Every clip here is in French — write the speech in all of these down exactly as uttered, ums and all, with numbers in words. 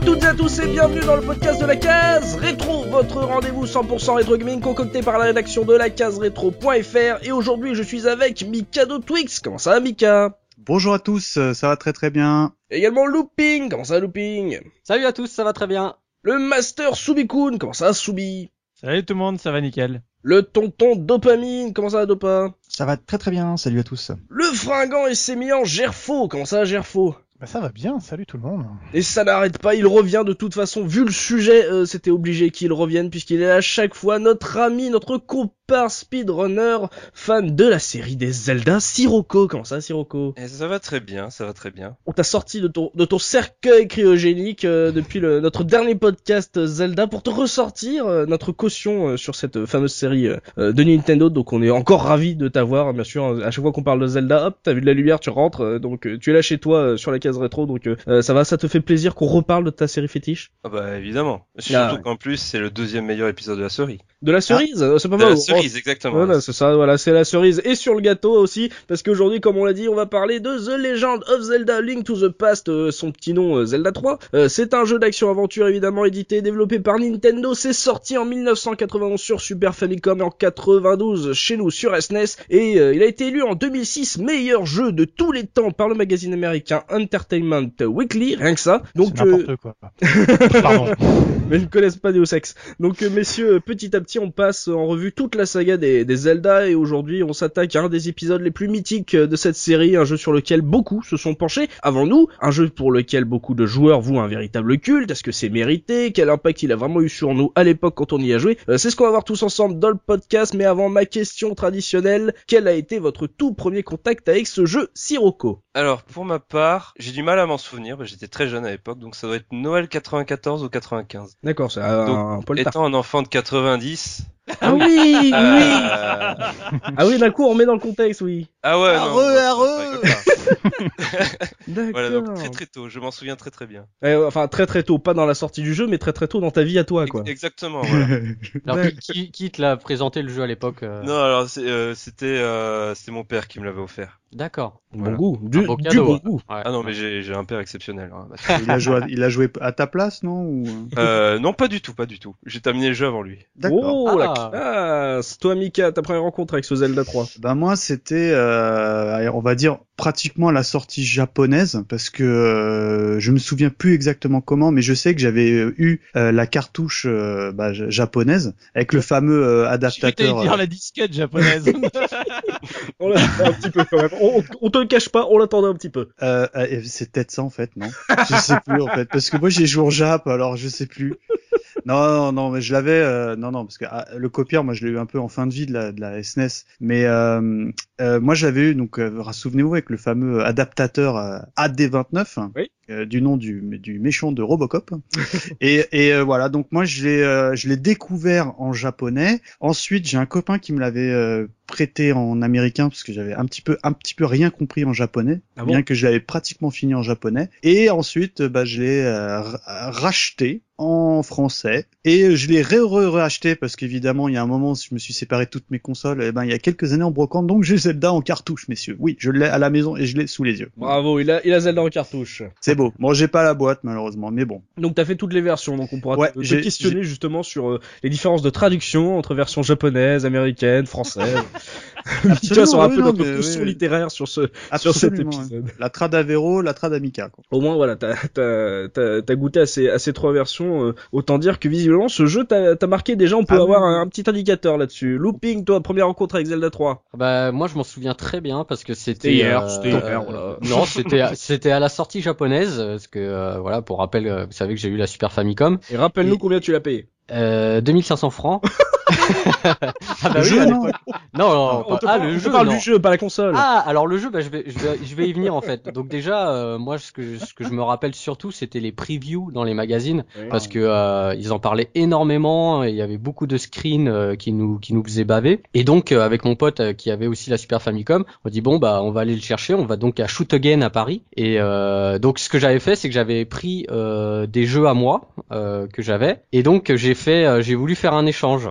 toutes et à tous et bienvenue dans le podcast de la case rétro, votre rendez-vous cent pour cent rétro gaming concocté par la rédaction de la case rétro point f r. Et aujourd'hui je suis avec Mika de Twix. Comment ça va Mika? Bonjour à tous, ça va très très bien. Également Looping. Comment ça va Looping? Salut à tous, ça va très bien. Le Master Subikun. Comment ça va Subi? Salut tout le monde, ça va nickel. Le tonton Dopamine. Comment ça va Dopa? Ça va très très bien, salut à tous. Le fringant et sémillant Gerfo. Comment ça va Gerfo? Bah ça va bien, salut tout le monde. Et ça n'arrête pas, il revient de toute façon, vu le sujet, euh, c'était obligé qu'il revienne puisqu'il est à chaque fois notre ami, notre compare speedrunner, fan de la série des Zelda, Sirocco. Comment ça Sirocco? Et ça va très bien, ça va très bien. On t'a sorti de ton, de ton cercueil cryogénique euh, depuis le, notre dernier podcast Zelda pour te ressortir euh, notre caution euh, sur cette fameuse série euh, de Nintendo, donc on est encore ravis de t'avoir, bien sûr, à chaque fois qu'on parle de Zelda, hop, t'as vu de la lumière, tu rentres, euh, donc euh, tu es là chez toi euh, sur la case rétro, donc euh, ça va, ça te fait plaisir qu'on reparle de ta série fétiche? Ah bah évidemment, surtout ah, ouais. qu'en plus c'est le deuxième meilleur épisode de la série. De la cerise, ah, c'est pas de mal. La cerise, oh, exactement. Voilà, c'est ça, voilà, c'est la cerise. Et sur le gâteau aussi, parce qu'aujourd'hui, comme on l'a dit, on va parler de The Legend of Zelda Link to the Past, euh, son petit nom euh, Zelda trois. Euh, c'est un jeu d'action-aventure évidemment édité et développé par Nintendo. C'est sorti en dix-neuf cent quatre-vingt-onze sur Super Famicom et en quatre-vingt-douze chez nous sur S N E S. Et euh, il a été élu en deux mille six meilleur jeu de tous les temps par le magazine américain Entertainment Weekly, rien que ça. Donc c'est n'importe euh... quoi. Pardon. Mais ils ne connaissent pas Deus Ex. Donc euh, messieurs, petit à petit on passe en revue toute la saga des, des Zelda et aujourd'hui on s'attaque à un des épisodes les plus mythiques de cette série, un jeu sur lequel beaucoup se sont penchés avant nous, un jeu pour lequel beaucoup de joueurs vouent un véritable culte. Est-ce que c'est mérité? Quel impact il a vraiment eu sur nous à l'époque quand on y a joué? euh, C'est ce qu'on va voir tous ensemble dans le podcast, mais avant ma question traditionnelle, quel a été votre tout premier contact avec ce jeu Sirocco? Alors pour ma part, j'ai du mal à m'en souvenir, j'étais très jeune à l'époque, donc ça doit être Noël quatre-vingt-quatorze ou quatre-vingt-quinze. D'accord, c'est un, donc, un poil tard. Étant un enfant de quatre-vingt-dix... Ah oui, oui. Euh... Ah oui, d'un coup, on met dans le contexte, oui. Ah ouais, arreux, non. arreux. D'accord. Voilà, donc très très tôt, je m'en souviens très très bien. Eh, enfin, très très tôt, pas dans la sortie du jeu, mais très très tôt dans ta vie à toi, quoi. Exactement, voilà. Alors, qui, qui, qui te l'a présenté le jeu à l'époque euh... Non, alors c'est, euh, c'était euh, c'était mon père qui me l'avait offert. D'accord. Bon Voilà. goût, du, beau du cadeau, bon ouais. goût. Ouais. Ah non, mais j'ai j'ai un père exceptionnel. Hein. Il a joué, à, il a joué à ta place, non ou... Euh, non, pas du tout, pas du tout. J'ai terminé le jeu avant lui. D'accord. Oh, Ah. la classe. Toi, Mika, ta première rencontre avec ce Zelda trois? Ben moi, c'était, euh, on va dire, pratiquement la sortie japonaise, parce que euh, je me souviens plus exactement comment, mais je sais que j'avais eu euh, la cartouche euh, bah, j- japonaise avec le fameux euh, Je vais adaptateur. dire la disquette japonaise. On l'attendait un petit peu quand même. On, on te le cache pas, on l'attendait un petit peu. Euh, euh, c'est peut-être ça en fait, non? Je sais plus en fait, parce que moi j'ai joué en Jap, alors je sais plus. Non, non, non, mais je l'avais, euh, non, non, parce que ah, le copieur, moi je l'ai eu un peu en fin de vie de la, de la S N E S, mais euh, euh, moi je l'avais eu, donc euh, souvenez-vous avec le fameux adaptateur euh, A D vingt-neuf, Oui. euh, du nom du, du méchant de Robocop, et, et euh, voilà, donc moi je l'ai, euh, je l'ai découvert en japonais. Ensuite, j'ai un copain qui me l'avait euh, prêté en américain parce que j'avais un petit peu, un petit peu rien compris en japonais, Ah bon bien que je l'avais pratiquement fini en japonais. Et ensuite, bah je l'ai euh, r- racheté en français et je l'ai re-re-racheté parce qu'évidemment il y a un moment je me suis séparé de toutes mes consoles, et ben il y a quelques années en brocante, donc j'ai Zelda en cartouche, messieurs. Oui, je l'ai à la maison et je l'ai sous les yeux. Bravo, il a, il a Zelda en cartouche. C'est beau. Bon, j'ai pas la boîte malheureusement, mais bon. Donc t'as fait toutes les versions, donc on pourra Ouais, te, te j'ai- questionner justement sur euh, les différences de traduction entre versions japonaises, américaines, françaises. Tu vois, sur un oui, peu non, notre mais caution oui, oui. littéraire sur ce, sur cet Absolument, ouais. épisode. La trad Avero, la trad Amica, quoi. Au moins, voilà, t'as, t'as, t'as, t'as goûté à ces, à ces trois versions. Euh, autant dire que visiblement, ce jeu t'a, t'a marqué déjà. On peut Ah avoir oui. un, un petit indicateur là-dessus. Looping, toi, première rencontre avec Zelda trois. Bah moi je m'en souviens très bien parce que c'était C'était hier, euh, c'était hier, voilà. non c'était c'était à la sortie japonaise parce que euh, voilà pour rappel euh, vous savez que j'ai eu la Super Famicom Et rappelle-nous Et- combien tu l'as payé. euh, deux mille cinq cents francs. Ah bah Le oui, jeu, à non. l'époque. Non, non, On pas- te ah parle, le on te jeu, parle non. du jeu, pas la console. Ah, alors le jeu, bah je vais, je vais, je vais y venir en fait. Donc déjà, euh, moi ce que ce que je me rappelle surtout, c'était les previews dans les magazines, Oui. parce que euh, ils en parlaient énormément. Et il y avait beaucoup de screens euh, qui nous qui nous faisaient baver. Et donc euh, avec mon pote euh, qui avait aussi la Super Famicom, on dit bon bah on va aller le chercher. On va donc à Shoot Again à Paris. Et euh, donc ce que j'avais fait, c'est que j'avais pris euh, des jeux à moi euh, que j'avais. Et donc j'ai fait, euh, j'ai voulu faire un échange. Donc euh,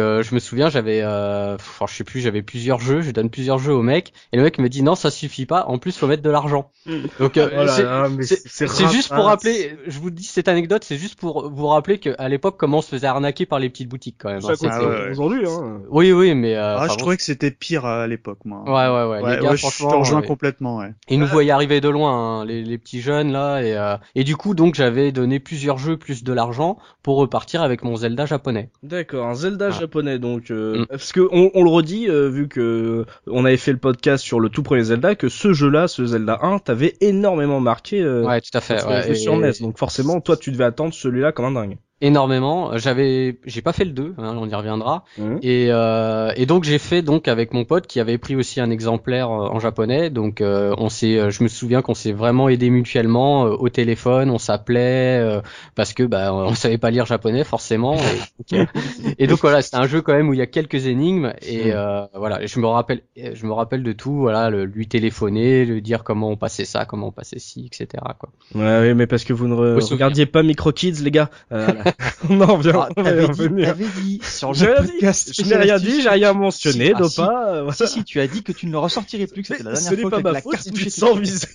euh, je me souviens, j'avais, euh, enfin, je sais plus, j'avais plusieurs jeux, je donne plusieurs jeux au mec, et le mec me dit non, ça suffit pas. En plus, faut mettre de l'argent. Donc euh, Oh là c'est, là, mais c'est, c'est c'est juste pour rapace. rappeler. Je vous dis cette anecdote, c'est juste pour vous rappeler qu'à l'époque, comment on se faisait arnaquer par les petites boutiques quand même. Ça hein. continue Ah ouais, ouais. aujourd'hui, hein. Oui, oui, mais euh, Ah, enfin, je bon, trouvais que c'était pire à l'époque, moi. Ouais, ouais, ouais. Ouais, les gars, ouais, je te franchement, rejoins euh, complètement, ouais. ils nous voyaient arriver de loin, hein, les, les petits jeunes là, et euh, et du coup, donc, j'avais donné plusieurs jeux plus de l'argent pour repartir avec mon Zelda japonais. D'accord, un Zelda Ah. japonais donc euh, Mm. parce que on, on le redit euh, vu que on avait fait le podcast sur le tout premier Zelda que ce jeu-là, ce Zelda un, t'avait énormément marqué euh, Ouais, tout à fait. sur Ouais, le jeu sur et- N E S. Donc forcément, toi tu devais attendre celui-là comme un dingue. énormément. J'avais, j'ai pas fait le deux, hein, on y reviendra. Mhm. Et, euh, et donc j'ai fait donc avec mon pote qui avait pris aussi un exemplaire euh, en japonais. Donc euh, on s'est, euh, je me souviens qu'on s'est vraiment aidé mutuellement euh, au téléphone, on s'appelait euh, parce que bah on savait pas lire japonais forcément. Et, donc, euh, et donc voilà, c'est un jeu quand même où il y a quelques énigmes et euh, voilà. Et je me rappelle, je me rappelle de tout. Voilà, le, lui téléphoner, lui dire comment on passait ça, comment on passait ci, et cetera. Quoi. Ouais, oui, mais parce que vous ne re- Faut se regardiez pas Micro Kids, les gars. Euh, voilà. on en revient. Ah, on va y t'avais dit, revenir. t'avais dit sur J'ai le rien dit. podcast. Je n'ai rien dit, j'ai rien mentionné, Si, ah, Dopa. euh, voilà. Si, si, tu as dit que tu ne le ressortirais plus, que c'était la Mais dernière ce n'est fois pas que ma la faute si cartouche tu te était sens sortie. visé.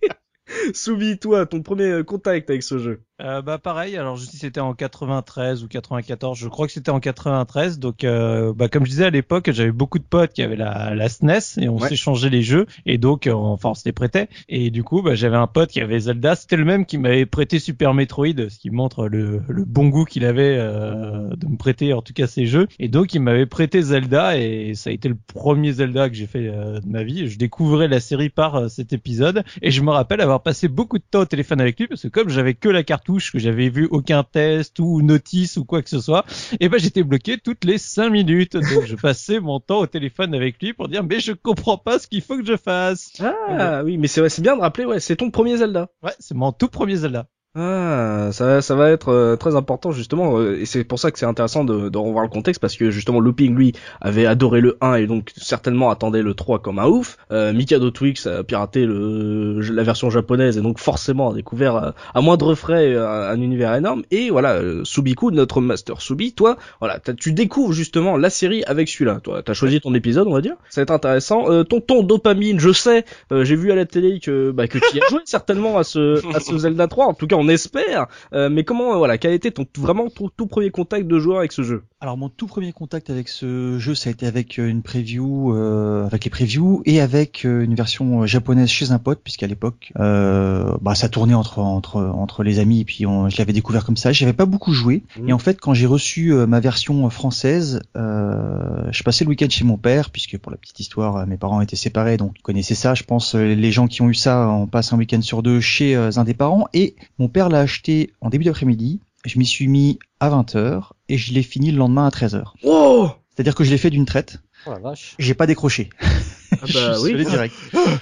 Soumis, toi, ton premier contact avec ce jeu. Euh, bah pareil, alors je sais si c'était en quatre-vingt-treize ou quatre-vingt-quatorze, je crois que c'était en quatre-vingt-treize, donc euh, bah comme je disais à l'époque, j'avais beaucoup de potes qui avaient la, la S N E S et on Ouais. s'échangeait les jeux et donc euh, enfin on se les prêtait et du coup bah j'avais un pote qui avait Zelda, c'était le même qui m'avait prêté Super Metroid, ce qui montre le, le bon goût qu'il avait euh, de me prêter en tout cas ces jeux et donc il m'avait prêté Zelda et ça a été le premier Zelda que j'ai fait euh, de ma vie. Je découvrais la série par euh, cet épisode et je me rappelle avoir passé beaucoup de temps au téléphone avec lui parce que comme j'avais que la cartouche, que j'avais vu aucun test ou notice ou quoi que ce soit, et ben j'étais bloqué toutes les cinq minutes. Donc je passais mon temps au téléphone avec lui pour dire mais je comprends pas ce qu'il faut que je fasse. Ah oui, mais c'est ouais, c'est bien de rappeler, ouais, c'est ton premier Zelda. Ouais, c'est mon tout premier Zelda. Ah, ça, ça va être euh, très important justement, euh, et c'est pour ça que c'est intéressant de, de revoir le contexte, parce que justement Looping lui avait adoré le un et donc certainement attendait le trois comme un ouf. Euh, Mikado Twix a piraté le, la version japonaise et donc forcément a découvert euh, à moindre frais euh, un univers énorme. Et voilà, euh, Subiku, notre master Subi, toi, voilà, t'as- tu découvres justement la série avec celui-là. Toi, t'as choisi ton épisode, on va dire. Ça va être intéressant. Euh, tonton Dopamine, je sais, euh, j'ai vu à la télé que bah que tu y as joué certainement à ce à ce Zelda trois. En tout cas, on espère. Euh, mais comment, euh, voilà, quel a été ton vraiment ton tout premier contact de joueur avec ce jeu? Alors mon tout premier contact avec ce jeu, ça a été avec euh, une preview, euh, avec les previews et avec euh, une version japonaise chez un pote, puisqu'à l'époque, euh, bah ça tournait entre entre entre les amis et puis on, je l'avais découvert comme ça. J'avais pas beaucoup joué Mmh. et en fait quand j'ai reçu euh, ma version française, euh, je passais le week-end chez mon père, puisque pour la petite histoire, euh, mes parents étaient séparés, donc ils connaissaient ça. Je pense euh, les gens qui ont eu ça, on passe un week-end sur deux chez euh, un des parents et mon père l'a acheté en début d'après-midi. Je m'y suis mis à vingt heures et je l'ai fini le lendemain à treize heures. Oh, C'est-à-dire que je l'ai fait d'une traite. Oh la vache. J'ai pas décroché. ah bah je oui. suis allé direct.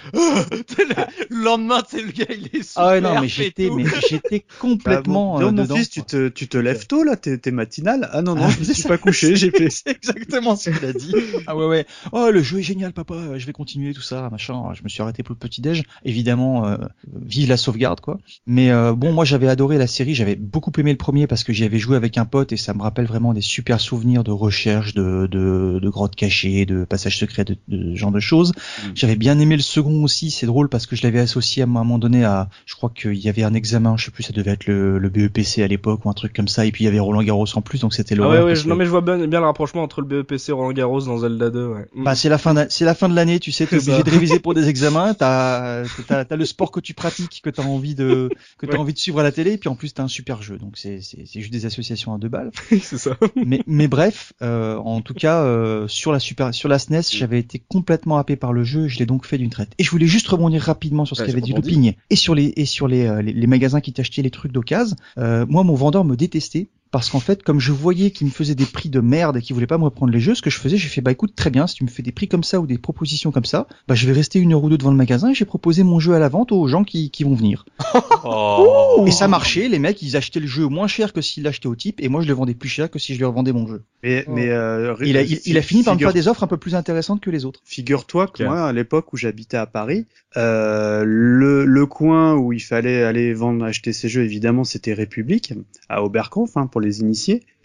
Le lendemain, c'est le gars, il est super. Ah ouais, non, mais j'étais, mais j'étais complètement Bah, bon, euh, dis donc, dedans. mon fils, tu te, tu te lèves tôt, là, t'es, t'es matinal. Ah non, non, Ah, je me c'est suis ça. pas couché, j'ai fait. C'est exactement ce qu'il a dit. Ah ouais, ouais. Oh, le jeu est génial, papa. Je vais continuer tout ça, machin. Je me suis arrêté pour le petit déj. Évidemment, euh, vive la sauvegarde, quoi. Mais euh, bon, moi, j'avais adoré la série. J'avais beaucoup aimé le premier parce que j'y avais joué avec un pote et ça me rappelle vraiment des super souvenirs de recherche, de, de, de grottes cachées, de passages secrets, de, de ce genre de choses. Mm. J'avais bien aimé le second aussi. C'est drôle parce que je l'avais associé à un moment donné à, je crois qu'il y avait un examen, je sais plus, ça devait être le, le B E P C à l'époque ou un truc comme ça. Et puis il y avait Roland Garros en plus, donc c'était Ah l'horreur. ouais, ouais, parce je- que- non mais je vois bien, bien le rapprochement entre le B E P C et Roland Garros dans Zelda deux, ouais. Mm. Bah c'est la fin d'un- c'est la fin de l'année, tu sais, t'es C'est obligé ça. de réviser pour des examens, t'as t'as t'as le sport que tu pratiques, que t'as envie de que t'as Ouais. envie de suivre à la télé, et puis en plus t'as un super jeu, donc c'est c'est c'est juste des associations à deux balles. c'est ça. mais mais bref, euh, en tout cas euh, sur la super sur la S N E S, j'avais été complètement happé par le jeu, je l'ai donc fait d'une traite. Et je voulais juste rebondir rapidement sur ce Ouais, qu'avait c'est dit rebondir. Looping et sur les et sur les euh, les, les magasins qui t'achetaient les trucs d'occasion. Euh, moi mon vendeur me détestait. Parce qu'en fait, comme je voyais qu'il me faisait des prix de merde et qu'il voulait pas me reprendre les jeux, ce que je faisais, j'ai fait, bah écoute, très bien, si tu me fais des prix comme ça ou des propositions comme ça, bah je vais rester une heure ou deux devant le magasin et j'ai proposé mon jeu à la vente aux gens qui, qui vont venir. Oh. Et ça marchait, les mecs, ils achetaient le jeu moins cher que s'ils l'achetaient au type et moi je le vendais plus cher que si je leur vendais mon jeu. Mais, mais, euh, Il a, il, il a fini par me figure- faire des offres un peu plus intéressantes que les autres. Figure-toi que Ok. moi, à l'époque où j'habitais à Paris, euh, le, le coin où il fallait aller vendre, acheter ces jeux, évidemment, c'était République, à Oberkampf, hein, pour les initiés.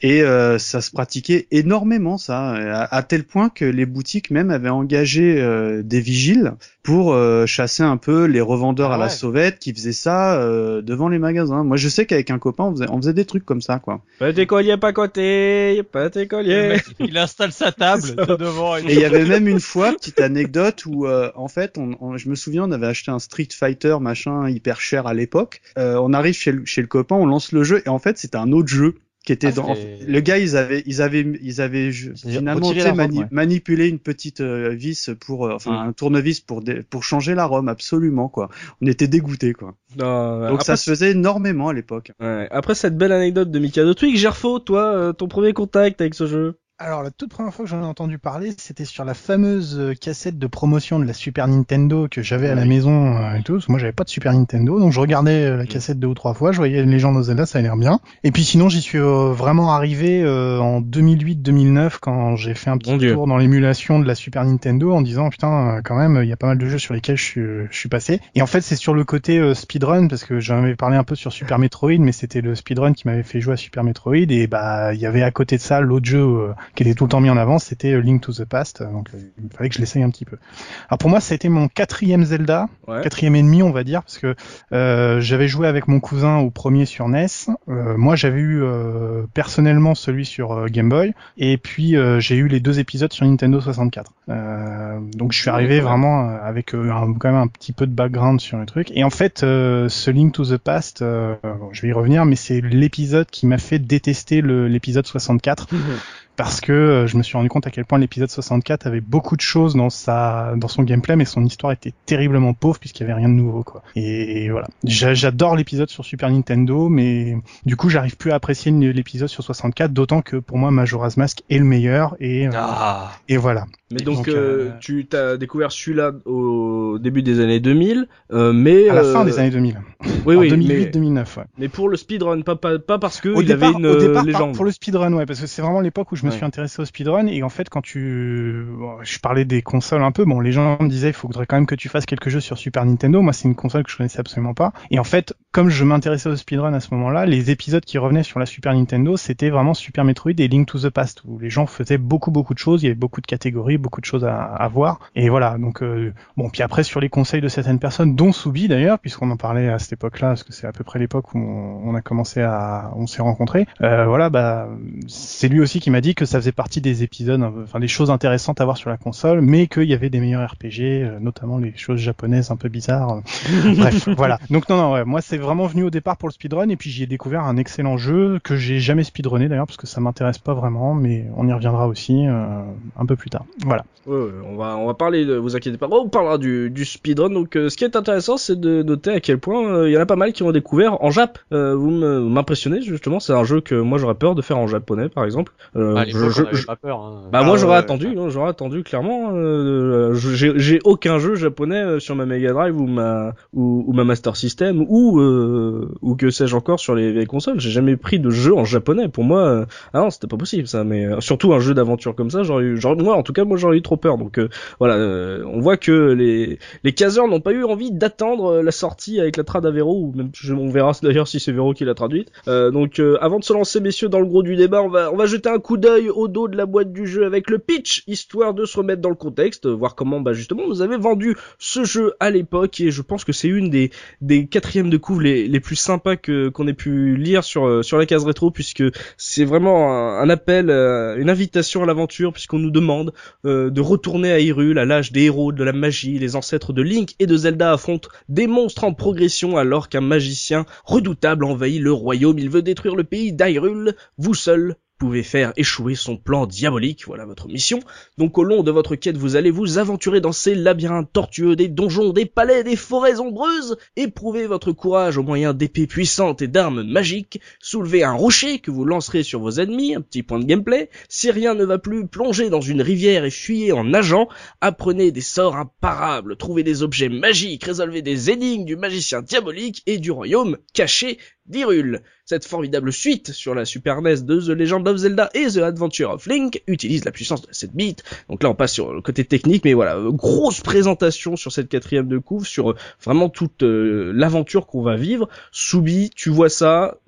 Et euh, ça se pratiquait énormément, ça, à, à tel point que les boutiques même avaient engagé euh, des vigiles pour euh, chasser un peu les revendeurs Ah à la ouais. sauvette qui faisaient ça euh, devant les magasins. Moi, je sais qu'avec un copain, on faisait, on faisait des trucs comme ça, quoi. Petit collier pas côté, petit Le collier. mec, il installe sa table Ça. tout devant. Et il y avait même une fois, petite anecdote, où euh, en fait, on, on- je me souviens, on avait acheté un Street Fighter machin hyper cher à l'époque. Euh, on arrive chez le, chez le copain, on lance le jeu, et en fait, c'était un autre jeu qui était Ah, dans. c'était- Le gars, ils avaient, ils avaient, ils avaient je- C'est-à-dire finalement retirer tu sais, la ROM, mani- ouais. manipulé une petite euh, vis pour, euh, enfin Mm. un tournevis pour dé- pour changer la ROM, absolument quoi. On était dégoûtés quoi. Non, Donc après, ça se faisait énormément à l'époque. ouais. Après cette belle anecdote de Mikado Twig, Gerfo, toi, euh, ton premier contact avec ce jeu? Alors, la toute première fois que j'en ai entendu parler, c'était sur la fameuse euh, cassette de promotion de la Super Nintendo que j'avais à la maison euh, et tout. Parce que moi, j'avais pas de Super Nintendo, donc je regardais euh, la cassette deux ou trois fois. Je voyais Legend of Zelda, ça a l'air bien. Et puis sinon, j'y suis euh, vraiment arrivé euh, en deux mille huit deux mille neuf quand j'ai fait un petit Mon Dieu. tour dans l'émulation de la Super Nintendo en disant putain, euh, quand même, il y a pas mal de jeux sur lesquels je suis, je suis passé. Et en fait, c'est sur le côté euh, speedrun parce que j'en avais parlé un peu sur Super Metroid, mais c'était le speedrun qui m'avait fait jouer à Super Metroid. Et bah, il y avait à côté de ça l'autre jeu euh, qui était tout le temps mis en avant, c'était Link to the Past, donc euh, il fallait que je l'essaye un petit peu. Alors pour moi, ça a été mon quatrième Zelda, Ouais. quatrième et demi, on va dire, parce que euh, j'avais joué avec mon cousin au premier sur N E S. Euh, moi, j'avais eu euh, personnellement celui sur euh, Game Boy, et puis euh, j'ai eu les deux épisodes sur Nintendo soixante-quatre. Euh, donc je suis arrivé Ouais. vraiment euh, avec euh, un, quand même un petit peu de background sur le truc. Et en fait, euh, ce Link to the Past, euh, bon, je vais y revenir, mais c'est l'épisode qui m'a fait détester le- l'épisode soixante-quatre. Parce que euh, je me suis rendu compte à quel point l'épisode soixante-quatre avait beaucoup de choses dans sa dans son gameplay, mais son histoire était terriblement pauvre puisqu'il y avait rien de nouveau quoi. Et voilà, J'a- j'adore l'épisode sur Super Nintendo, mais du coup j'arrive plus à apprécier l'épisode sur soixante-quatre, d'autant que pour moi Majora's Mask est le meilleur et euh, Ah. et voilà. Mais Et donc, donc, euh, euh, tu t'as découvert celui-là au début des années deux mille, euh, mais À la euh, fin des années deux mille. oui, En oui, deux mille huit mais, deux mille neuf, ouais. mais pour le speedrun, pas pas, pas parce que Au il départ, avait une au départ, euh, par- légende. pour le speedrun, ouais, parce que c'est vraiment l'époque où je me Ouais. suis intéressé au speedrun, et en fait, quand tu, bon, je parlais des consoles un peu, bon, les gens me disaient, il faudrait quand même que tu fasses quelques jeux sur Super Nintendo. Moi, c'est une console que je connaissais absolument pas. Et en fait, comme je m'intéressais au speedrun à ce moment-là, les épisodes qui revenaient sur la Super Nintendo, c'était vraiment Super Metroid et Link to the Past, où les gens faisaient beaucoup, beaucoup de choses, il y avait beaucoup de catégories, beaucoup de choses à, à voir. Et voilà, donc, euh, bon, puis après, sur les conseils de certaines personnes, dont Soubi d'ailleurs, puisqu'on en parlait à cette époque-là, parce que c'est à peu près l'époque où on, on a commencé à, on s'est rencontrés, euh, voilà, bah, c'est lui aussi qui m'a dit que ça faisait partie des épisodes, enfin des choses intéressantes à voir sur la console, mais qu'il y avait des meilleurs R P G, euh, notamment les choses japonaises un peu bizarres. Bref, voilà. Donc non, non, ouais, moi c'est vraiment venu au départ pour le speedrun, et puis j'y ai découvert un excellent jeu que j'ai jamais speedrunné d'ailleurs, parce que ça m'intéresse pas vraiment, mais on y reviendra aussi euh, un peu plus tard. Voilà. Ouais, ouais, on va on va parler, de, vous inquiétez pas, on parlera du, du speedrun. Donc euh, ce qui est intéressant, c'est de noter à quel point euh, il y en a pas mal qui ont découvert en Jap. Euh, vous me- vous m'impressionnez justement, c'est un jeu que moi j'aurais peur de faire en japonais par exemple. Euh, À l'époque, je- on avait je- pas peur. Hein. Bah Ah, moi j'aurais ouais, attendu, hein, j'aurais attendu clairement. Euh, je- j'ai j'ai aucun jeu japonais euh, sur ma Mega Drive ou ma ou, ou ma Master System ou euh, ou que sais-je encore sur les vieilles consoles. J'ai jamais pris de jeu en japonais. Pour moi, euh, ah non, c'était pas possible ça. Mais euh, surtout un jeu d'aventure comme ça, j'aurais eu, genre moi en tout cas moi j'aurais eu trop peur. Donc euh, voilà, euh, on voit que les les caseurs n'ont pas eu envie d'attendre euh, la sortie avec la trad à Véro, ou même je, on verra d'ailleurs si c'est Véro qui l'a traduite. Euh, donc euh, avant de se lancer messieurs dans le gros du débat, on va on va jeter un coup d'œil au dos de la boîte du jeu avec le pitch, histoire de se remettre dans le contexte, euh, voir comment bah justement vous avez vendu ce jeu à l'époque. Et je pense que c'est une des des quatrièmes de couve les les plus sympas que qu'on ait pu lire sur euh, sur la case rétro, puisque c'est vraiment un, un appel, euh, une invitation à l'aventure, puisqu'on nous demande euh, de retourner à Hyrule, à l'âge des héros, de la magie. Les ancêtres de Link et de Zelda affrontent des monstres en progression alors qu'un magicien redoutable envahit le royaume. Il veut détruire le pays d'Hyrule. Vous seul pouvez faire échouer son plan diabolique, voilà votre mission. Donc au long de votre quête, vous allez vous aventurer dans ces labyrinthes tortueux, des donjons, des palais, des forêts ombreuses, éprouver votre courage au moyen d'épées puissantes et d'armes magiques, soulever un rocher que vous lancerez sur vos ennemis, un petit point de gameplay. Si rien ne va plus, plongez dans une rivière et fuyez en nageant, apprenez des sorts imparables, trouvez des objets magiques, résolvez des énigmes du magicien diabolique et du royaume caché d'Hyrule. Cette formidable suite sur la Super N E S de The Legend of Zelda et The Adventure of Link utilise la puissance de la sept bits. Donc là on passe sur le côté technique, mais voilà, euh, grosse présentation sur cette quatrième de couve, sur euh, vraiment toute euh, l'aventure qu'on va vivre. Soubi, tu vois ça,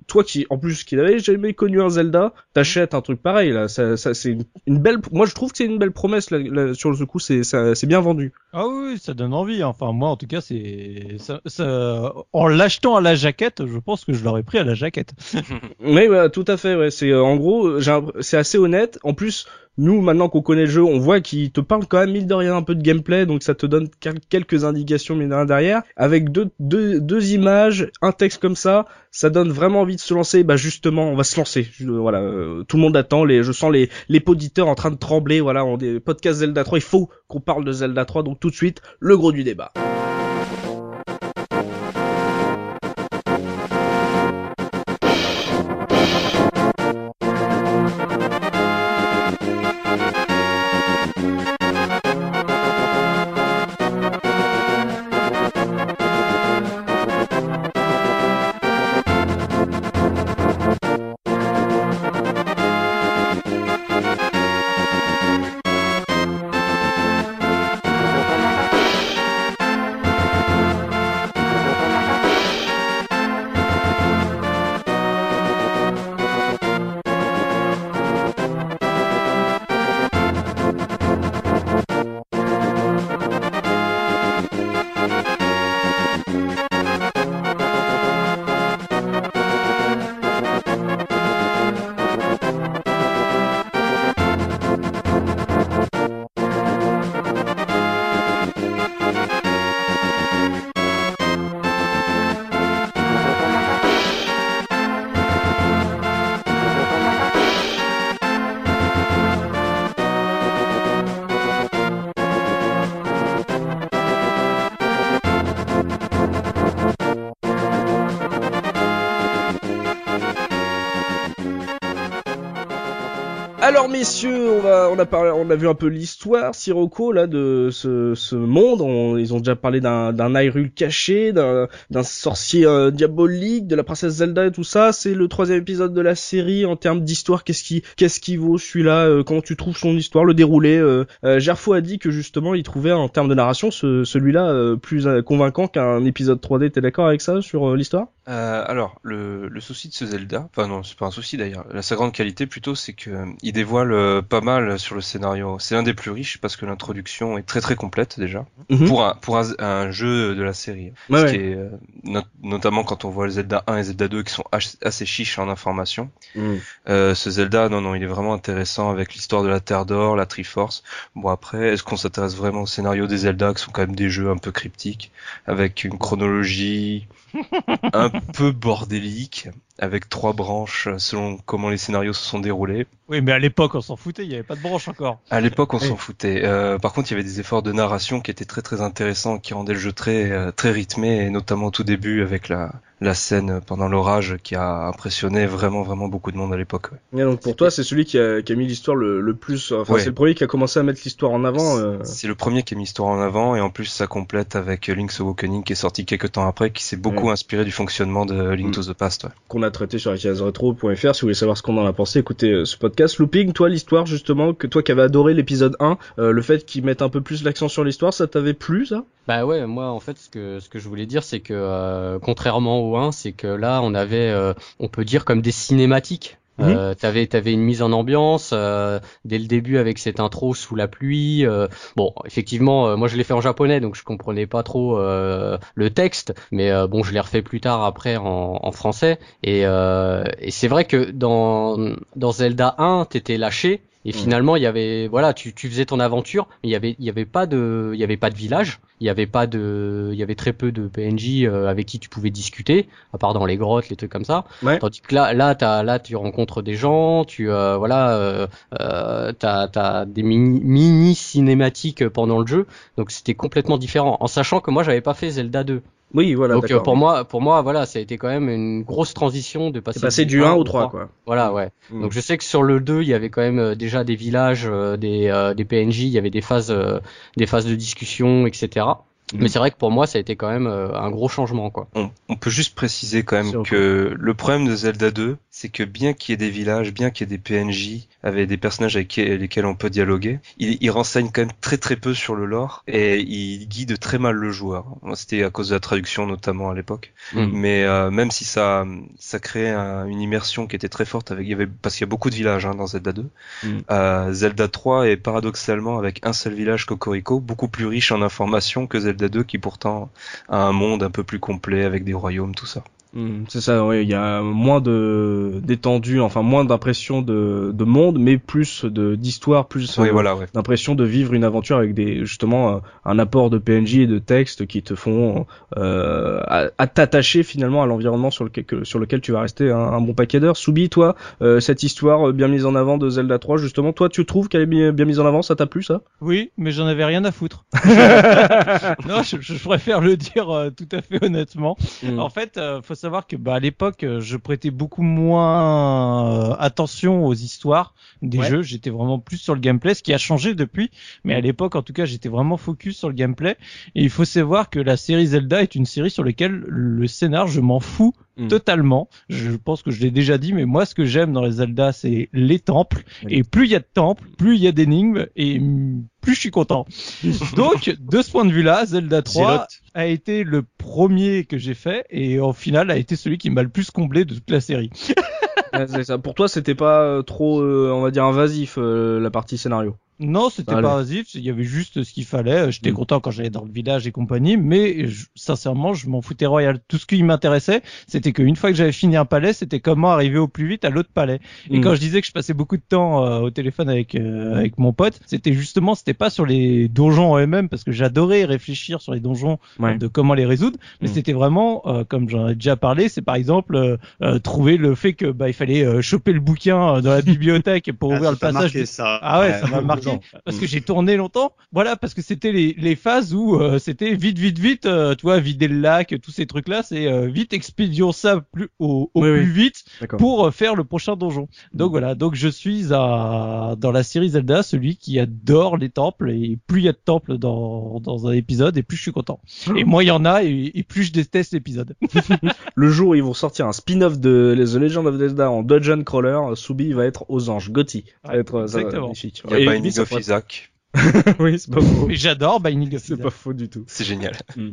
toi qui, en plus, qui n'avais jamais connu un Zelda, t'achètes un truc pareil, là. Ça, ça, c'est une, une belle, moi, je trouve que c'est une belle promesse, là, là, sur le coup, c'est, ça, c'est bien vendu. Ah oui, ça donne envie. Enfin, moi, en tout cas, c'est, ça, ça, en l'achetant à la jaquette, je pense que je l'aurais pris à la jaquette. Oui, bah, tout à fait, ouais. C'est, euh, en gros, j'ai un, c'est assez honnête. En plus, nous, maintenant qu'on connaît le jeu, on voit qu'il te parle quand même, mine de rien, un peu de gameplay, donc ça te donne quelques indications, mine de rien, derrière. Avec deux, deux, deux images, un texte comme ça, ça donne vraiment envie de se lancer. Bah, justement, on va se lancer. Je, voilà, euh, tout le monde attend. Les, je sens les, les poditeurs en train de trembler. Voilà, on des podcasts Zelda trois. Il faut qu'on parle de Zelda trois. Donc, tout de suite, le gros du débat. Alors messieurs, on va, on a parlé, on a vu un peu l'histoire, Sirocco là de ce, ce monde. On, ils ont déjà parlé d'un, d'un Hyrule caché, d'un, d'un sorcier euh, diabolique, de la princesse Zelda et tout ça. C'est le troisième épisode de la série en termes d'histoire. Qu'est-ce qui, qu'est-ce qui vaut celui-là euh, Comment tu trouves son histoire, le déroulé euh, euh, Gerfo a dit que justement il trouvait en termes de narration ce, celui-là euh, plus euh, convaincant qu'un épisode trois D. T'es d'accord avec ça sur euh, l'histoire? Euh, alors, le, le souci de ce Zelda, enfin non, c'est pas un souci d'ailleurs, la, sa grande qualité plutôt, c'est que euh, il dévoile euh, pas mal sur le scénario. C'est l'un des plus riches parce que l'introduction est très très complète déjà, Mm-hmm. pour un pour un, un jeu de la série. Ouais, Ce ouais. qui est, euh, not- notamment quand on voit le Zelda un et Zelda deux qui sont ach- assez chiches en information. Mm. Euh, ce Zelda, non non, il est vraiment intéressant avec l'histoire de la Terre d'Or, la Triforce. Bon après, est-ce qu'on s'intéresse vraiment au scénario des Zelda qui sont quand même des jeux un peu cryptiques, avec une chronologie un peu bordélique, avec trois branches selon comment les scénarios se sont déroulés. Oui, mais à l'époque, on s'en foutait, il n'y avait pas de branche encore. À l'époque, on Oui. s'en foutait. Euh, par contre, il y avait des efforts de narration qui étaient très très intéressants, qui rendaient le jeu très euh, très rythmé, et notamment au tout début avec la la scène pendant l'orage qui a impressionné vraiment vraiment beaucoup de monde à l'époque. Ouais. Et donc pour toi, c'est celui qui a, qui a mis l'histoire le, le plus. Enfin, Ouais. c'est le premier qui a commencé à mettre l'histoire en avant. Euh... C'est le premier qui a mis l'histoire en avant, et en plus ça complète avec Link's Awakening qui est sorti quelques temps après, qui s'est beaucoup Ouais. inspiré du fonctionnement de Link Mm. to the Past. Ouais. Qu'on a traité sur arcades retro point f r. Si vous voulez savoir ce qu'on en a pensé, écoutez euh, ce podcast. Looping, toi, l'histoire justement, que toi qui avais adoré l'épisode un, euh, le fait qu'ils mettent un peu plus l'accent sur l'histoire, ça t'avait plu, ça? Bah ouais, moi en fait ce que ce que je voulais dire c'est que euh, contrairement au un, c'est que là on avait euh, on peut dire comme des cinématiques. Mhm. Euh, t'avais t'avais une mise en ambiance euh, dès le début avec cette intro sous la pluie. Euh, bon, effectivement, euh, moi je l'ai fait en japonais donc je comprenais pas trop euh, le texte, mais euh, bon je l'ai refait plus tard après en, en français et, euh, et c'est vrai que dans dans Zelda un t'étais lâché. Et finalement, il y avait, voilà, tu, tu faisais ton aventure, mais il y avait, il y avait pas de, il y avait pas de village, il y avait pas de, il y avait très peu de P N J euh, avec qui tu pouvais discuter, à part dans les grottes, les trucs comme ça. Ouais. Tandis que là, là, t'as, là, tu rencontres des gens, tu, euh, voilà, euh, euh, t'as, t'as des mini, mini cinématiques pendant le jeu, donc c'était complètement différent. En sachant que moi, j'avais pas fait Zelda deux. Oui, voilà. Donc euh, d'accord. pour moi, pour moi, voilà, ça a été quand même une grosse transition de passer, C'est passé du un au trois, quoi. Voilà, ouais. Mm. Donc je sais que sur le deux, il y avait quand même euh, déjà des villages, euh, des, euh, des P N J, il y avait des phases, euh, des phases de discussion, et cetera. Mais c'est vrai que pour moi, ça a été quand même euh, un gros changement, quoi. On, on peut juste préciser quand même C'est que le problème de Zelda deux, c'est que bien qu'il y ait des villages, bien qu'il y ait des P N J avec des personnages avec lesquels on peut dialoguer, il, il renseigne quand même très très peu sur le lore et il guide très mal le joueur. C'était à cause de la traduction notamment à l'époque. Mm. Mais euh, même si ça ça créait un, une immersion qui était très forte avec, il y avait parce qu'il y a beaucoup de villages hein, dans Zelda deux. Mm. Euh, Zelda trois est paradoxalement avec un seul village Cocorico beaucoup plus riche en informations que Zelda deux qui pourtant a un monde un peu plus complet avec des royaumes, tout ça. Mm, c'est ça, oui, il y a moins de d'étendue, enfin moins d'impression de de monde, mais plus de d'histoire, plus Oui, euh, voilà, ouais. d'impression de vivre une aventure avec des justement euh, un apport de P N J et de texte qui te font euh, à, à t'attacher finalement à l'environnement sur lequel que, sur lequel tu vas rester un, un bon paquet d'heures. Soubi, toi, euh, cette histoire bien mise en avant de Zelda trois, justement, toi, tu trouves qu'elle est bien, bien mise en avant, ça t'a plu ça? Oui, mais j'en avais rien à foutre. Non, je, je préfère le dire euh, tout à fait honnêtement. Mm. En fait, euh, faut savoir que bah à l'époque, euh, je prêtais beaucoup moins euh, attention aux histoires des Ouais. jeux. J'étais vraiment plus sur le gameplay, ce qui a changé depuis. Mais à l'époque, en tout cas, j'étais vraiment focus sur le gameplay. Et il faut savoir que la série Zelda est une série sur laquelle le scénar, je m'en fous Mm. totalement. Je pense que je l'ai déjà dit, mais moi, ce que j'aime dans les Zelda, c'est les temples. Oui. Et plus il y a de temples, plus il y a d'énigmes, et mm, plus je suis content. Donc, de ce point de vue-là, Zelda trois Zélote. a été le premier que j'ai fait, et au final a été celui qui m'a le plus comblé de toute la série. Ouais, c'est ça. Pour toi, c'était pas euh, trop, euh, on va dire, invasif euh, la partie scénario. Non, c'était Allez. pas invasif, il y avait juste ce qu'il fallait. J'étais Mm. content quand j'allais dans le village et compagnie, mais je- sincèrement, je m'en foutais royal. Tout ce qui m'intéressait, c'était qu'une fois que j'avais fini un palais, c'était comment arriver au plus vite à l'autre palais. Et Mm. quand je disais que je passais beaucoup de temps euh, au téléphone avec euh, avec mon pote, c'était justement, c'était pas sur les donjons en eux-mêmes, parce que j'adorais réfléchir sur les donjons, Ouais. euh, de comment les résoudre, mais Mm. c'était vraiment, euh, comme j'en ai déjà parlé, c'est par exemple euh, euh, trouver le fait que bah il fallait euh, choper le bouquin euh, dans la bibliothèque pour Ah, ouvrir ça le t'a passage. marqué, du- ça. Ah ouais, ça m'a marqué non. parce que j'ai tourné longtemps. Voilà, parce que c'était les, les phases où euh, c'était vite, vite, vite, euh, tu vois, vider le lac, tous ces trucs-là, c'est euh, vite expédions ça plus au, au Oui, plus oui. vite D'accord. pour euh, faire le prochain donjon. Donc Mm. voilà, donc je suis à, dans la série Zelda celui qui adore les temples, et plus il y a de temples dans, dans un épisode, et plus je suis content. Et moins il y en a, et, et plus je déteste l'épisode. Le jour où ils vont sortir un spin-off de The Legend of Zelda en Dungeon Crawler, Soubi va être aux anges, Gotti. Ça va Ouais, être ça va être exactement. magnifique. Il y a Et Binding ça of pourrait- Isaac. Oui, c'est pas faux. Mais j'adore Binding of C'est Isaac. pas faux du tout. C'est génial.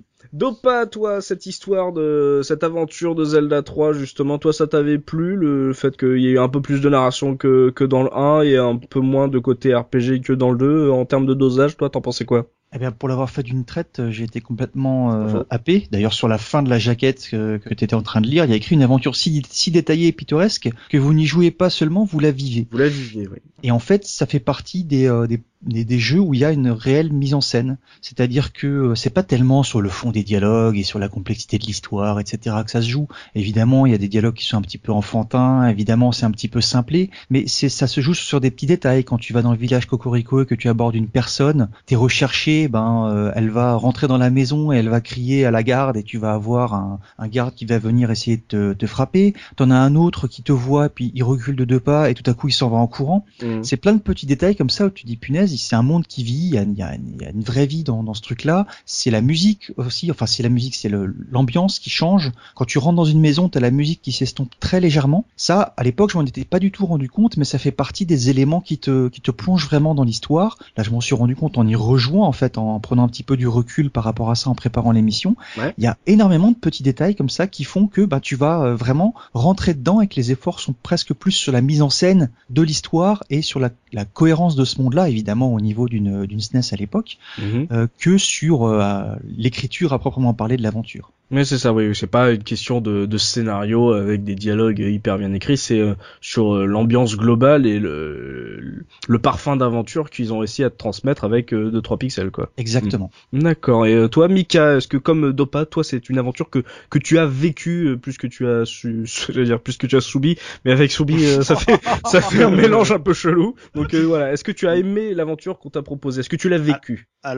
Dopa, toi, cette histoire de cette aventure de Zelda trois, justement, toi, ça t'avait plu, le fait qu'il y ait un peu plus de narration que, que dans le un et un peu moins de côté R P G que dans le deux, en termes de dosage, toi, t'en pensais quoi? Eh bien, pour l'avoir fait d'une traite, euh, j'ai été complètement Pas euh, faux. happé. D'ailleurs, sur la fin de la jaquette que, que tu étais en train de lire, il y a écrit une aventure si, si détaillée et pittoresque que vous n'y jouez pas seulement, vous la vivez. Vous la viviez, oui. Et en fait, ça fait partie des, euh, des, des, des jeux où il y a une réelle mise en scène. C'est-à-dire que euh, c'est pas tellement sur le fond des dialogues et sur la complexité de l'histoire, et cetera que ça se joue. Évidemment, il y a des dialogues qui sont un petit peu enfantins, évidemment, c'est un petit peu simplé, mais c'est ça se joue sur des petits détails. Quand tu vas dans le village Cocorico et que tu abordes une personne, t'es recherché, ben, euh, elle va rentrer dans la maison et elle va crier à la garde et tu vas avoir un, un garde qui va venir essayer de te, te frapper. T'en as un autre qui te voit, puis il recule de deux pas et tout à coup il s'en va en courant. Mm. C'est plein de petits détails comme ça où tu dis punaise, c'est un monde qui vit, il y a, il y a, il y a une vraie vie dans, dans ce truc-là. C'est la musique aussi, enfin c'est la musique, c'est le, l'ambiance qui change. Quand tu rentres dans une maison, t'as la musique qui s'estompe très légèrement. Ça, à l'époque, je m'en étais pas du tout rendu compte, mais ça fait partie des éléments qui te, qui te plongent vraiment dans l'histoire. Là, je m'en suis rendu compte en y rejoignant, en fait, en prenant un petit peu du recul par rapport à ça, en préparant l'émission. Ouais. Il y a énormément de petits détails comme ça qui font que bah tu vas euh, vraiment rentrer dedans et que les efforts sont presque plus sur la mise en scène de l'histoire et sur la, la cohérence de ce monde-là, évidemment au niveau d'une d'une S N E S à l'époque, Mhm. euh, que sur euh, l'écriture à proprement parler de l'aventure. Mais c'est ça, oui, c'est pas une question de, de scénario avec des dialogues hyper bien écrits, c'est euh, sur euh, l'ambiance globale et le, le parfum d'aventure qu'ils ont réussi à te transmettre avec euh, deux trois pixels, quoi. Exactement. D'accord. Et euh, toi, Mika, est-ce que comme euh, Dopa, toi, c'est une aventure que que tu as vécue euh, plus que tu as su, j'allais dire plus que tu as subi, mais avec Soubi, euh, ça fait ça fait un mélange un peu chelou. Donc euh, voilà, est-ce que tu as aimé l'aventure qu'on t'a proposée? Est-ce que tu l'as vécue? Alors,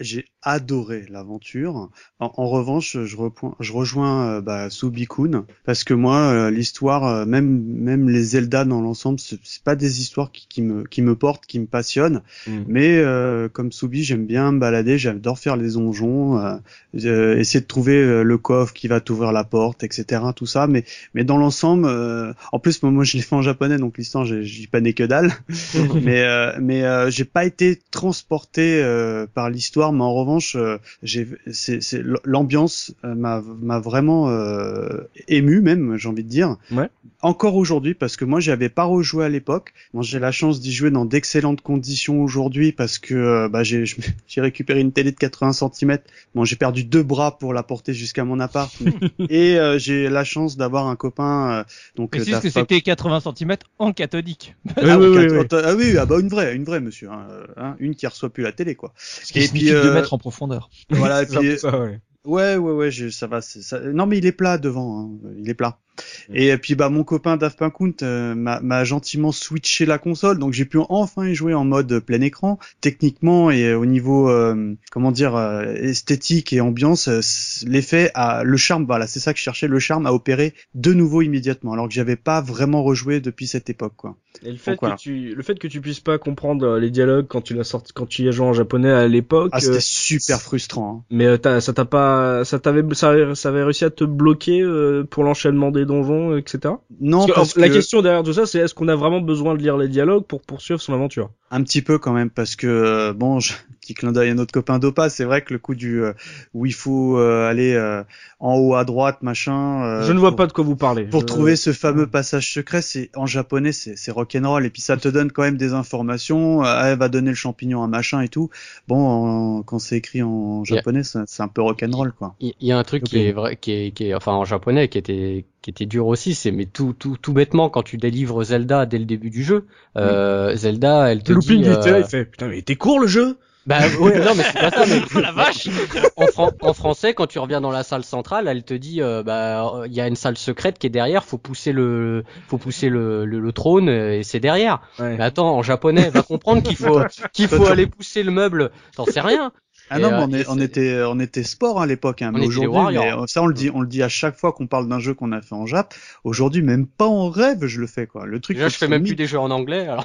j'ai adoré l'aventure. En, en revanche, je, repoint, je rejoins euh, bah, Subi-kun parce que moi, euh, l'histoire, euh, même même les Zelda dans l'ensemble, c'est, c'est pas des histoires qui, qui me qui me portent, qui me passionnent. Mmh. Mais euh, comme Subi, j'aime bien me balader, j'adore faire les donjons, euh, euh, essayer de trouver euh, le coffre qui va t'ouvrir la porte, et cetera. Tout ça. Mais mais dans l'ensemble, euh, en plus moi, moi je l'ai fait en japonais, donc l'histoire j'ai j'y connais que dalle. mais euh, mais euh, j'ai pas été transporté euh, par l'histoire. Mais en revanche, euh, j'ai, c'est, c'est l'ambiance euh, m'a, m'a vraiment euh, ému, même, j'ai envie de dire. Ouais. Encore aujourd'hui, parce que moi, j'avais pas rejoué à l'époque. Moi, j'ai la chance d'y jouer dans d'excellentes conditions aujourd'hui, parce que euh, bah, j'ai, j'ai récupéré une télé de quatre-vingts centimètres. Bon, j'ai perdu deux bras pour la porter jusqu'à mon appart, mais... et euh, j'ai la chance d'avoir un copain. Euh, donc, c'est juste que c'était quatre-vingts centimètres en cathodique. Ah oui, oui, oui, oui. Ah oui, ah bah une vraie, une vraie, monsieur, hein, hein, une qui reçoit plus la télé, quoi. Ce qui et signifie deux mètres en profondeur. Voilà, et puis, ça, ouais. ouais, ouais, ouais, je, ça va, c'est, ça, non, mais il est plat devant, hein, il est plat. Et puis bah mon copain Daft Punkount euh, m'a, m'a gentiment switché la console, donc j'ai pu enfin y jouer en mode plein écran. Techniquement et au niveau euh, comment dire euh, esthétique et ambiance, euh, l'effet a le charme, voilà, c'est ça que je cherchais, le charme a opéré de nouveau immédiatement, alors que j'avais pas vraiment rejoué depuis cette époque, quoi. Et le fait donc, que voilà. tu le fait que tu puisses pas comprendre les dialogues quand tu l'as sorti, quand tu y as joué en japonais à l'époque, ah c'était euh, super frustrant. Hein. Mais euh, t'as, ça t'a pas, ça t'avait, ça, ça avait réussi à te bloquer euh, pour l'enchaînement des donjons, et cetera. Non, parce, parce que, la que... question derrière tout ça, c'est est-ce qu'on a vraiment besoin de lire les dialogues pour poursuivre son aventure? Un petit peu quand même, parce que euh, bon, je, petit clin d'œil à notre copain Dopa, c'est vrai que le coup du euh, où il faut euh, aller euh, en haut à droite, machin. Euh, je ne vois pour, pas de quoi vous parlez. Pour je... trouver ce fameux passage secret, c'est en japonais, c'est, c'est rock'n'roll, et puis ça te donne quand même des informations. Euh, elle va donner le champignon à machin et tout. Bon, en, quand c'est écrit en japonais, yeah. c'est, c'est un peu rock'n'roll, quoi. Il y, y a un truc okay. qui est vrai, qui est, qui est, enfin en japonais, qui était qui était dur aussi, c'est mais tout tout tout bêtement quand tu délivres Zelda dès le début du jeu, euh, mmh. Zelda, elle te Looping dit. Euh... était là, il fait putain mais il était court le jeu. Bah ouais, non mais c'est pas ça, mais oh la vache. En, fran- en français, quand tu reviens dans la salle centrale, elle te dit euh, bah il y a une salle secrète qui est derrière, faut pousser le faut pousser le le, le trône et c'est derrière. Ouais. Mais attends, en japonais, va comprendre qu'il faut qu'il faut aller pousser le meuble, t'en sais rien. Ah non, mais on, est, on était, on était sport hein, à l'époque, hein, mais aujourd'hui, mais ça on le dit, on le dit à chaque fois qu'on parle d'un jeu qu'on a fait en Jap. Aujourd'hui, même pas en rêve, je le fais quoi. Le truc. Déjà, je fais même mis... plus des jeux en anglais, alors.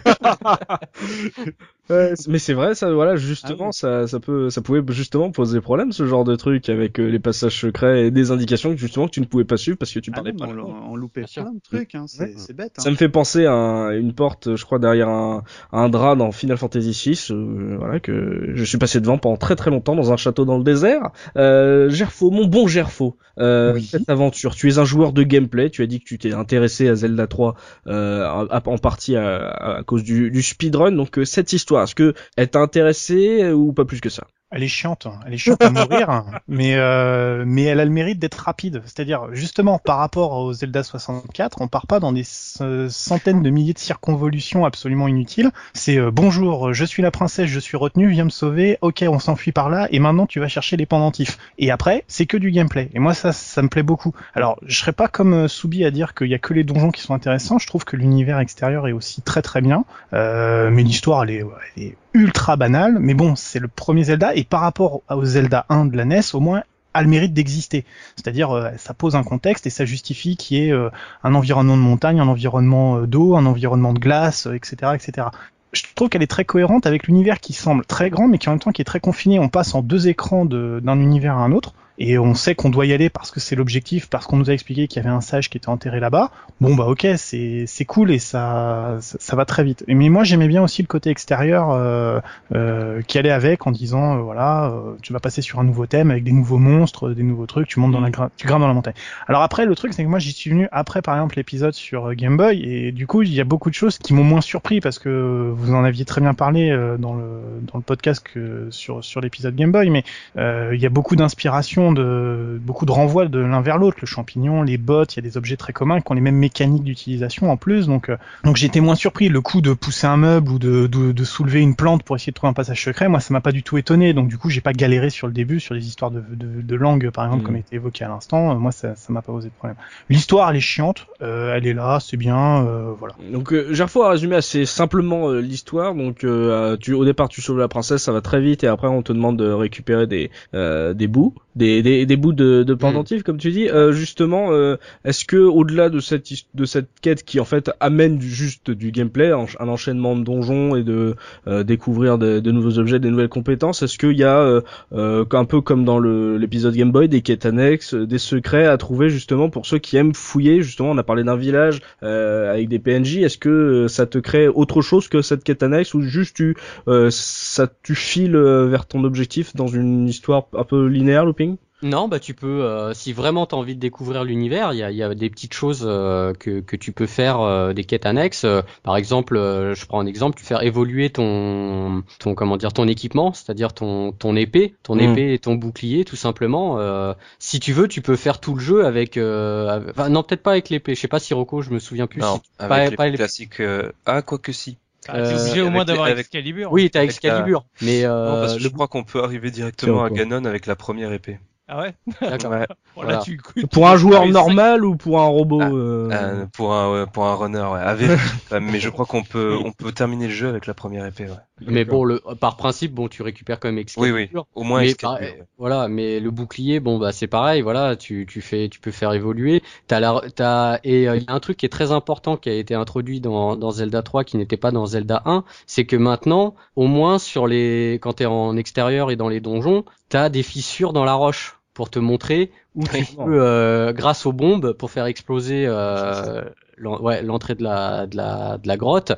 Ouais, mais c'est vrai, ça, voilà, justement, ah oui. ça, ça peut, ça pouvait justement poser problème, ce genre de truc avec euh, les passages secrets et des indications que justement que tu ne pouvais pas suivre parce que tu parlais ah pas. On, on loupait plein de trucs, hein, c'est, ouais. c'est bête. Hein. Ça me fait penser à, un, une porte, je crois, derrière un, un drap dans Final Fantasy six, euh, voilà, que je suis passé devant pendant très très longtemps dans un château dans le désert. Euh, Gerfo, mon bon Gerfo, euh, oui. cette aventure, tu es un joueur de gameplay, tu as dit que tu t'es intéressé à Zelda trois, euh, en partie à, à cause du, du speedrun, donc euh, cette histoire, est-ce que elle t'a intéressé ou pas plus que ça? Elle est chiante, elle est chiante à mourir, mais euh, mais elle a le mérite d'être rapide. C'est-à-dire justement par rapport au Zelda soixante-quatre, on part pas dans des euh, centaines de milliers de circonvolutions absolument inutiles. C'est euh, bonjour, je suis la princesse, je suis retenue, viens me sauver. Ok, on s'enfuit par là et maintenant tu vas chercher les pendentifs. Et après, c'est que du gameplay. Et moi ça, ça me plaît beaucoup. Alors je serais pas comme euh, Soubi à dire qu'il y a que les donjons qui sont intéressants. Je trouve que l'univers extérieur est aussi très très bien. Euh, mais l'histoire elle est, elle est ultra banale. Mais bon, c'est le premier Zelda. Et par rapport au Zelda un de la N E S, au moins, a le mérite d'exister. C'est-à-dire, euh, ça pose un contexte et ça justifie qu'il y ait euh, un environnement de montagne, un environnement euh, d'eau, un environnement de glace, euh, et cetera, et cetera. Je trouve qu'elle est très cohérente avec l'univers qui semble très grand, mais qui en même temps qui est très confiné. On passe en deux écrans de, d'un univers à un autre. Et on sait qu'on doit y aller parce que c'est l'objectif, parce qu'on nous a expliqué qu'il y avait un sage qui était enterré là-bas. Bon bah ok, c'est c'est cool et ça ça, ça va très vite. Mais moi j'aimais bien aussi le côté extérieur euh, euh, qui allait avec en disant euh, voilà, euh, tu vas passer sur un nouveau thème avec des nouveaux monstres, des nouveaux trucs, tu montes dans la gra- tu grimpes dans la montagne. Alors après le truc c'est que moi j'y suis venu après par exemple l'épisode sur Game Boy et du coup il y a beaucoup de choses qui m'ont moins surpris parce que vous en aviez très bien parlé euh, dans le dans le podcast que sur sur l'épisode Game Boy, mais euh, il y a beaucoup d'inspiration monde, euh, beaucoup de renvois de l'un vers l'autre, le champignon, les bottes, il y a des objets très communs qui ont les mêmes mécaniques d'utilisation en plus, donc euh, donc j'étais moins surpris. Le coup de pousser un meuble ou de, de de soulever une plante pour essayer de trouver un passage secret, moi ça m'a pas du tout étonné, donc du coup j'ai pas galéré sur le début sur les histoires de de, de langue par exemple mmh. comme a été évoqué à l'instant. Euh, moi ça ça m'a pas posé de problème. L'histoire elle est chiante, euh, elle est là, c'est bien, euh, voilà. Donc euh, Gerfo a résumé assez simplement euh, l'histoire. Donc euh, tu au départ tu sauves la princesse, ça va très vite et après on te demande de récupérer des euh, des bouts, des des des bouts de de pendentifs mmh. comme tu dis. Euh, justement, euh, est-ce que au-delà de cette de cette quête qui en fait amène du, juste du gameplay, un, un enchaînement de donjons et de euh, découvrir de, de nouveaux objets, des nouvelles compétences, est-ce qu'il y a euh, euh, un peu comme dans le l'épisode Game Boy des quêtes annexes, des secrets à trouver justement pour ceux qui aiment fouiller? Justement, on a parlé d'un village euh, avec des P N J. Est-ce que euh, ça te crée autre chose que cette quête annexe ou juste tu euh, ça tu files vers ton objectif dans une histoire un peu linéaire, Looping? Non, bah tu peux, euh, si vraiment t'as envie de découvrir l'univers, il y a, y a des petites choses euh, que que tu peux faire, euh, des quêtes annexes. Euh, par exemple, euh, je prends un exemple, tu fais évoluer ton ton comment dire ton équipement, c'est-à-dire ton ton épée, ton mmh. épée et ton bouclier, tout simplement. Euh, si tu veux, tu peux faire tout le jeu avec. Euh, enfin, non, peut-être pas avec l'épée. Je sais pas si Rocco, je me souviens plus. Non, si, avec pas, l'épée pas classique. Euh... Ah, quoi que si. Ah, t'es obligé euh, au moins d'avoir avec... Excalibur. Oui, t'as Excalibur. La... Mais euh, non, parce que le... je crois qu'on peut arriver directement à Ganon avec la première épée. Ah ouais, d'accord. Ouais. Voilà, voilà. Tu, tu, pour un joueur normal ou pour un robot ah, euh... euh, Pour un ouais, pour un runner, ouais. Avec, mais je crois qu'on peut on peut terminer le jeu avec la première épée, ouais. Mais bon, le par principe, bon, tu récupères quand même Excalibur. Oui, oui. Au moins mais Excalibur. Par, ouais. Voilà, mais le bouclier, bon bah c'est pareil, voilà, tu tu fais, tu peux faire évoluer. T'as la, t'as et il euh, y a un truc qui est très important qui a été introduit dans dans Zelda trois qui n'était pas dans Zelda un, c'est que maintenant, au moins sur les, quand t'es en extérieur et dans les donjons, t'as des fissures dans la roche pour te montrer où tu peux, euh, grâce aux bombes, pour faire exploser euh, l'en, ouais, l'entrée de la, de la, de la grotte.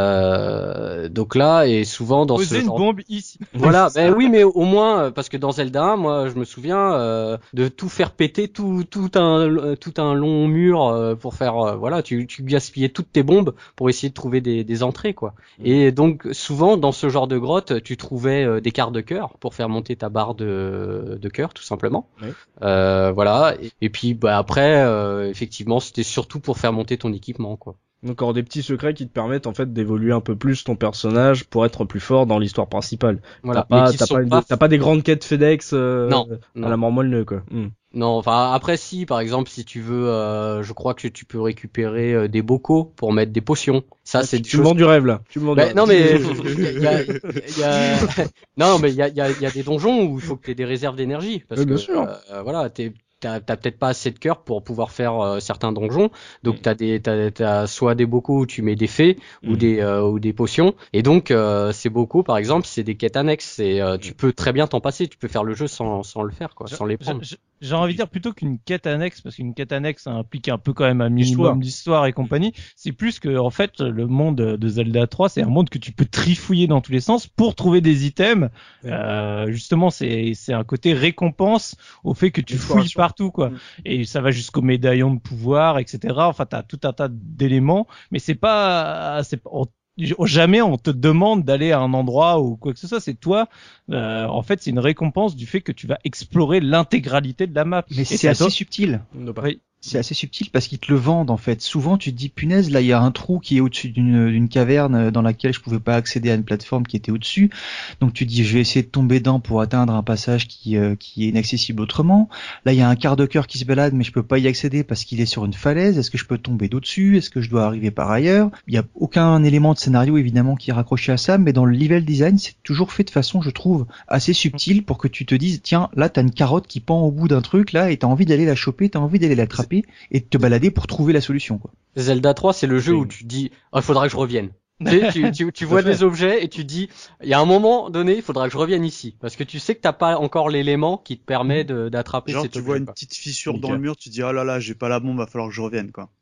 Euh, donc là, et souvent dans Poser ce une genre... bombe ici. Voilà, ben oui, mais au moins, parce que dans Zelda un, moi, je me souviens euh, de tout faire péter, tout, tout un, tout un long mur euh, pour faire, euh, voilà, tu, tu gaspillais toutes tes bombes pour essayer de trouver des, des entrées, quoi. Mmh. Et donc, souvent, dans ce genre de grotte, tu trouvais euh, des quarts de cœur pour faire monter ta barre de, de cœur, tout simplement. Oui. Euh, voilà. Et, et puis, bah, après, euh, effectivement, c'était surtout pour faire monter ton équipement, quoi. Donc encore des petits secrets qui te permettent en fait d'évoluer un peu plus ton personnage pour être plus fort dans l'histoire principale. Voilà. T'as pas, t'as pas, pas... t'as pas des grandes quêtes FedEx euh, non, à non. la mort moelle quoi. Hmm. Non, enfin après si, par exemple, si tu veux, euh, je crois que tu peux récupérer euh, des bocaux pour mettre des potions. Ça, ah, c'est tu, des tu choses... me vends du rêve là. Tu me vends bah, du non rêve. mais y a, y a... non mais il y a, y a, y a des donjons où il faut que tu aies des réserves d'énergie parce oui, que bien sûr. Euh, voilà, t'es T'as, t'as peut-être pas assez de cœur pour pouvoir faire euh, certains donjons, donc mmh. t'as des, t'as, t'as soit des bocaux où tu mets des fées mmh. ou des euh, ou des potions, et donc euh, ces bocaux par exemple c'est des quêtes annexes, et euh, tu peux très bien t'en passer, tu peux faire le jeu sans sans le faire quoi, je, sans les prendre. Je, je, j'ai envie de dire plutôt qu'une quête annexe, parce qu'une quête annexe ça implique un peu quand même un minimum d'histoire et compagnie. C'est plus que en fait le monde de Zelda trois c'est un monde que tu peux trifouiller dans tous les sens pour trouver des items. Ouais. Euh, justement c'est c'est un côté récompense au fait que tu fouilles partout quoi. Mmh. Et ça va jusqu'au médaillon de pouvoir, et cetera. Enfin, t'as tout un tas d'éléments, mais c'est pas, c'est pas, on, jamais on te demande d'aller à un endroit ou quoi que ce soit. C'est toi, euh, en fait, c'est une récompense du fait que tu vas explorer l'intégralité de la map. Mais c'est assez toi... subtil. Oui. C'est assez subtil parce qu'ils te le vendent en fait. Souvent tu te dis punaise là il y a un trou qui est au-dessus d'une, d'une caverne dans laquelle je pouvais pas accéder à une plateforme qui était au-dessus. Donc tu te dis je vais essayer de tomber dedans pour atteindre un passage qui euh, qui est inaccessible autrement. Là il y a un quart de cœur qui se balade mais je peux pas y accéder parce qu'il est sur une falaise. Est-ce que je peux tomber d'au-dessus? Est-ce que je dois arriver par ailleurs? Il y a aucun élément de scénario évidemment qui est raccroché à ça, mais dans le level design c'est toujours fait de façon je trouve assez subtile pour que tu te dises tiens là t'as une carotte qui pend au bout d'un truc là et t'as envie d'aller la choper, t'as envie d'aller l'attraper et de te balader pour trouver la solution quoi. Zelda trois c'est le jeu oui. où tu dis oh, il faudra que je revienne. tu, tu, tu vois des objets et tu dis il y a un moment donné il faudra que je revienne ici parce que tu sais que t'as pas encore l'élément qui te permet de, d'attraper genre cet tu objet, vois une quoi. petite fissure dans le mur, tu dis oh là là j'ai pas la bombe, va falloir que je revienne quoi.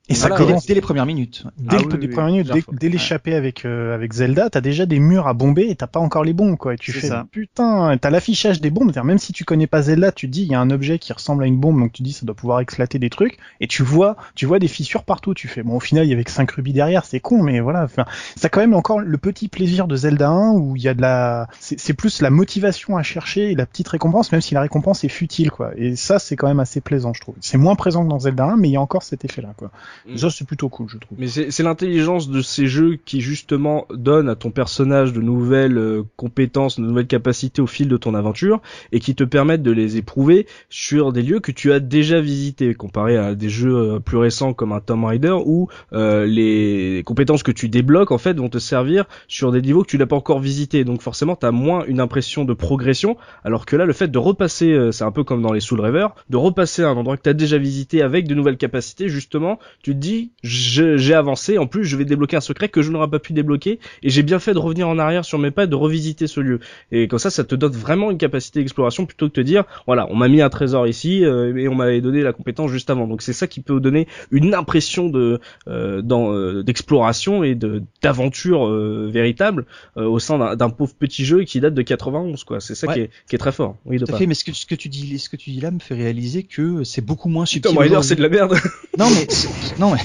Et ça Voilà, commence dès les premières minutes. dès, Ah le, oui, des oui, premières minutes, dès, plusieurs fois. dès l'échappée avec euh, avec Zelda, t'as déjà des murs à bomber et t'as pas encore les bombes quoi. Et tu C'est fais ça. putain, t'as l'affichage des bombes. C'est-à-dire, même si tu connais pas Zelda, tu te dis il y a un objet qui ressemble à une bombe, donc tu dis ça doit pouvoir éclater des trucs. Et tu vois, tu vois des fissures partout. Tu fais bon au final il y avait que cinq rubis derrière, c'est con, mais voilà. Enfin, ça a quand même encore le petit plaisir de Zelda un où il y a de la, c'est, c'est plus la motivation à chercher et la petite récompense, même si la récompense est futile quoi. Et ça c'est quand même assez plaisant je trouve. C'est moins présent que dans Zelda un, mais il y a encore cet effet là quoi. Mm. Et ça c'est plutôt cool je trouve. Mais c'est, c'est l'intelligence de ces jeux qui justement donnent à ton personnage de nouvelles euh, compétences, de nouvelles capacités au fil de ton aventure et qui te permettent de les éprouver sur des lieux que tu as déjà visités, comparé à des jeux euh, plus récents comme un Tomb Raider où euh, les compétences que tu débloques en fait vont te servir sur des niveaux que tu n'as pas encore visités. Donc forcément t'as moins une impression de progression, alors que là le fait de repasser, euh, c'est un peu comme dans les Soul River, de repasser à un endroit que t'as déjà visité avec de nouvelles capacités, justement tu te dis je, j'ai avancé, en plus je vais débloquer un secret que je n'aurais pas pu débloquer et j'ai bien fait de revenir en arrière sur mes pas et de revisiter ce lieu. Et comme ça ça te donne vraiment une capacité d'exploration plutôt que de te dire voilà on m'a mis un trésor ici euh, et on m'avait donné la compétence juste avant. Donc c'est ça qui peut donner une impression de euh, dans, euh, d'exploration et de d'aventure euh, véritable euh, au sein d'un, d'un pauvre petit jeu qui date de quatre-vingt-onze quoi. C'est ça Ouais. qui est qui est très fort. Oui, de Tout à pas. fait, mais ce que, ce que tu dis, ce que tu dis là me fait réaliser que c'est beaucoup moins subtil. Tomb Raider aujourd'hui. c'est de la merde. Non mais c'est- non mais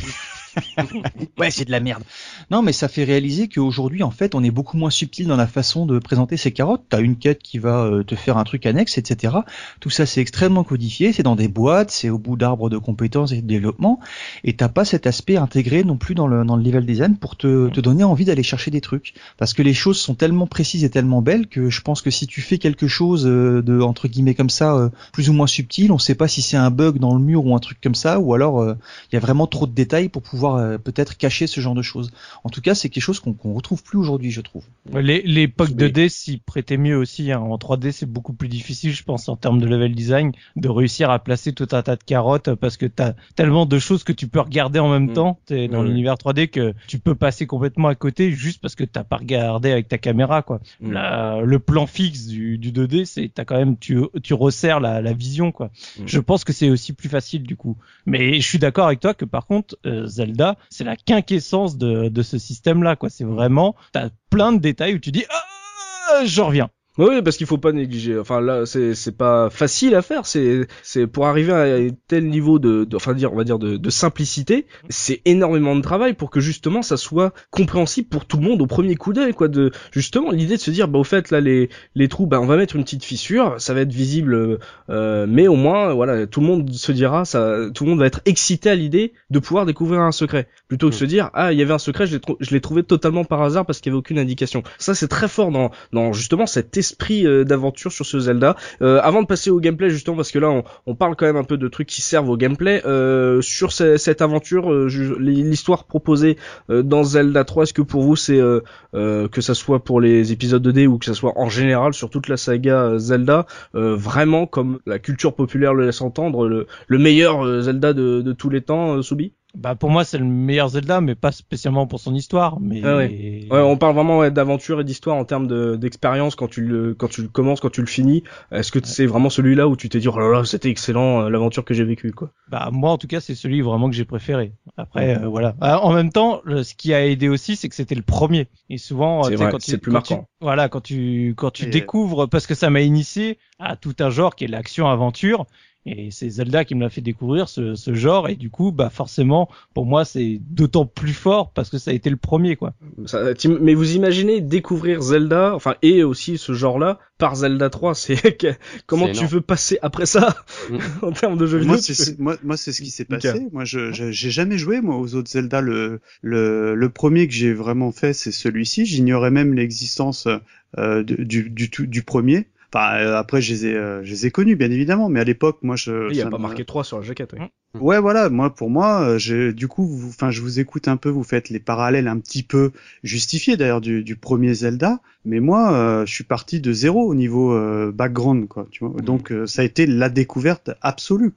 ouais c'est de la merde. Non mais ça fait réaliser qu'aujourd'hui en fait on est beaucoup moins subtil dans la façon de présenter ces carottes. T'as une quête qui va euh, te faire un truc annexe, et cetera. Tout ça c'est extrêmement codifié, c'est dans des boîtes, c'est au bout d'arbres de compétences et de développement, et t'as pas cet aspect intégré non plus dans le dans le level design pour te te donner envie d'aller chercher des trucs. Parce que les choses sont tellement précises et tellement belles que je pense que si tu fais quelque chose euh, de entre guillemets comme ça euh, plus ou moins subtil, on sait pas si c'est un bug dans le mur ou un truc comme ça, ou alors il euh, y a vraiment trop de détails pour pouvoir euh, peut-être cacher ce genre de choses. En tout cas, c'est quelque chose qu'on qu'on retrouve plus aujourd'hui, je trouve. Les, l'époque Oui. deux D s'y prêtait mieux aussi. Hein. En trois D, c'est beaucoup plus difficile, je pense, en termes de level design, de réussir à placer tout un tas de carottes parce que t'as tellement de choses que tu peux regarder en même Mm. temps. T'es dans Ouais, l'univers trois D que tu peux passer complètement à côté juste parce que t'as pas regardé avec ta caméra, quoi. Mm. La- le plan fixe du, du deux D, c'est t'as quand même tu tu resserres la, la vision, quoi. Mm. Je pense que c'est aussi plus facile du coup. Mais je suis d'accord avec toi que par contre, euh, Zelda, c'est la quinquessence de, de ce système-là, quoi. C'est vraiment, t'as plein de détails où tu dis, ah, j'en reviens. Oui, parce qu'il faut pas négliger. Enfin là, c'est c'est pas facile à faire. C'est c'est pour arriver à un tel niveau de, de enfin dire on va dire de, de simplicité, c'est énormément de travail pour que justement ça soit compréhensible pour tout le monde au premier coup d'œil quoi. De justement l'idée de se dire bah au fait là les les trous bah on va mettre une petite fissure, ça va être visible, euh, mais au moins voilà tout le monde se dira ça, tout le monde va être excité à l'idée de pouvoir découvrir un secret plutôt que Mm. se dire ah il y avait un secret je l'ai trou- je l'ai trouvé totalement par hasard parce qu'il y avait aucune indication. Ça c'est très fort dans dans justement cet esprit euh, d'aventure sur ce Zelda. Euh, avant de passer au gameplay justement parce que là on, on parle quand même un peu de trucs qui servent au gameplay euh, sur ce- cette aventure, euh, je- l'histoire proposée euh, dans Zelda trois, est-ce que pour vous c'est euh, euh, que ça soit pour les épisodes deux D ou que ça soit en général sur toute la saga euh, Zelda, euh, vraiment comme la culture populaire le laisse entendre, le, le meilleur euh, Zelda de, de tous les temps, euh, Soubi? Bah pour moi c'est le meilleur Zelda, mais pas spécialement pour son histoire. Mais Ah ouais. Ouais, on parle vraiment ouais, d'aventure et d'histoire en termes de, d'expérience quand tu le quand tu le commences, quand tu le finis. Est-ce que c'est vraiment celui-là où tu t'es dit oh là là c'était excellent euh, l'aventure que j'ai vécue quoi? Bah moi en tout cas c'est celui vraiment que j'ai préféré. Après euh, voilà. Ah, en même temps, le- ce qui a aidé aussi c'est que c'était le premier. Et souvent C'est tu sais, vrai, quand tu, c'est le plus quand marquant. tu- voilà quand tu quand tu Et- découvres, parce que ça m'a initié à tout un genre qui est l'action aventure. Et c'est Zelda qui me l'a fait découvrir ce, ce genre, et du coup bah forcément pour moi c'est d'autant plus fort parce que ça a été le premier quoi. Ça, t'im- mais vous imaginez découvrir Zelda, enfin et aussi ce genre-là par Zelda trois, c'est que- comment C'est tu énorme. veux passer après ça Mm. en termes de jeux vidéo? Moi, tu c'est fais- c'est- moi, moi, c'est ce qui s'est Nickel. passé. Moi, je, je- j'ai jamais joué moi aux autres Zelda. Le, le, le premier que j'ai vraiment fait, c'est celui-ci. J'ignorais même l'existence euh, du, du, du, tout- du premier. Enfin, euh, après, je les ai, euh, je les ai connus, bien évidemment. Mais à l'époque, moi, je. Il y a ça pas me- marqué trois sur la jaquette. Ouais. Ouais, voilà. Moi, pour moi, euh, j'ai, du coup, vous, enfin, je vous écoute un peu. Vous faites les parallèles un petit peu justifiés d'ailleurs du, du premier Zelda. Mais moi, euh, je suis parti de zéro au niveau euh, background, quoi. Tu vois. Donc, euh, ça a été la découverte absolue, quoi. Et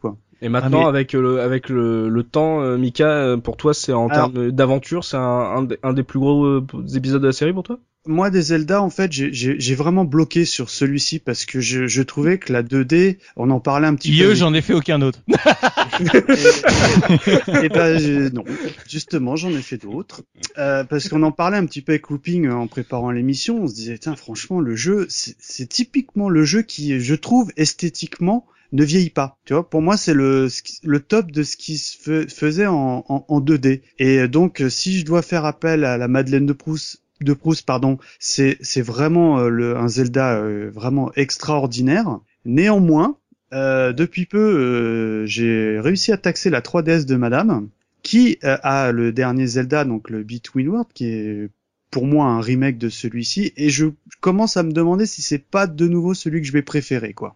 Et maintenant, Ah, mais... avec le avec le, le temps, euh, Mika, pour toi, c'est en Alors... termes d'aventure, c'est un, un, un des plus gros euh, épisodes de la série pour toi? Moi, des Zelda, en fait, j'ai, j'ai, j'ai vraiment bloqué sur celui-ci parce que je, je trouvais que la deux D, on en parlait un petit I peu. E, j'en ai fait aucun autre. Et ben je, non, justement, j'en ai fait d'autres euh, parce qu'on en parlait un petit peu avec Looping en préparant l'émission. On se disait, tiens, franchement, le jeu, c'est, c'est typiquement le jeu qui, je trouve, esthétiquement, ne vieillit pas. Tu vois, pour moi, c'est le le top de ce qui se fe, faisait en, en, en deux D. Et donc, si je dois faire appel à la Madeleine de Proust. de Proust, pardon, c'est c'est vraiment euh, le, un Zelda euh, vraiment extraordinaire. Néanmoins, euh, depuis peu, euh, j'ai réussi à taxer la trois D S de Madame, qui euh, a le dernier Zelda, donc le Between Worlds, qui est pour moi un remake de celui-ci, et je commence à me demander si c'est pas de nouveau celui que je vais préférer, quoi.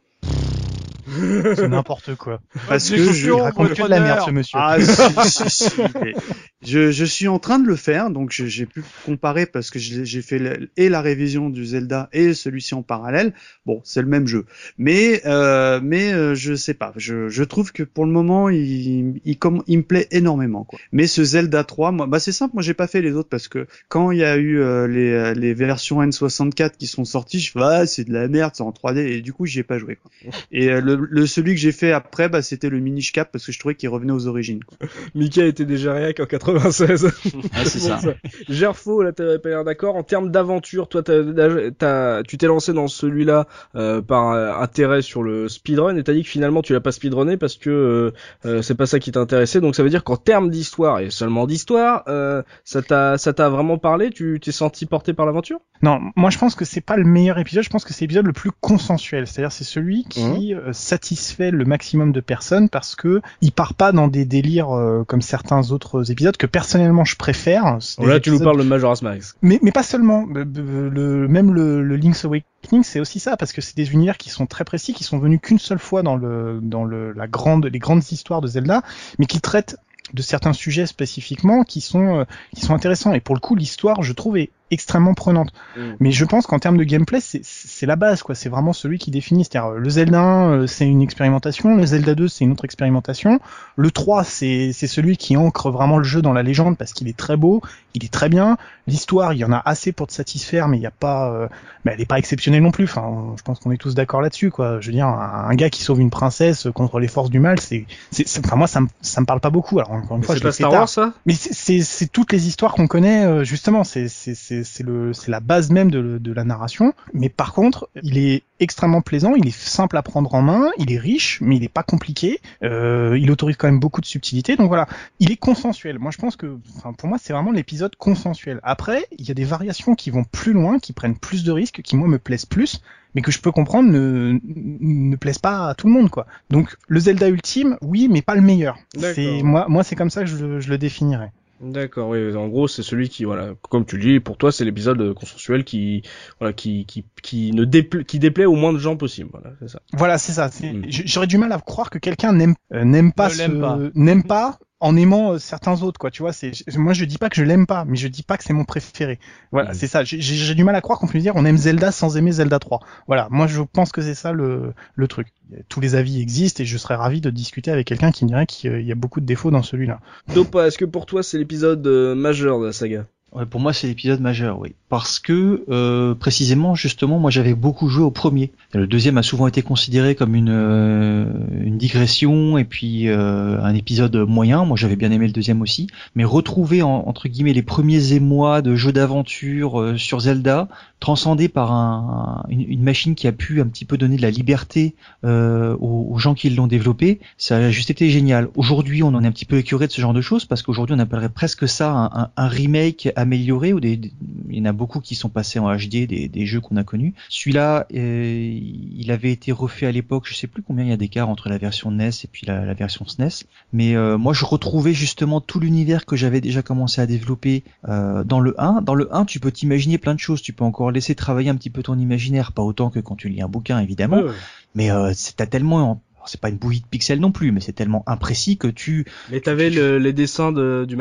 C'est n'importe quoi. Parce que je raconte que de la merde, ce monsieur. Ah, si, si, si, mais je, je suis en train de le faire, donc je, j'ai pu comparer parce que j'ai, j'ai fait le, et la révision du Zelda et celui-ci en parallèle. Bon, c'est le même jeu, mais euh, mais euh, je sais pas. Je, je trouve que pour le moment, il, il, comme, il me plaît énormément, quoi. Mais ce Zelda trois, moi, bah c'est simple. Moi, j'ai pas fait les autres parce que quand il y a eu euh, les les versions N soixante-quatre qui sont sorties, je fais ah c'est de la merde, c'est en trois D et du coup j'y ai pas joué, quoi. Et euh, le, le celui que j'ai fait après, bah c'était le Minish Cap parce que je trouvais qu'il revenait aux origines, quoi. Mika était déjà réac en quatre-vingt-seize. Ah, c'est ça. ça. Gerfo, là, t'avais pas l'air d'accord. En termes d'aventure, toi, t'as, t'as, tu t'es lancé dans celui-là euh, par euh, intérêt sur le speedrun et t'as dit que finalement tu l'as pas speedrunné parce que euh, euh, c'est pas ça qui t'intéressait. Donc ça veut dire qu'en termes d'histoire et seulement d'histoire, euh, ça t'a, ça t'a vraiment parlé. Tu t'es senti porté par l'aventure? Non, moi je pense que c'est pas le meilleur épisode. Je pense que c'est l'épisode le plus consensuel. C'est-à-dire c'est celui qui mmh. euh, satisfait le maximum de personnes parce que il part pas dans des délires euh, comme certains autres épisodes que personnellement je préfère. Oh là, épisodes... tu nous parles de Majora's Mask. Mais mais pas seulement. Le, le, même le, le Link's Awakening, c'est aussi ça parce que c'est des univers qui sont très précis, qui sont venus qu'une seule fois dans le dans le la grande les grandes histoires de Zelda, mais qui traitent de certains sujets spécifiquement qui sont euh, qui sont intéressants. Et pour le coup, l'histoire, je trouve, est extrêmement prenante. Mmh. Mais je pense qu'en termes de gameplay, c'est, c'est la base, quoi. C'est vraiment celui qui définit. C'est-à-dire, le Zelda un, c'est une expérimentation. Le Zelda deux, c'est une autre expérimentation. Le trois, c'est, c'est celui qui ancre vraiment le jeu dans la légende parce qu'il est très beau, il est très bien. L'histoire, il y en a assez pour te satisfaire, mais il y a pas, euh, mais elle est pas exceptionnelle non plus. Enfin, je pense qu'on est tous d'accord là-dessus, quoi. Je veux dire, un, un gars qui sauve une princesse contre les forces du mal, c'est, c'est, c'est enfin, moi, ça me, ça me parle pas beaucoup. Alors, encore une mais fois, c'est je pas Star Wars, ça? Mais c'est, c'est, c'est toutes les histoires qu'on connaît, justement. C'est, c'est, c'est, c'est le, c'est la base même de, de la narration. Mais par contre, il est extrêmement plaisant, il est simple à prendre en main, il est riche, mais il est pas compliqué. Euh, il autorise quand même beaucoup de subtilité. Donc voilà, il est consensuel. Moi, je pense que, enfin, pour moi, c'est vraiment l'épisode consensuel. Après, il y a des variations qui vont plus loin, qui prennent plus de risques, qui moi me plaisent plus, mais que je peux comprendre ne ne plaisent pas à tout le monde, quoi. Donc le Zelda ultime, oui, mais pas le meilleur. D'accord. C'est moi, moi, c'est comme ça que je le, je le définirais. D'accord, oui. En gros, c'est celui qui, voilà, comme tu le dis, pour toi, c'est l'épisode consensuel qui, voilà, qui, qui, qui ne déplaît, qui déplaît au moins de gens possible. Voilà, c'est ça. Voilà, c'est ça. C'est... Mm. J'aurais du mal à croire que quelqu'un n'aime, euh, n'aime pas, Ne ce... l'aime pas. n'aime pas en aimant euh, certains autres, quoi. Tu vois, c'est, moi, je dis pas que je l'aime pas, mais je dis pas que c'est mon préféré. Voilà, Mm. c'est ça. J'ai, j'ai du mal à croire qu'on puisse dire on aime Zelda sans aimer Zelda trois. Voilà, moi, je pense que c'est ça le, le truc. Tous les avis existent et je serais ravi de discuter avec quelqu'un qui me dirait qu'il y a beaucoup de défauts dans celui-là. Dopa, est-ce que pour toi, c'est l'épisode euh, majeur de la saga? Ouais, pour moi, c'est l'épisode majeur, oui. Parce que, euh, précisément, justement, moi, j'avais beaucoup joué au premier. Le deuxième a souvent été considéré comme une, euh, une digression et puis euh, un épisode moyen. Moi, j'avais bien aimé le deuxième aussi. Mais retrouver, en, entre guillemets, les premiers émois de jeux d'aventure euh, sur Zelda, transcendé par un, une, une machine qui a pu un petit peu donner de la liberté euh, aux, aux gens qui l'ont développé, ça a juste été génial. Aujourd'hui, on en est un petit peu écuré de ce genre de choses parce qu'aujourd'hui, on appellerait presque ça un, un, un remake amélioré, ou des, des, il y en a beaucoup qui sont passés en H D, des, des jeux qu'on a connus. Celui-là, euh, il avait été refait à l'époque, je sais plus combien il y a d'écart entre la version N E S et puis la, la version S N E S, mais euh, moi je retrouvais justement tout l'univers que j'avais déjà commencé à développer euh, dans le un. Dans le un, tu peux t'imaginer plein de choses, tu peux encore laisser travailler un petit peu ton imaginaire, pas autant que quand tu lis un bouquin évidemment, Ouais, ouais. mais euh, c'est t'as tellement, c'est pas une bouillie de pixels non plus, mais c'est tellement imprécis que tu... Mais t'avais le, les dessins de, du manuel.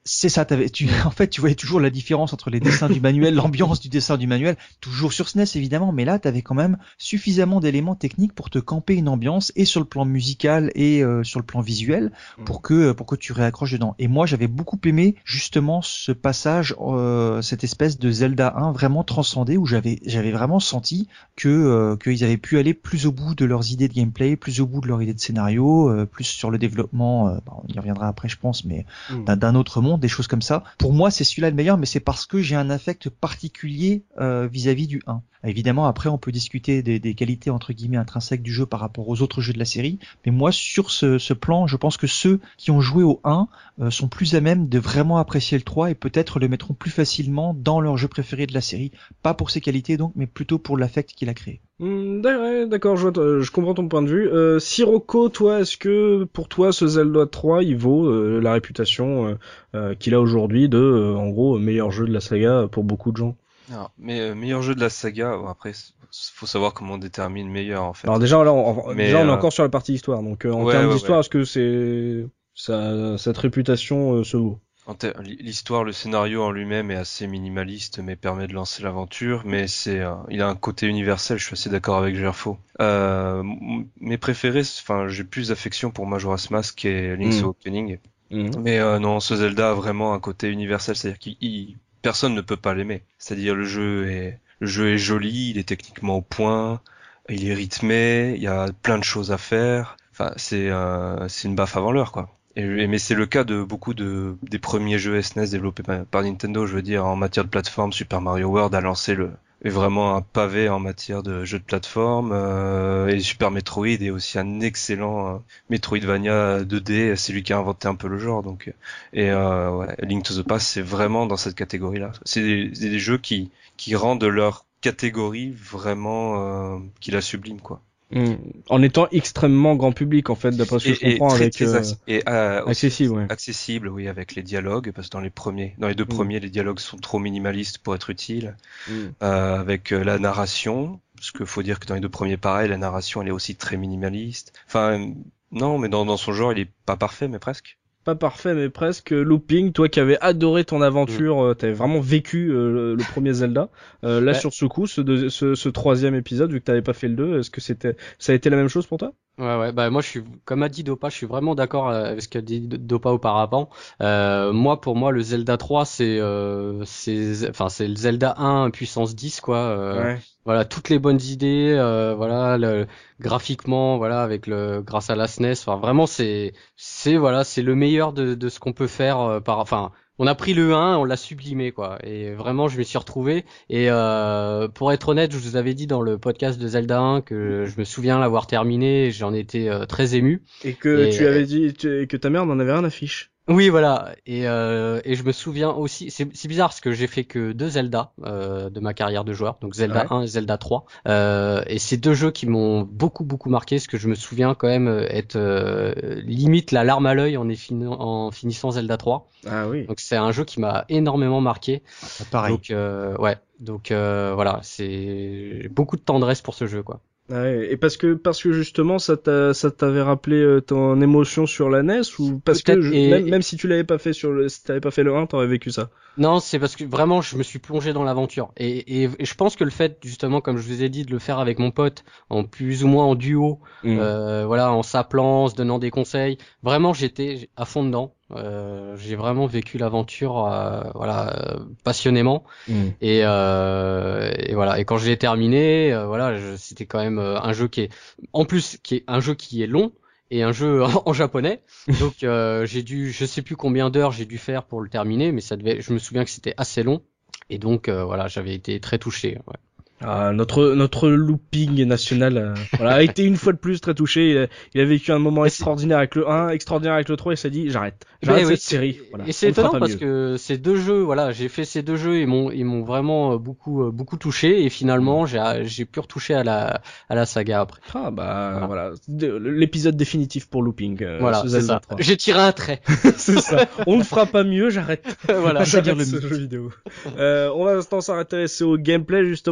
C'est ça, t'avais, tu, en fait, tu voyais toujours la différence entre les dessins du manuel, l'ambiance du dessin du manuel, toujours sur S N E S évidemment, mais là, t'avais quand même suffisamment d'éléments techniques pour te camper une ambiance, et sur le plan musical et euh, sur le plan visuel, pour que pour que tu réaccroches dedans. Et moi, j'avais beaucoup aimé justement ce passage, euh, cette espèce de Zelda un vraiment transcendé, où j'avais j'avais vraiment senti que euh, qu'ils avaient pu aller plus au bout de leurs idées de gameplay, plus au bout de leurs idées de scénario, euh, plus sur le développement. Euh, bon, on y reviendra après, je pense, mais mmh. d'un, d'un autre monde. Des choses comme ça. Pour moi, c'est celui-là le meilleur, mais c'est parce que j'ai un affect particulier euh, vis-à-vis du un. Évidemment, après, on peut discuter des, des qualités entre guillemets intrinsèques du jeu par rapport aux autres jeux de la série, mais moi, sur ce, ce plan, je pense que ceux qui ont joué au un euh, sont plus à même de vraiment apprécier le trois et peut-être le mettront plus facilement dans leur jeu préféré de la série. Pas pour ses qualités donc, mais plutôt pour l'affect qu'il a créé. Mmh, d'accord, je, vois, je comprends ton point de vue. Euh, Sirocco, toi, est-ce que pour toi ce Zelda trois, il vaut euh, la réputation euh, euh, qu'il a aujourd'hui de, euh, en gros, meilleur jeu de la saga pour beaucoup de gens? Alors, mais euh, meilleur jeu de la saga, bon, après faut savoir comment on détermine meilleur en fait. Alors déjà là, on, mais, déjà on est euh... encore sur la partie histoire, donc euh, en ouais, termes ouais, d'histoire, ouais. est-ce que c'est ça, cette réputation euh, se vaut? Ter... L'histoire, le scénario en lui-même est assez minimaliste, mais permet de lancer l'aventure. Mais c'est, euh, il a un côté universel. Je suis assez d'accord avec Gerfo. Euh, mes préférés, enfin, j'ai plus d'affection pour Majora's Mask et Link's mmh. Awakening. Mmh. Mais euh, non, ce Zelda a vraiment un côté universel, c'est-à-dire qu'il il... personne ne peut pas l'aimer. C'est-à-dire le jeu est le jeu est joli, il est techniquement au point, il est rythmé, il y a plein de choses à faire. Enfin, c'est euh, c'est une baffe avant l'heure, quoi. Et, mais c'est le cas de beaucoup de des premiers jeux S N E S développés par, par Nintendo, je veux dire, en matière de plateforme. Super Mario World a lancé le est vraiment un pavé en matière de jeux de plateforme, euh, et Super Metroid est aussi un excellent euh, Metroidvania deux D, c'est lui qui a inventé un peu le genre, donc et euh, ouais, Link to the Past c'est vraiment dans cette catégorie-là. C'est des, c'est des jeux qui qui rendent leur catégorie vraiment euh, qui la sublime, quoi. Mmh. En étant extrêmement grand public en fait, d'après ce que et, je comprends, et avec très, très euh, et, euh, accessible, ouais. accessible, oui, avec les dialogues, parce que dans les premiers, dans les deux mmh. premiers, les dialogues sont trop minimalistes pour être utiles. Mmh. Euh, avec euh, la narration, parce qu'il faut dire que dans les deux premiers, pareil, la narration elle est aussi très minimaliste. Enfin, non, mais dans, dans son genre, il est pas parfait, mais presque. Pas parfait, mais presque. Looping, toi qui avais adoré ton aventure, mmh. t'avais vraiment vécu euh, le, le premier Zelda. Euh, là, ouais. sur ce coup, ce, deux, ce, ce troisième épisode, vu que t'avais pas fait le deux, est-ce que c'était, ça a été la même chose pour toi? Ouais, ouais, bah moi je suis, comme a dit Dopa, je suis vraiment d'accord avec ce qu'a dit Dopa auparavant. Euh, moi, pour moi, le Zelda trois, c'est, euh, c'est, enfin, c'est le Zelda un puissance dix, quoi. Euh, ouais. Voilà, toutes les bonnes idées, euh, voilà, le, graphiquement, voilà, avec le, grâce à la S N E S, enfin, vraiment, c'est, c'est, voilà, c'est le meilleur de, de ce qu'on peut faire euh, par, enfin, on a pris le un, on l'a sublimé, quoi. Et vraiment, je m'y suis retrouvé. Et euh, pour être honnête, je vous avais dit dans le podcast de Zelda un que je me souviens l'avoir terminé. J'en étais euh, très ému. Et que et, tu avais dit tu, que ta mère n'en avait rien à fiche. Oui, voilà. Et, euh, et je me souviens aussi, c'est, c'est bizarre parce que j'ai fait que deux Zelda euh, de ma carrière de joueur, donc Zelda ouais. un et Zelda trois. Euh, et c'est deux jeux qui m'ont beaucoup beaucoup marqué, parce que je me souviens quand même être euh, limite la larme à l'œil en, fin- en finissant Zelda trois. Ah oui. Donc c'est un jeu qui m'a énormément marqué. Ah, pareil. Donc euh, ouais, donc euh, voilà, c'est beaucoup de tendresse pour ce jeu, quoi. Ouais, et parce que parce que justement ça t'a ça t'avait rappelé euh, ton émotion sur la N E S, ou parce Peut-être, que je, et... même même si tu l'avais pas fait sur le si t'avais pas fait le un, t'aurais vécu ça? Non, c'est parce que vraiment je me suis plongé dans l'aventure, et, et, et je pense que le fait justement, comme je vous ai dit, de le faire avec mon pote en plus ou moins en duo, mmh. euh, voilà, en s'appelant, en se donnant des conseils, vraiment j'étais à fond dedans. Euh, j'ai vraiment vécu l'aventure, euh, voilà, euh, passionnément. Mmh. Et, euh, et voilà. Et quand je l'ai terminé, euh, voilà, je, c'était quand même un jeu qui est, en plus, qui est un jeu qui est long et un jeu en, en japonais. Donc euh, j'ai dû, je sais plus combien d'heures j'ai dû faire pour le terminer, mais ça devait, je me souviens que c'était assez long. Et donc euh, voilà, j'avais été très touché. Ouais. Ah, notre notre looping national euh, voilà, a été une fois de plus très touché. Il a, il a vécu un moment extraordinaire avec le un, extraordinaire avec le trois, et s'est dit j'arrête, j'arrête cette oui, série. Voilà, et c'est étonnant parce mieux. que ces deux jeux, voilà, j'ai fait ces deux jeux, ils m'ont ils m'ont vraiment beaucoup beaucoup touché, et finalement j'ai j'ai pu retoucher à la à la saga après. Ah bah voilà, voilà. L'épisode définitif pour looping. Euh, voilà, c'est ça. J'ai tiré un trait. C'est ça. On ne fera pas mieux, j'arrête. Voilà, j'arrête ce jeu vidéo. Euh, on va maintenant s'intéresser au gameplay justement. On va commencer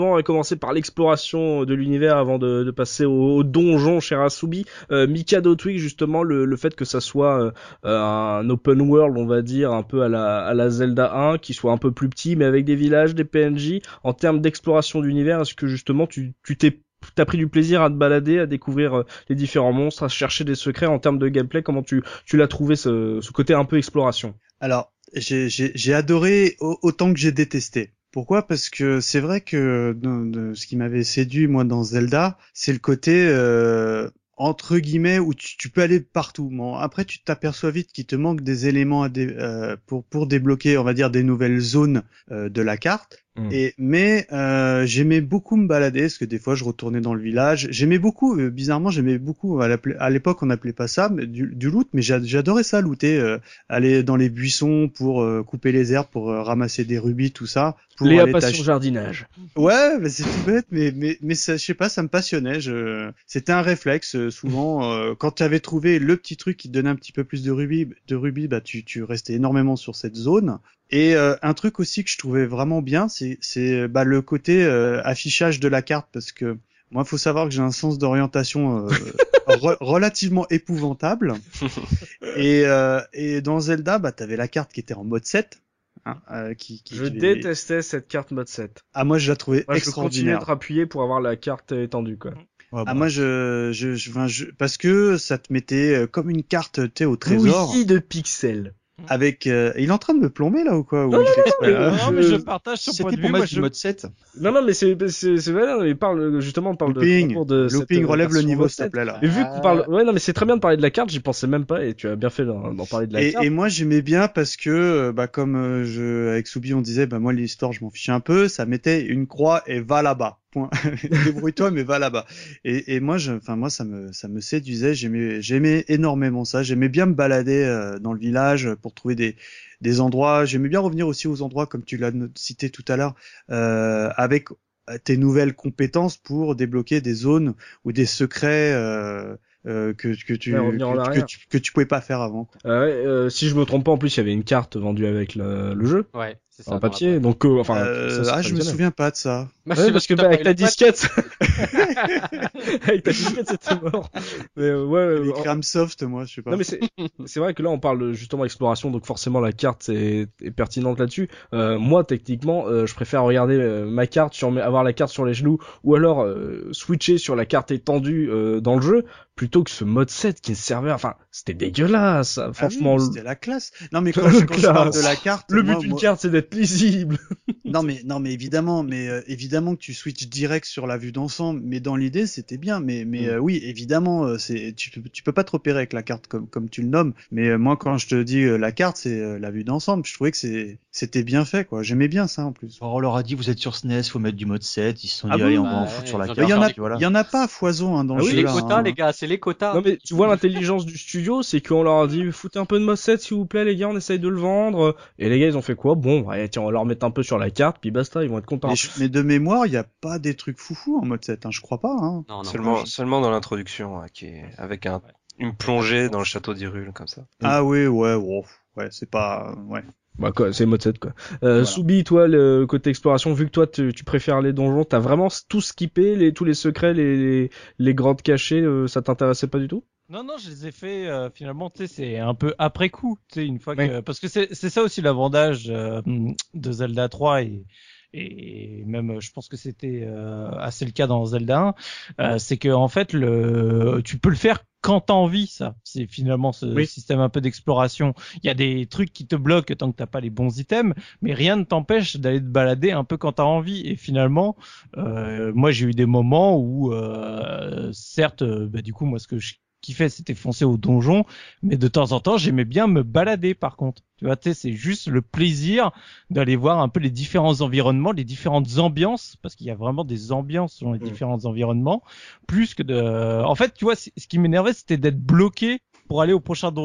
commencer par l'exploration de l'univers avant de, de passer au, au donjon chez Rasubi. Euh, Mikado Twig, justement, le, le fait que ça soit euh, un open world, on va dire, un peu à la, à la Zelda un, qui soit un peu plus petit, mais avec des villages, des P N J. En termes d'exploration d'univers, est-ce que justement tu, tu t'es t'as pris du plaisir à te balader, à découvrir euh, les différents monstres, à chercher des secrets en termes de gameplay? Comment tu, tu l'as trouvé ce, ce côté un peu exploration? Alors, j'ai, j'ai, j'ai adoré autant que j'ai détesté. Pourquoi? Parce que c'est vrai que de, de, ce qui m'avait séduit moi dans Zelda, c'est le côté euh, entre guillemets où tu, tu peux aller partout. Bon, après tu t'aperçois vite qu'il te manque des éléments à dé, euh, pour pour débloquer, on va dire, des nouvelles zones euh, de la carte. Mmh. Et mais euh, j'aimais beaucoup me balader parce que des fois je retournais dans le village. J'aimais beaucoup, euh, bizarrement j'aimais beaucoup. À, à l'époque on n'appelait pas ça mais du, du loot, mais j'adorais ça, looter, euh, aller dans les buissons pour euh, couper les herbes, pour euh, ramasser des rubis, tout ça. Pour Léa passion jardinage. Ouais, mais c'est tout bête, mais mais mais ça, je sais pas, ça me passionnait. Je... C'était un réflexe. Euh, souvent, euh, quand tu avais trouvé le petit truc qui te donnait un petit peu plus de rubis, de rubis, bah tu tu restais énormément sur cette zone. Et euh, un truc aussi que je trouvais vraiment bien, c'est c'est bah le côté euh, affichage de la carte, parce que moi, faut savoir que j'ai un sens d'orientation euh, re- relativement épouvantable. Et euh, et dans Zelda, bah t'avais la carte qui était en mode sept. Hein, euh, qui, qui, je qui... détestais cette carte mode sept. Ah moi je la trouvais moi, extraordinaire. Je continuais de rappuyer pour avoir la carte étendue quoi. Ouais, ah bon. moi je, je, je, enfin, je parce que ça te mettait comme une carte, tu sais, au trésor. Oui, de pixels. Avec, euh, il est en train de me plomber là ou quoi? Non, non, non, mais, non, mais je partage son point de vue. Pour mettre je... du mode sept. Non, non, mais c'est, c'est, c'est vrai, il parle, justement, on parle looping. de, de looping relève le niveau, s'il te plaît, là. Mais vu qu'on parle, ouais, non, mais c'est très bien de parler de la carte, j'y pensais même pas, et tu as bien fait d'en, d'en parler de la et, carte. Et moi, j'aimais bien parce que, bah, comme je, avec Soubi, on disait, bah, moi, l'histoire, je m'en fichais un peu, ça mettait une croix et va là-bas. Point. Débrouille-toi, mais va là-bas. Et, et moi, je, enfin moi, ça me, ça me séduisait. J'aimais, j'aimais énormément ça. J'aimais bien me balader euh, dans le village pour trouver des, des endroits. J'aimais bien revenir aussi aux endroits, comme tu l'as cité tout à l'heure, euh, avec tes nouvelles compétences pour débloquer des zones ou des secrets. Euh, Euh, que que tu, ouais, que, que tu que tu pouvais pas faire avant. Euh, ouais, euh, si je me trompe pas, en plus il y avait une carte vendue avec le, le jeu. Ouais, c'est ça. En papier, donc euh, enfin. Euh, ça, ah, je me souviens pas de ça. Bah, ouais, parce que bah, avec ta disquette, avec ta disquette c'était mort. Mais euh, ouais. Les Cramsoft, moi, je sais pas. Non mais c'est c'est vrai que là on parle justement exploration, donc forcément la carte est, est pertinente là-dessus. Euh, moi techniquement, euh, je préfère regarder euh, ma carte sur mes, avoir la carte sur les genoux, ou alors euh, switcher sur la carte étendue euh, dans le jeu, plutôt que ce mode sept qui ne servait, enfin c'était dégueulasse, franchement. Ah oui, c'était la classe. Non mais quand, je, quand je parle de la carte, le but moi, d'une moi... carte c'est d'être lisible. non mais non mais évidemment, mais euh, évidemment que tu switches direct sur la vue d'ensemble, mais dans l'idée c'était bien, mais mais euh, oui évidemment euh, c'est tu tu peux pas te repérer avec la carte comme comme tu le nommes, mais euh, moi quand je te dis euh, la carte c'est euh, la vue d'ensemble, je trouvais que c'est c'était bien fait quoi, j'aimais bien ça en plus. Alors, on leur a dit vous êtes sur S N E S, faut mettre du mode sept, ils se sont ah dit bon, allez on bah, va en ouais, foutre sur la il carte. Il y en a voilà. il y en a pas à foison hein, dans ah le oui, jeu les là. quotas Hein. les gars, c'est les quotas. Non mais tu vois l'intelligence du studio, c'est qu'on leur a dit foutez un peu de mode sept s'il vous plaît les gars, on essaye de le vendre, et les gars ils ont fait quoi? Bon ouais, tiens on va leur mettre un peu sur la carte puis basta, ils vont être contents. Mais, je, mais de mémoire il y a pas des trucs foufou en mode sept, hein, je crois pas. Hein. Non, non, seulement non. seulement dans l'introduction hein, qui est avec un une plongée dans le château d'Hyrule comme ça. Ah oui ouais ouais, ouais c'est pas ouais. Bah quoi, c'est mode sept quoi. Euh, voilà. Soubi, toi, le côté exploration, vu que toi tu, tu préfères les donjons, t'as vraiment tout skippé, les, tous les secrets, les, les, les grottes cachées, euh, ça t'intéressait pas du tout? Non, non, je les ai fait euh, finalement, tu sais, c'est un peu après coup, tu sais, une fois que... Oui. Parce que c'est, c'est ça aussi l'avantage euh, de Zelda trois et... et même je pense que c'était euh, assez le cas dans Zelda un, euh, c'est que en fait le tu peux le faire quand t'as envie, ça. C'est finalement ce oui. système un peu d'exploration. Il y a des trucs qui te bloquent tant que t'as pas les bons items, mais rien ne t'empêche d'aller te balader un peu quand t'as envie. Et finalement, euh, moi j'ai eu des moments où, euh, certes, bah, du coup moi ce que je kiffais c'était foncer au donjon, mais de temps en temps j'aimais bien me balader par contre. Tu vois, tu sais, c'est juste le plaisir d'aller voir un peu les différents environnements, les différentes ambiances, parce qu'il y a vraiment des ambiances selon les mmh. différents environnements, plus que de... En fait, tu vois, ce qui m'énervait, c'était d'être bloqué pour aller au prochain donjon.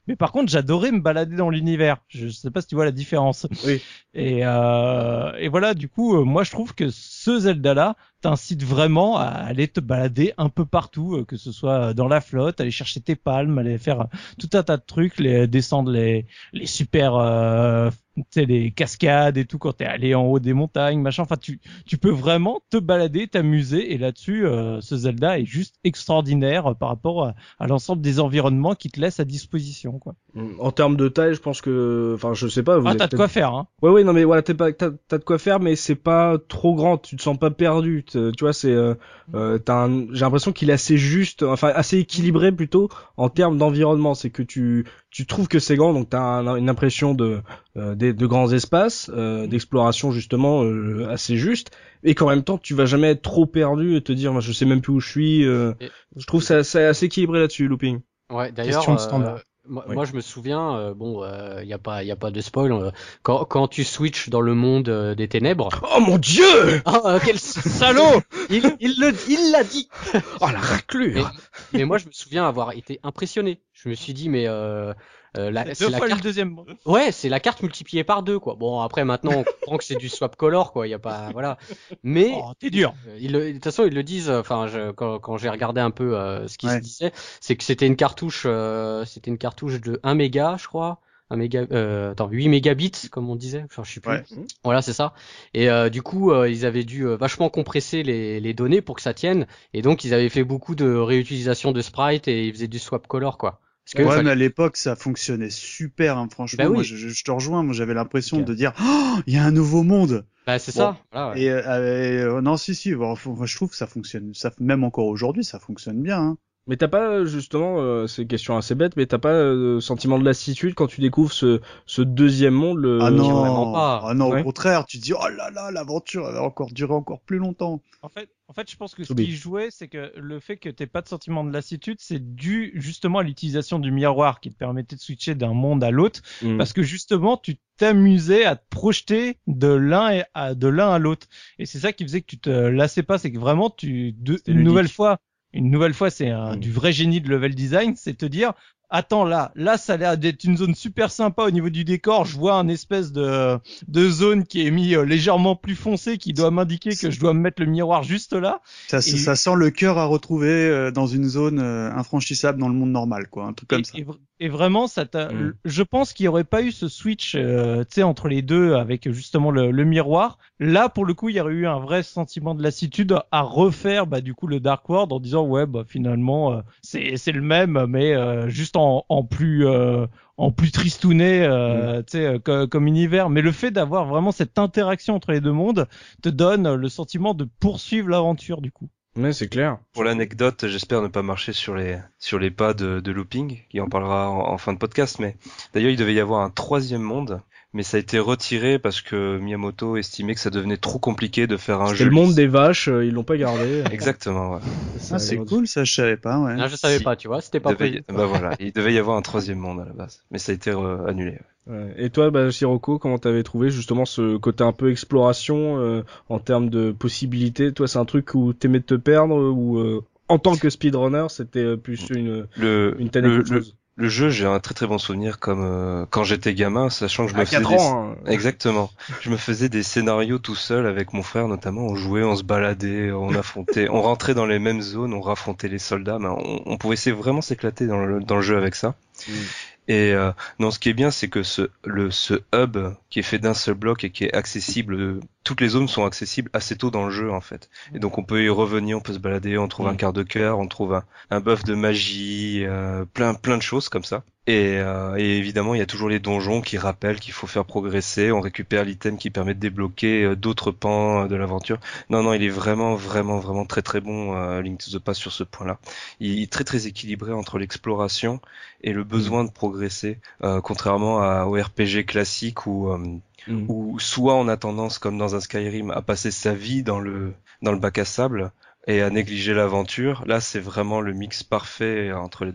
Mais par contre, j'adorais me balader dans l'univers. Je sais pas si tu vois la différence. Oui. Et, euh, et voilà, du coup, euh, moi je trouve que ce Zelda-là t'incite vraiment à aller te balader un peu partout, euh, que ce soit dans la flotte, aller chercher tes palmes, aller faire euh, tout un tas de trucs, les, descendre les, les super, euh, tu sais, les cascades et tout quand t'es allé en haut des montagnes, machin. Enfin, tu, tu peux vraiment te balader, t'amuser. Et là-dessus, euh, ce Zelda est juste extraordinaire par rapport à, à l'ensemble des environnements qui te laissent à disposition, quoi. En termes de taille, je pense que, enfin, je sais pas. Vous Ah, êtes t'as de peut-être- quoi faire, hein. Ouais, ouais, non, mais voilà, t'es pas, t'as, t'as de quoi faire, mais c'est pas trop grand. Tu te sens pas perdu. T'es- Tu vois, c'est, euh, euh, t'as un, j'ai l'impression qu'il est assez juste, enfin, assez équilibré plutôt en termes d'environnement. C'est que tu, tu trouves que c'est grand, donc t'as un- une impression de, euh, de, de grands espaces, euh, d'exploration justement euh, assez juste, et qu'en même temps tu vas jamais être trop perdu et te dire, moi, je sais même plus où je suis. euh, Et- je trouve ça assez, assez équilibré là-dessus, Looping. Ouais, d'ailleurs, Question de euh, standard. moi, Oui. moi, je me souviens, euh, bon, il euh, y a pas, y a pas de spoil. euh, quand, quand tu switches dans le monde euh, des ténèbres. Oh mon dieu! Ah, euh, quel salaud! Il, il le, il l'a dit. Oh la raclure! Mais, mais moi, je me souviens avoir été impressionné. Je me suis dit, mais euh, euh, la, C'est c'est deux la fois carte. le deuxième. Ouais, c'est la carte multipliée par deux, quoi. Bon, après, maintenant, on comprend que c'est du swap color, quoi. Il y a pas, voilà. Mais Oh, t'es dur. euh, ils le- de toute façon, ils le disent. euh, Enfin, je, quand, quand j'ai regardé un peu euh, ce qui se Ouais. disait, c'est que c'était une cartouche, euh, c'était une cartouche de un méga, je crois. Un méga, euh, attends, huit mégabits, comme on disait. Enfin, je sais plus. Ouais. Voilà, c'est ça. Et euh, du coup, euh, ils avaient dû euh, vachement compresser les, les données pour que ça tienne. Et donc, ils avaient fait beaucoup de réutilisation de sprites et ils faisaient du swap color, quoi. Parce que Ouais, fallait- mais à l'époque, ça fonctionnait super, hein, franchement. Bah oui. Moi, je, je- je te rejoins. Moi, j'avais l'impression Ok. de dire, oh, il y a un nouveau monde. bah, c'est Bon. ça. Voilà, ouais. Et euh, euh, non, si, si. Bon, faut- je trouve que ça fonctionne. Ça, même encore aujourd'hui, ça fonctionne bien. Hein. Mais t'as pas justement, euh, c'est une question assez bête, mais t'as pas euh, sentiment de lassitude quand tu découvres ce, ce deuxième monde, le... ah non, vraiment pas. ah non, Ouais. au contraire, tu te dis, oh là là, l'aventure elle va encore durer encore plus longtemps. En fait, en fait, je pense que ce Toby. qui jouait, c'est que le fait que t'aies pas de sentiment de lassitude, c'est dû justement à l'utilisation du miroir qui te permettait de switcher d'un monde à l'autre, Mm. parce que justement, tu t'amusais à te projeter de l'un et à, de l'un à l'autre. Et c'est ça qui faisait que tu te lassais pas, c'est que vraiment, tu, de, C'était une ludique. nouvelle fois, une nouvelle fois, c'est un, Mm. du vrai génie de level design, c'est te dire, attends, là, là, ça a l'air d'être une zone super sympa au niveau du décor. Je vois un espèce de, de zone qui est mis euh, légèrement plus foncé, qui doit m'indiquer que je dois me mettre le miroir juste là. Ça, Et- ça sent le cœur à retrouver euh, dans une zone euh, infranchissable dans le monde normal, quoi, un truc comme et, ça. et vr- et vraiment, ça t'a. Mm. Je pense qu'il n'y aurait pas eu ce switch, euh, tu sais, entre les deux avec justement le, le miroir. Là, pour le coup, il y aurait eu un vrai sentiment de lassitude à refaire, bah du coup, le Dark World en disant ouais, bah finalement, euh, c'est c'est le même, mais euh, juste en en plus euh, en plus tristouné, euh, tu sais, euh, co- comme univers. Mais le fait d'avoir vraiment cette interaction entre les deux mondes te donne le sentiment de poursuivre l'aventure du coup. Ouais, c'est clair. Pour l'anecdote, j'espère ne pas marcher sur les sur les pas de, de Looping, qui en parlera en, en fin de podcast. Mais d'ailleurs, il devait y avoir un troisième monde, mais ça a été retiré parce que Miyamoto estimait que ça devenait trop compliqué de faire un C'est jeu. le monde des vaches, euh, ils l'ont pas gardé. Exactement. Ouais. Ah, c'est cool, ça, je savais pas, ouais. Non, je savais Si. pas, tu vois, c'était Il pas devait, prévu. y- bah voilà, il devait y avoir un troisième monde à la base, mais ça a été euh, annulé. Ouais. Et toi, bah, Sirocco, comment t'avais trouvé justement ce côté un peu exploration euh, en termes de possibilités? Toi, c'est un truc où t'aimais te perdre ou euh, en tant que speedrunner, c'était euh, plus une Le une telle le, autre le, chose. le jeu, j'ai un très très bon souvenir comme euh, quand j'étais gamin, sachant que je me À faisais quatre des... ans. Hein. Exactement. Je me faisais des scénarios tout seul avec mon frère notamment. On jouait, on se baladait, on affrontait, on rentrait dans les mêmes zones, on raffrontait les soldats. Mais on, on pouvait essayer vraiment s'éclater dans le, dans le jeu avec ça. Mm. Et euh, non, ce qui est bien, c'est que ce le ce hub qui est fait d'un seul bloc et qui est accessible, euh, toutes les zones sont accessibles assez tôt dans le jeu en fait. Et donc on peut y revenir, on peut se balader, on trouve Mm. un quart de cœur, on trouve un, un buff de magie, euh, plein plein de choses comme ça. Et, euh, et évidemment, il y a toujours les donjons qui rappellent qu'il faut faire progresser. On récupère l'item qui permet de débloquer euh, d'autres pans euh, de l'aventure. Non, non, il est vraiment, vraiment, vraiment très, très bon, euh, Link to the Past sur ce point-là. Il est très, très équilibré entre l'exploration et le besoin de progresser, euh, contrairement à, au R P G classique où, euh, Mm. où soit on a tendance, comme dans un Skyrim, à passer sa vie dans le dans le bac à sable et à négliger l'aventure. Là, c'est vraiment le mix parfait entre les deux.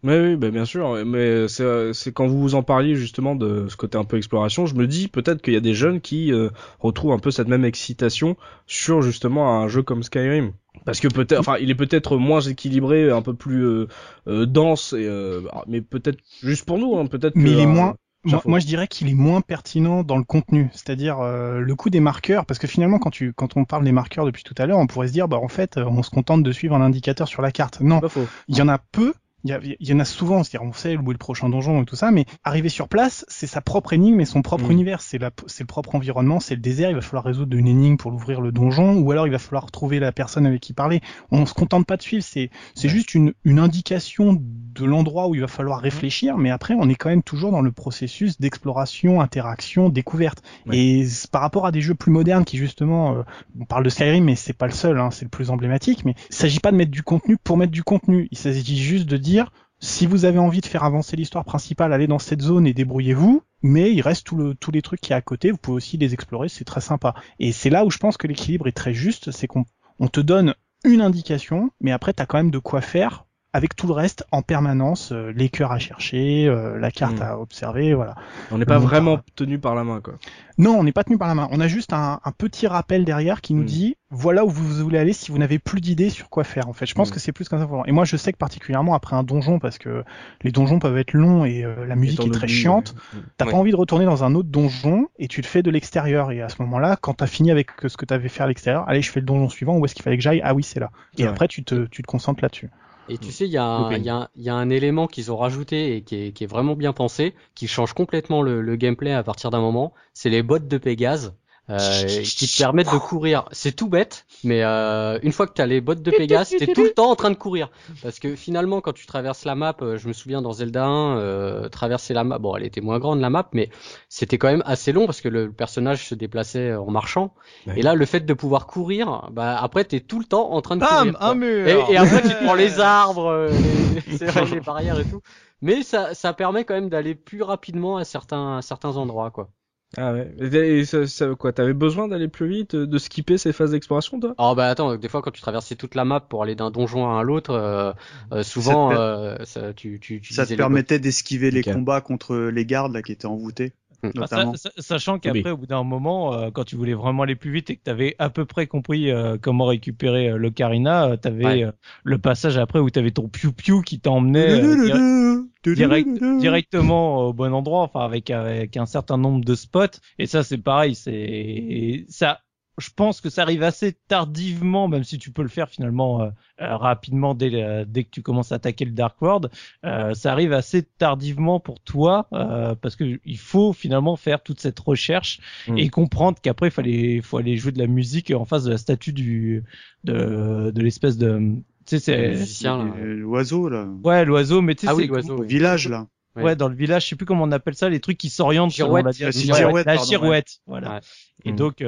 Oui, oui, bah bien sûr, mais c'est, c'est quand vous en parliez justement de ce côté un peu exploration, je me dis peut-être qu'il y a des jeunes qui euh, retrouvent un peu cette même excitation sur justement un jeu comme Skyrim. Parce que peut-être, enfin, il est peut-être moins équilibré, un peu plus euh, euh, dense, et, euh, mais peut-être juste pour nous, hein, peut-être. Mais que, il est euh, moins. Moi, Chapeau. moi, je dirais qu'il est moins pertinent dans le contenu, c'est-à-dire euh, le coup des marqueurs, parce que finalement, quand tu, quand on parle des marqueurs depuis tout à l'heure, on pourrait se dire, bah en fait, on se contente de suivre un indicateur sur la carte. Non, Pas faux. il y en a peu. Il y, a, il y en a souvent, c'est-à-dire on sait où est le prochain donjon et tout ça, mais arriver sur place, c'est sa propre énigme et son propre Mm. univers, c'est, la, c'est le propre environnement, c'est le désert, il va falloir résoudre une énigme pour l'ouvrir le donjon, ou alors il va falloir trouver la personne avec qui parler. On se contente pas de suivre, c'est, c'est Ouais. juste une, une indication de l'endroit où il va falloir réfléchir, mais après on est quand même toujours dans le processus d'exploration, interaction, découverte. Ouais. Et c'est par rapport à des jeux plus modernes qui justement, euh, on parle de Skyrim, mais c'est pas le seul, hein, c'est le plus emblématique, mais il s'agit pas de mettre du contenu pour mettre du contenu, il s'agit juste de dire si vous avez envie de faire avancer l'histoire principale, allez dans cette zone et débrouillez-vous, mais il reste tout le, tous les trucs qui est à côté, vous pouvez aussi les explorer, c'est très sympa. Et c'est là où je pense que l'équilibre est très juste, c'est qu'on on te donne une indication, mais après t'as quand même de quoi faire avec tout le reste en permanence, euh, les cœurs à chercher, euh, la carte Mm. à observer, voilà. On n'est pas Donc, vraiment euh, tenu par la main, quoi. Non, on n'est pas tenu par la main. On a juste un, un petit rappel derrière qui nous Mm. dit voilà où vous voulez aller si vous n'avez plus d'idées sur quoi faire. En fait, je pense Mm. que c'est plus comme ça. Et moi, je sais que particulièrement après un donjon, parce que les donjons peuvent être longs et euh, la musique Et est t'en très oublies, chiante. ouais. T'as Oui. pas envie de retourner dans un autre donjon et tu le fais de l'extérieur. Et à ce moment-là, quand t'as fini avec ce que t'avais fait à l'extérieur, allez, je fais le donjon suivant. Où est-ce qu'il fallait que j'aille? Ah oui, c'est là. Et Ouais. après, tu te, tu te concentres là-dessus. Et tu sais, il y, a un- il y, a un- il y a un élément qu'ils ont rajouté et qui est, qui est vraiment bien pensé, qui change complètement le, le gameplay à partir d'un moment. C'est les bottes de Pégase. Euh, qui te permettent de courir. C'est tout bête, mais euh, une fois que t'as les bottes de Pégase, t'es tout le temps en train de courir. Parce que finalement, quand tu traverses la map, euh, je me souviens dans Zelda un, euh, traverser la map, bon, elle était moins grande la map, mais c'était quand même assez long parce que le personnage se déplaçait en marchant. Ouais. Et là, le fait de pouvoir courir, bah après, t'es tout le temps en train de Bam, courir. quoi. un mur. Et, et après, tu te prends les arbres, euh, les, c'est vrai, les barrières et tout. Mais ça, ça permet quand même d'aller plus rapidement à certains, à certains endroits, quoi. Ah ouais. Et, et ça, ça, quoi, t'avais besoin d'aller plus vite, de skipper ces phases d'exploration, toi? Alors bah attends, des fois quand tu traversais toute la map pour aller d'un donjon à un autre, euh, euh, souvent Ça te per- euh, ça, tu, tu, tu Ça disais te les permettait d'esquiver les Ok. combats contre les gardes là qui étaient envoûtés, Mm. Bah, ça- notamment. sa- sachant qu'après, au bout d'un moment, euh, quand tu voulais vraiment aller plus vite et que tu avais à peu près compris euh, comment récupérer euh, l'ocarina, euh, tu avais Ouais. euh, le passage après où tu avais ton piou-piou qui t'emmenait euh, dir- direct, directement au bon endroit, enfin avec, avec un certain nombre de spots. Et ça, c'est pareil, c'est ça. Je pense que ça arrive assez tardivement, même si tu peux le faire finalement euh, euh, rapidement dès, le- dès que tu commences à attaquer le Dark World. Euh, ça arrive assez tardivement pour toi euh, parce que il faut finalement faire toute cette recherche Mm. et comprendre qu'après il fallait, faut aller jouer de la musique en face de la statue du de, de l'espèce de, tu sais, Le c'est musicien, là. Euh, L'oiseau là, ouais l'oiseau, mais tu sais Ah oui, c'est l'oiseau. au oui. village là. Ouais. Ouais. dans le village, je sais plus comment on appelle ça, les trucs qui s'orientent selon Girouette. la La direction. girouette, la pardon, girouette, voilà. Ouais. Et Mhm. donc,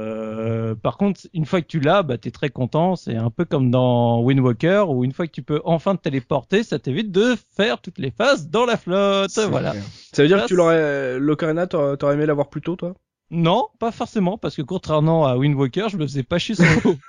euh, par contre, une fois que tu l'as, bah, t'es très content. C'est un peu comme dans Wind Walker, où une fois que tu peux enfin te téléporter, ça t'évite de faire toutes les phases dans la flotte. C'est Voilà. clair. Ça veut dire Ça, que tu l'aurais, l'Ocarina, t'aurais, t'aurais aimé l'avoir plus tôt, toi? Non, pas forcément, parce que contrairement à Wind Walker, je me faisais pas chier sur le coup.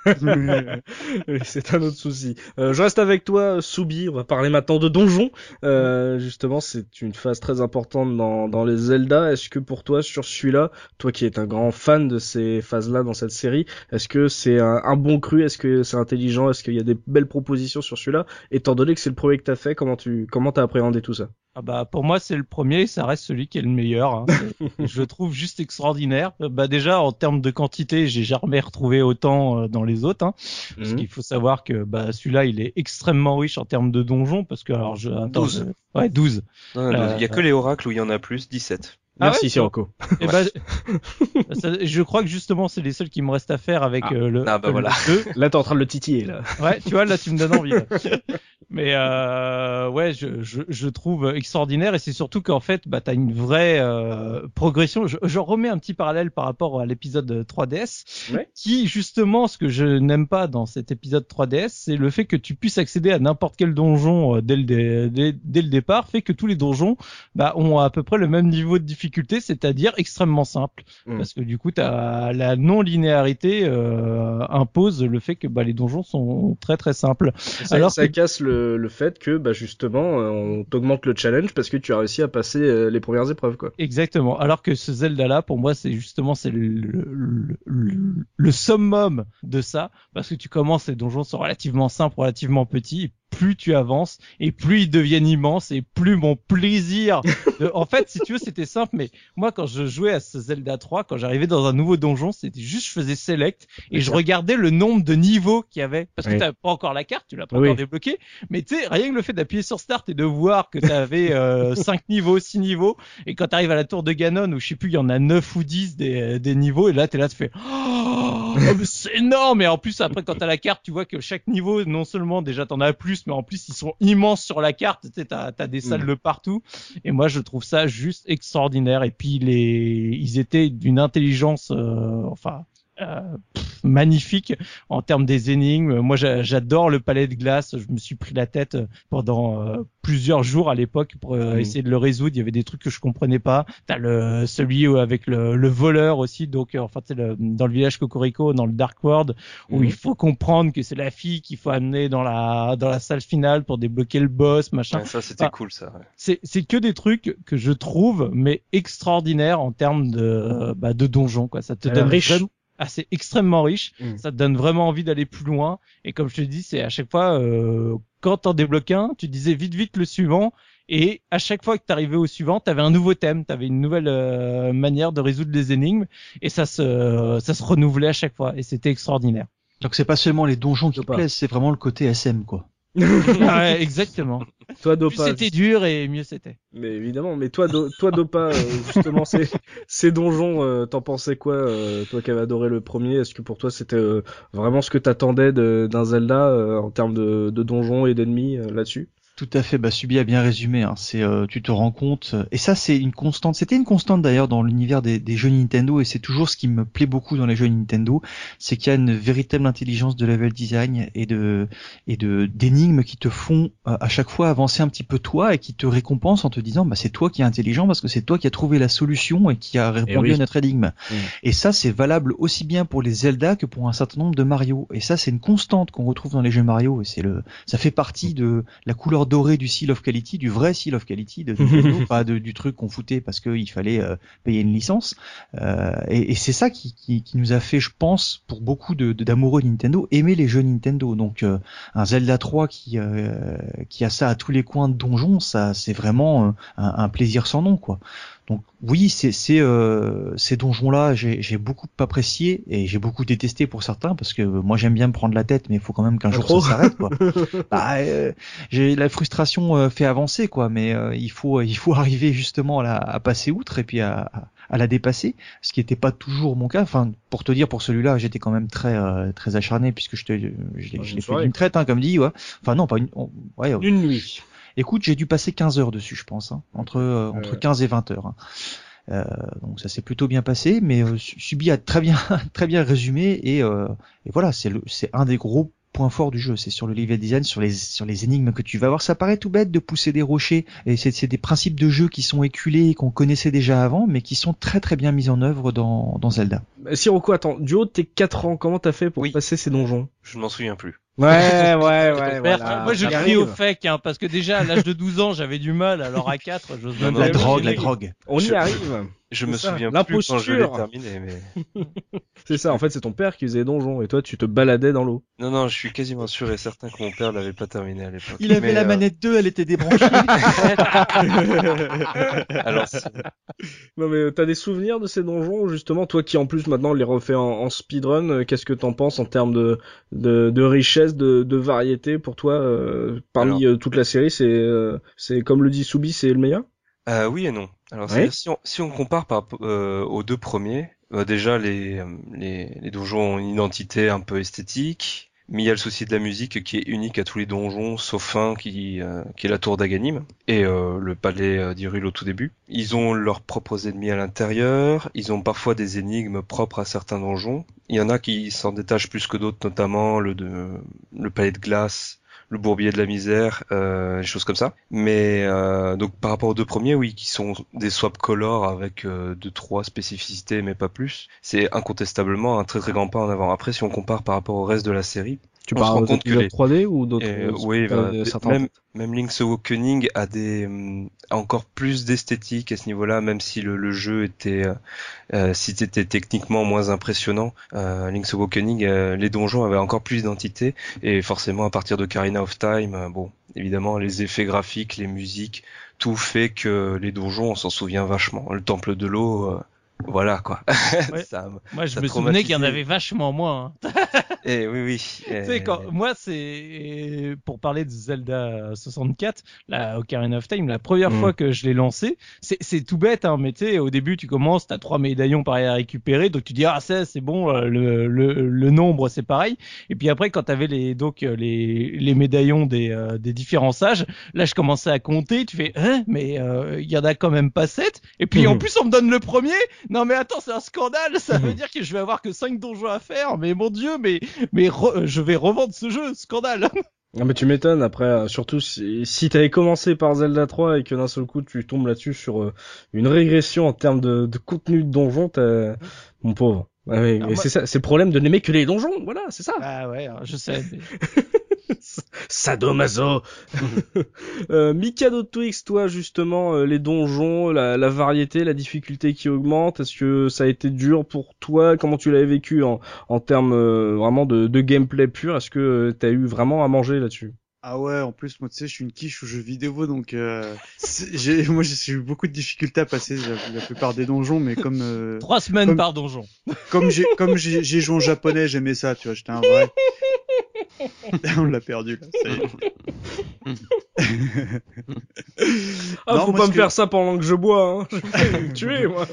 Oui, c'est un autre souci. Euh, je reste avec toi, Soubi. On va parler maintenant de donjons. Euh, justement, c'est une phase très importante dans, dans les Zelda. Est-ce que pour toi, sur celui-là, toi qui es un grand fan de ces phases-là dans cette série, est-ce que c'est un, un bon cru? Est-ce que c'est intelligent? Est-ce qu'il y a des belles propositions sur celui-là? Étant donné que c'est le premier que t'as fait, comment tu comment t'as appréhendé tout ça? Ah bah pour moi c'est le premier, et ça reste celui qui est le meilleur. Hein. C'est- je le trouve juste extraordinaire. Euh, Bah déjà en termes de quantité, j'ai jamais retrouvé autant euh, dans les autres. Hein. Parce Mhm. qu'il faut savoir que bah celui-là il est extrêmement riche en termes de donjons parce que alors je attends, douze. je- ouais douze. Non, non, Euh, il y a que les oracles où il y en a plus, dix-sept. Merci, ouais, Sirocco. Et bah, ça- je crois que justement c'est les seuls qui me restent à faire avec Ah. euh, le, Ah, bah le voilà. deux. Là, t'es en train de le titiller, là. Ouais, tu vois, là, tu me donnes envie. là. Mais euh, ouais, je, je, je trouve extraordinaire et c'est surtout qu'en fait, bah, t'as une vraie euh, progression. Je, je remets un petit parallèle par rapport à l'épisode trois D S, Ouais. qui justement, ce que je n'aime pas dans cet épisode trois D S, c'est le fait que tu puisses accéder à n'importe quel donjon euh, dès, le dé- dès, dès le départ, fait que tous les donjons bah, ont à peu près le même niveau de difficulté, c'est-à-dire extrêmement simple. Mm. Parce que du coup, t'as la non-linéarité euh, impose le fait que bah, les donjons sont très très simples. Ça, Alors ça que- casse le, le, le fait que bah justement euh, on t'augmente le challenge parce que tu as réussi à passer euh, les premières épreuves quoi. Exactement. Alors que ce Zelda-là, pour moi, c'est justement c'est le, le, le, le summum de ça, parce que tu commences, les donjons sont relativement simples, relativement petits. Plus tu avances et plus ils deviennent immenses et plus mon plaisir de... en fait si tu veux c'était simple, mais moi quand je jouais à ce Zelda trois, quand j'arrivais dans un nouveau donjon, c'était juste je faisais select et je regardais le nombre de niveaux qu'il y avait, parce que oui. t'avais pas encore la carte, tu l'as pas oui. encore débloqué, mais tu sais rien que le fait d'appuyer sur start et de voir que t'avais euh, cinq niveaux, six niveaux, et quand t'arrives à la tour de Ganon où je sais plus il y en a neuf ou dix des, des niveaux, et là t'es là tu fais oh, mais c'est énorme, et en plus après quand t'as la carte tu vois que chaque niveau non seulement déjà t'en as plus, mais en plus ils sont immenses sur la carte, tu sais, t'as, t'as des salles mmh. de partout, et moi je trouve ça juste extraordinaire. Et puis les, ils étaient d'une intelligence, euh, enfin euh, pff, magnifique en termes des énigmes. Moi j'a, j'adore le palais de glace, je me suis pris la tête pendant euh, plusieurs jours à l'époque pour euh, mmh. essayer de le résoudre. Il y avait des trucs que je comprenais pas. T'as le celui avec le, le voleur aussi, donc euh, enfin tu sais le, dans le village Cocorico, dans le Dark World, où mmh. il faut comprendre que c'est la fille qu'il faut amener dans la dans la salle finale pour débloquer le boss, machin. Ouais, ça c'était enfin, cool ça. Ouais. C'est c'est que des trucs que je trouve mais extraordinaires en termes de bah de donjons quoi. Ça te Alors, donne riche. vraiment Ah, c'est extrêmement riche, mmh. ça te donne vraiment envie d'aller plus loin, et comme je te dis, c'est à chaque fois, euh, quand t'en débloques un, tu disais vite vite le suivant, et à chaque fois que t'arrivais au suivant, t'avais un nouveau thème, t'avais une nouvelle euh, manière de résoudre les énigmes, et ça se, ça se renouvelait à chaque fois, et c'était extraordinaire. Donc c'est pas seulement les donjons qui te plaisent, c'est vraiment le côté S M quoi. Ouais, exactement. Toi, Dopa. Plus c'était dur et mieux c'était. Mais évidemment, mais toi, Do- toi Dopa, euh, justement, ces, ces donjons, euh, t'en pensais quoi, euh, toi qui avais adoré le premier? Est-ce que pour toi c'était euh, vraiment ce que t'attendais de, d'un Zelda euh, en termes de, de donjons et d'ennemis euh, là-dessus? Tout à fait, bah Subi a bien résumé. Hein. C'est, euh, tu te rends compte, et ça c'est une constante. C'était une constante d'ailleurs dans l'univers des, des jeux Nintendo, et c'est toujours ce qui me plaît beaucoup dans les jeux Nintendo, c'est qu'il y a une véritable intelligence de level design et de et de d'énigmes qui te font euh, à chaque fois avancer un petit peu toi, et qui te récompensent en te disant bah c'est toi qui es intelligent parce que c'est toi qui as trouvé la solution et qui a répondu oui. à notre énigme. Mmh. Et ça c'est valable aussi bien pour les Zelda que pour un certain nombre de Mario. Et ça c'est une constante qu'on retrouve dans les jeux Mario, et c'est le ça fait partie de la couleur doré du Seal of Quality, du vrai Seal of Quality de Nintendo, pas de, du truc qu'on foutait parce qu'il fallait euh, payer une licence. Euh, et, et c'est ça qui, qui, qui nous a fait, je pense, pour beaucoup de, de d'amoureux de Nintendo, aimer les jeux Nintendo. Donc euh, un Zelda trois qui euh, qui a ça à tous les coins de donjon, ça c'est vraiment euh, un, un plaisir sans nom quoi. Donc oui, c'est c'est euh, ces donjons-là, j'ai j'ai beaucoup apprécié et j'ai beaucoup détesté pour certains, parce que moi j'aime bien me prendre la tête, mais il faut quand même qu'un Pas jour trop. ça s'arrête quoi. Bah, euh, j'ai la frustration euh, fait avancer quoi, mais euh, il faut il faut arriver justement à, la, à passer outre et puis à, à à la dépasser, ce qui n'était pas toujours mon cas. Enfin, pour te dire, pour celui-là, j'étais quand même très euh, très acharné, puisque je te je l'ai, je l'ai fait d'une traite, hein, comme dit, ouais. Enfin non, pas une, on, ouais. Une nuit. Écoute, j'ai dû passer quinze heures dessus, je pense, hein, entre euh, entre ouais. quinze et vingt heures. Hein. Euh, donc ça s'est plutôt bien passé, mais euh, Subi a très bien très bien résumé, et, euh, et voilà, c'est le c'est un des gros points forts du jeu, c'est sur le level design, sur les sur les énigmes que tu vas avoir. Ça paraît tout bête de pousser des rochers, et c'est c'est des principes de jeu qui sont éculés et qu'on connaissait déjà avant, mais qui sont très très bien mis en œuvre dans dans Zelda. Sirocco, attends, du haut de tes quatre ans, comment t'as fait pour oui. passer ces donjons? Je ne m'en souviens plus. Ouais, ouais, ouais, voilà. Moi, je crie au fake, hein, parce que déjà, à l'âge de douze ans, j'avais du mal, alors à quatre, j'ose même la drogue, la drogue. On y je, arrive. Je me ça. souviens L'imposture. plus quand je l'ai terminé, mais... C'est ça, en fait, c'est ton père qui faisait les donjons, et toi, tu te baladais dans l'eau. Non, non, je suis quasiment sûr et certain que mon père l'avait pas terminé à l'époque. Il avait mais, la euh... manette deux, elle était débranchée. Alors, c'est... Non, mais t'as des souvenirs de ces donjons, justement, toi qui en plus maintenant les refais en, en speedrun, euh, qu'est-ce que t'en penses en termes de, de, de richesse, de, de variété pour toi, euh, parmi Alors... euh, toute la série, c'est, euh, c'est comme le dit Soubi, c'est le meilleur? Euh, oui et non. Alors, ouais. si on, si on compare par, euh, aux deux premiers, euh, déjà les, les, les donjons ont une identité un peu esthétique, mais il y a le souci de la musique qui est unique à tous les donjons, sauf un qui, euh, qui est la tour d'Aganim et euh, le palais euh, d'Hyrule au tout début. Ils ont leurs propres ennemis à l'intérieur, ils ont parfois des énigmes propres à certains donjons. Il y en a qui s'en détachent plus que d'autres, notamment le, de, le palais de glace, le bourbier de la misère, euh, des choses comme ça. Mais euh, donc par rapport aux deux premiers, oui, qui sont des swap color avec euh, deux trois spécificités, mais pas plus. C'est incontestablement un très très grand pas en avant. Après, si on compare par rapport au reste de la série, Tu On se rend parles compte que de les- trois D ou d'autres Et, euh, oui, pas- bah, certains même, même Link's Awakening a des, hum, a encore plus d'esthétique à ce niveau-là, même si le, le jeu était, euh, euh, si c'était techniquement moins impressionnant. Euh, Link's Awakening, euh, les donjons avaient encore plus d'identité, et forcément à partir de Ocarina of Time, euh, bon, évidemment les effets graphiques, les musiques, tout fait que les donjons, on s'en souvient vachement. Le temple de l'eau, euh, voilà quoi. Ouais. Ça, Moi, je ça me souvenais qu'il y en traumatisé. avait vachement moins. Hein. Et oui, oui. Tu sais, quand, moi, c'est pour parler de Zelda soixante-quatre, la Ocarina of Time, la première Mm. fois que je l'ai lancé, c'est, c'est tout bête, hein, mais tu sais, au début, tu commences, t'as trois médaillons pareils à récupérer, donc tu dis ah ça, c'est bon, euh, le, le, le nombre c'est pareil. Et puis après, quand t'avais les donc euh, les les médaillons des euh, des différents sages, là, je commençais à compter, tu fais hein, mais euh, il y en a quand même pas sept. Et puis en Mhm. plus, on me donne le premier. Non mais attends, c'est un scandale. Ça veut dire que je vais avoir que cinq donjons à faire. Mais mon Dieu, mais mais re- je vais revendre ce jeu, scandale. Ah, mais tu m'étonnes après, euh, surtout si, si t'avais commencé par Zelda trois et que d'un seul coup tu tombes là-dessus sur euh, une régression en termes de, de contenu de donjon, t'as... mon pauvre. Ah oui, Alors et moi- c'est ça, c'est le problème de n'aimer que les donjons, voilà, c'est ça. Ah ouais, je sais. mais- Sadomaso. euh, Mikado Twix, toi justement, euh, les donjons, la, la variété, la difficulté qui augmente, est-ce que ça a été dur pour toi? Comment tu l'avais vécu en, en termes euh, vraiment de, de gameplay pur? Est-ce que euh, t'as eu vraiment à manger là-dessus? Ah ouais, en plus, moi, tu sais, je suis une quiche aux jeux vidéo, donc euh, c'est- j'ai, moi, j'ai eu beaucoup de difficultés à passer la, la plupart des donjons, mais comme euh, Trois semaines Comme- par donjon. comme j'ai comme j'ai j'ai joué en japonais, j'aimais ça, tu vois, j'étais un vrai. On l'a perdu là. Ça y est. Ah, Non, faut moi, pas ce me que- faire ça pendant que je bois, hein. Je vais me tuer, moi.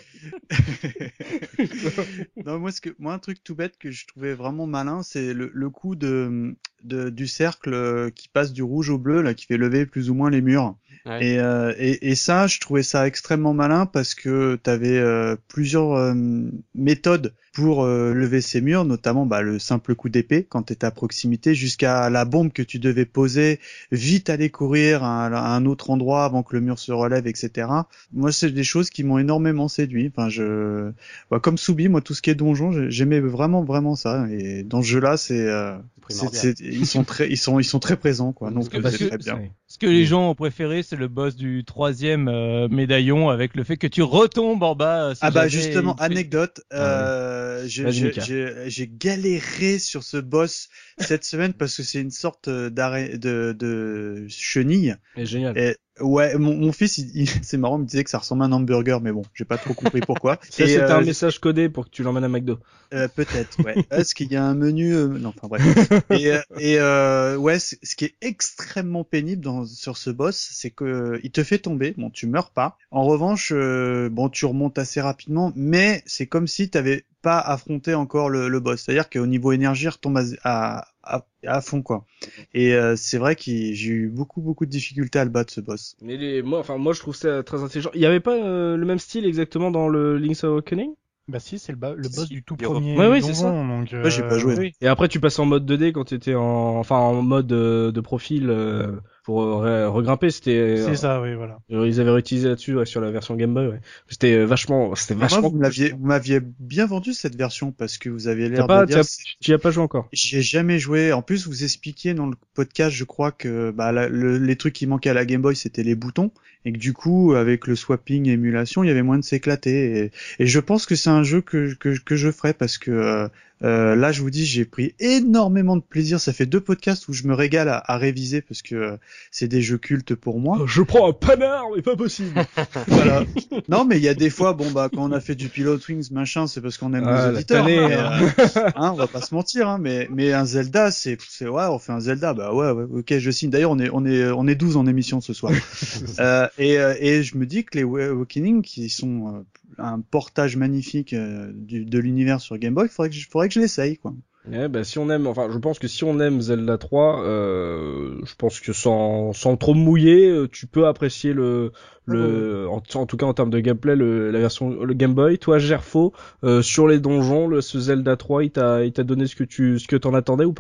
Non, moi, ce que, moi, un truc tout bête que je trouvais vraiment malin, c'est le, le coup de, de, du cercle euh, qui passe du rouge au bleu, là, qui fait lever plus ou moins les murs. Ouais. Et, euh, et, et ça, je trouvais ça extrêmement malin parce que t'avais euh, plusieurs euh, méthodes pour euh, lever ces murs, notamment bah, le simple coup d'épée quand t'étais à proximité, jusqu'à la bombe que tu devais poser, vite aller courir à, à un autre endroit avant que le mur se relève, et cetera. Moi, c'est des choses qui m'ont énormément séduit. Enfin, je, bah, comme Soubi, moi, tout ce qui est donjon, j'ai- j'aimais vraiment, vraiment ça. Et dans ce jeu-là, c'est, euh, c'est, Primordial. c'est- ils sont très, ils sont, ils sont très présents, quoi. Donc, Parce que- euh, parce c'est que- très bien. Ce que les gens ont préféré, c'est le boss du troisième euh, médaillon avec le fait que tu retombes en bas. euh, si Ah bah jamais justement, il te fait- anecdote, euh, j'ai, Vas-y, j'ai, Mika. j'ai, j'ai galéré sur ce boss cette semaine parce que c'est une sorte d'arrêt de, de chenille. Et génial. Et ouais, mon, mon fils, il, il- c'est marrant, il me disait que ça ressemble à un hamburger, mais bon, j'ai pas trop compris pourquoi. Ça, Et, c'était euh, un message codé pour que tu l'emmènes à McDo. euh, peut-être, ouais. Est-ce qu'il y a un menu euh, Non, enfin bref. Et, euh, et euh, ouais, c- ce qui est extrêmement pénible dans, sur ce boss, c'est que euh, il te fait tomber. Bon, tu meurs pas. En revanche, euh, bon, tu remontes assez rapidement, mais c'est comme si t'avais pas affronté encore le, le boss. C'est-à-dire qu'au niveau énergie, il retombe à, à, à, à fond, quoi. Et euh, c'est vrai que j'ai eu beaucoup, beaucoup de difficultés à le battre, ce boss. Mais les, moi, enfin, moi, je trouve ça très intelligent. Il y avait pas euh, le même style exactement dans le Link's Awakening? Bah si, c'est le, ba- le boss du tout Il y aura- premier Ouais, ouais, c'est donjon, donc. Ouais, j'ai pas joué. oui. Et après, tu passes en mode deux D quand t'étais en, enfin, en mode euh, de profil euh, pour euh, regrimper. C'était, C'est euh, ça, oui, voilà. ils avaient réutilisé là-dessus ouais, sur la version Game Boy. Ouais. C'était euh, vachement, c'était Moi, vachement. vous m'aviez, vous m'aviez bien vendu cette version parce que vous aviez T'as l'air pas, de dire. t'y as- t'y as pas joué encore. J'y ai jamais joué. En plus, vous expliquiez dans le podcast, je crois que bah, la- le- les trucs qui manquaient à la Game Boy, c'était les boutons, et que du coup, avec le swapping et émulation, il y avait moyen de s'éclater. Et, et je pense que c'est un jeu que que, que je ferai parce que euh, euh, là, je vous dis, j'ai pris énormément de plaisir. Ça fait deux podcasts où je me régale à, à réviser parce que euh, c'est des jeux cultes pour moi. Je prends un panard, mais pas possible. Voilà. Non, mais il y a des fois, bon bah, quand on a fait du Pilot Wings, machin, c'est parce qu'on aime Ah, nos la auditeurs. tannée, mais, hein. euh, hein, on va pas se mentir, hein, mais mais un Zelda, c'est c'est ouais, on fait un Zelda, bah ouais, ouais, ok, je signe. D'ailleurs, on est on est on est douze en émission ce soir. euh, et euh, et je me dis que les Awakening, qui sont euh, un portage magnifique euh, du, de l'univers sur Game Boy, faudrait que je, faudrait que je l'essaye, quoi. Ouais, bah, si on aime, enfin, je pense que si on aime Zelda trois, euh, je pense que sans, sans trop mouiller, euh, tu peux apprécier le, le, en, en tout cas en termes de gameplay, le, la version, le Game Boy. Toi, Gerfo, euh, sur les donjons, le, ce Zelda trois, il t'a, il t'a donné ce que tu, ce que t'en attendais ou pas?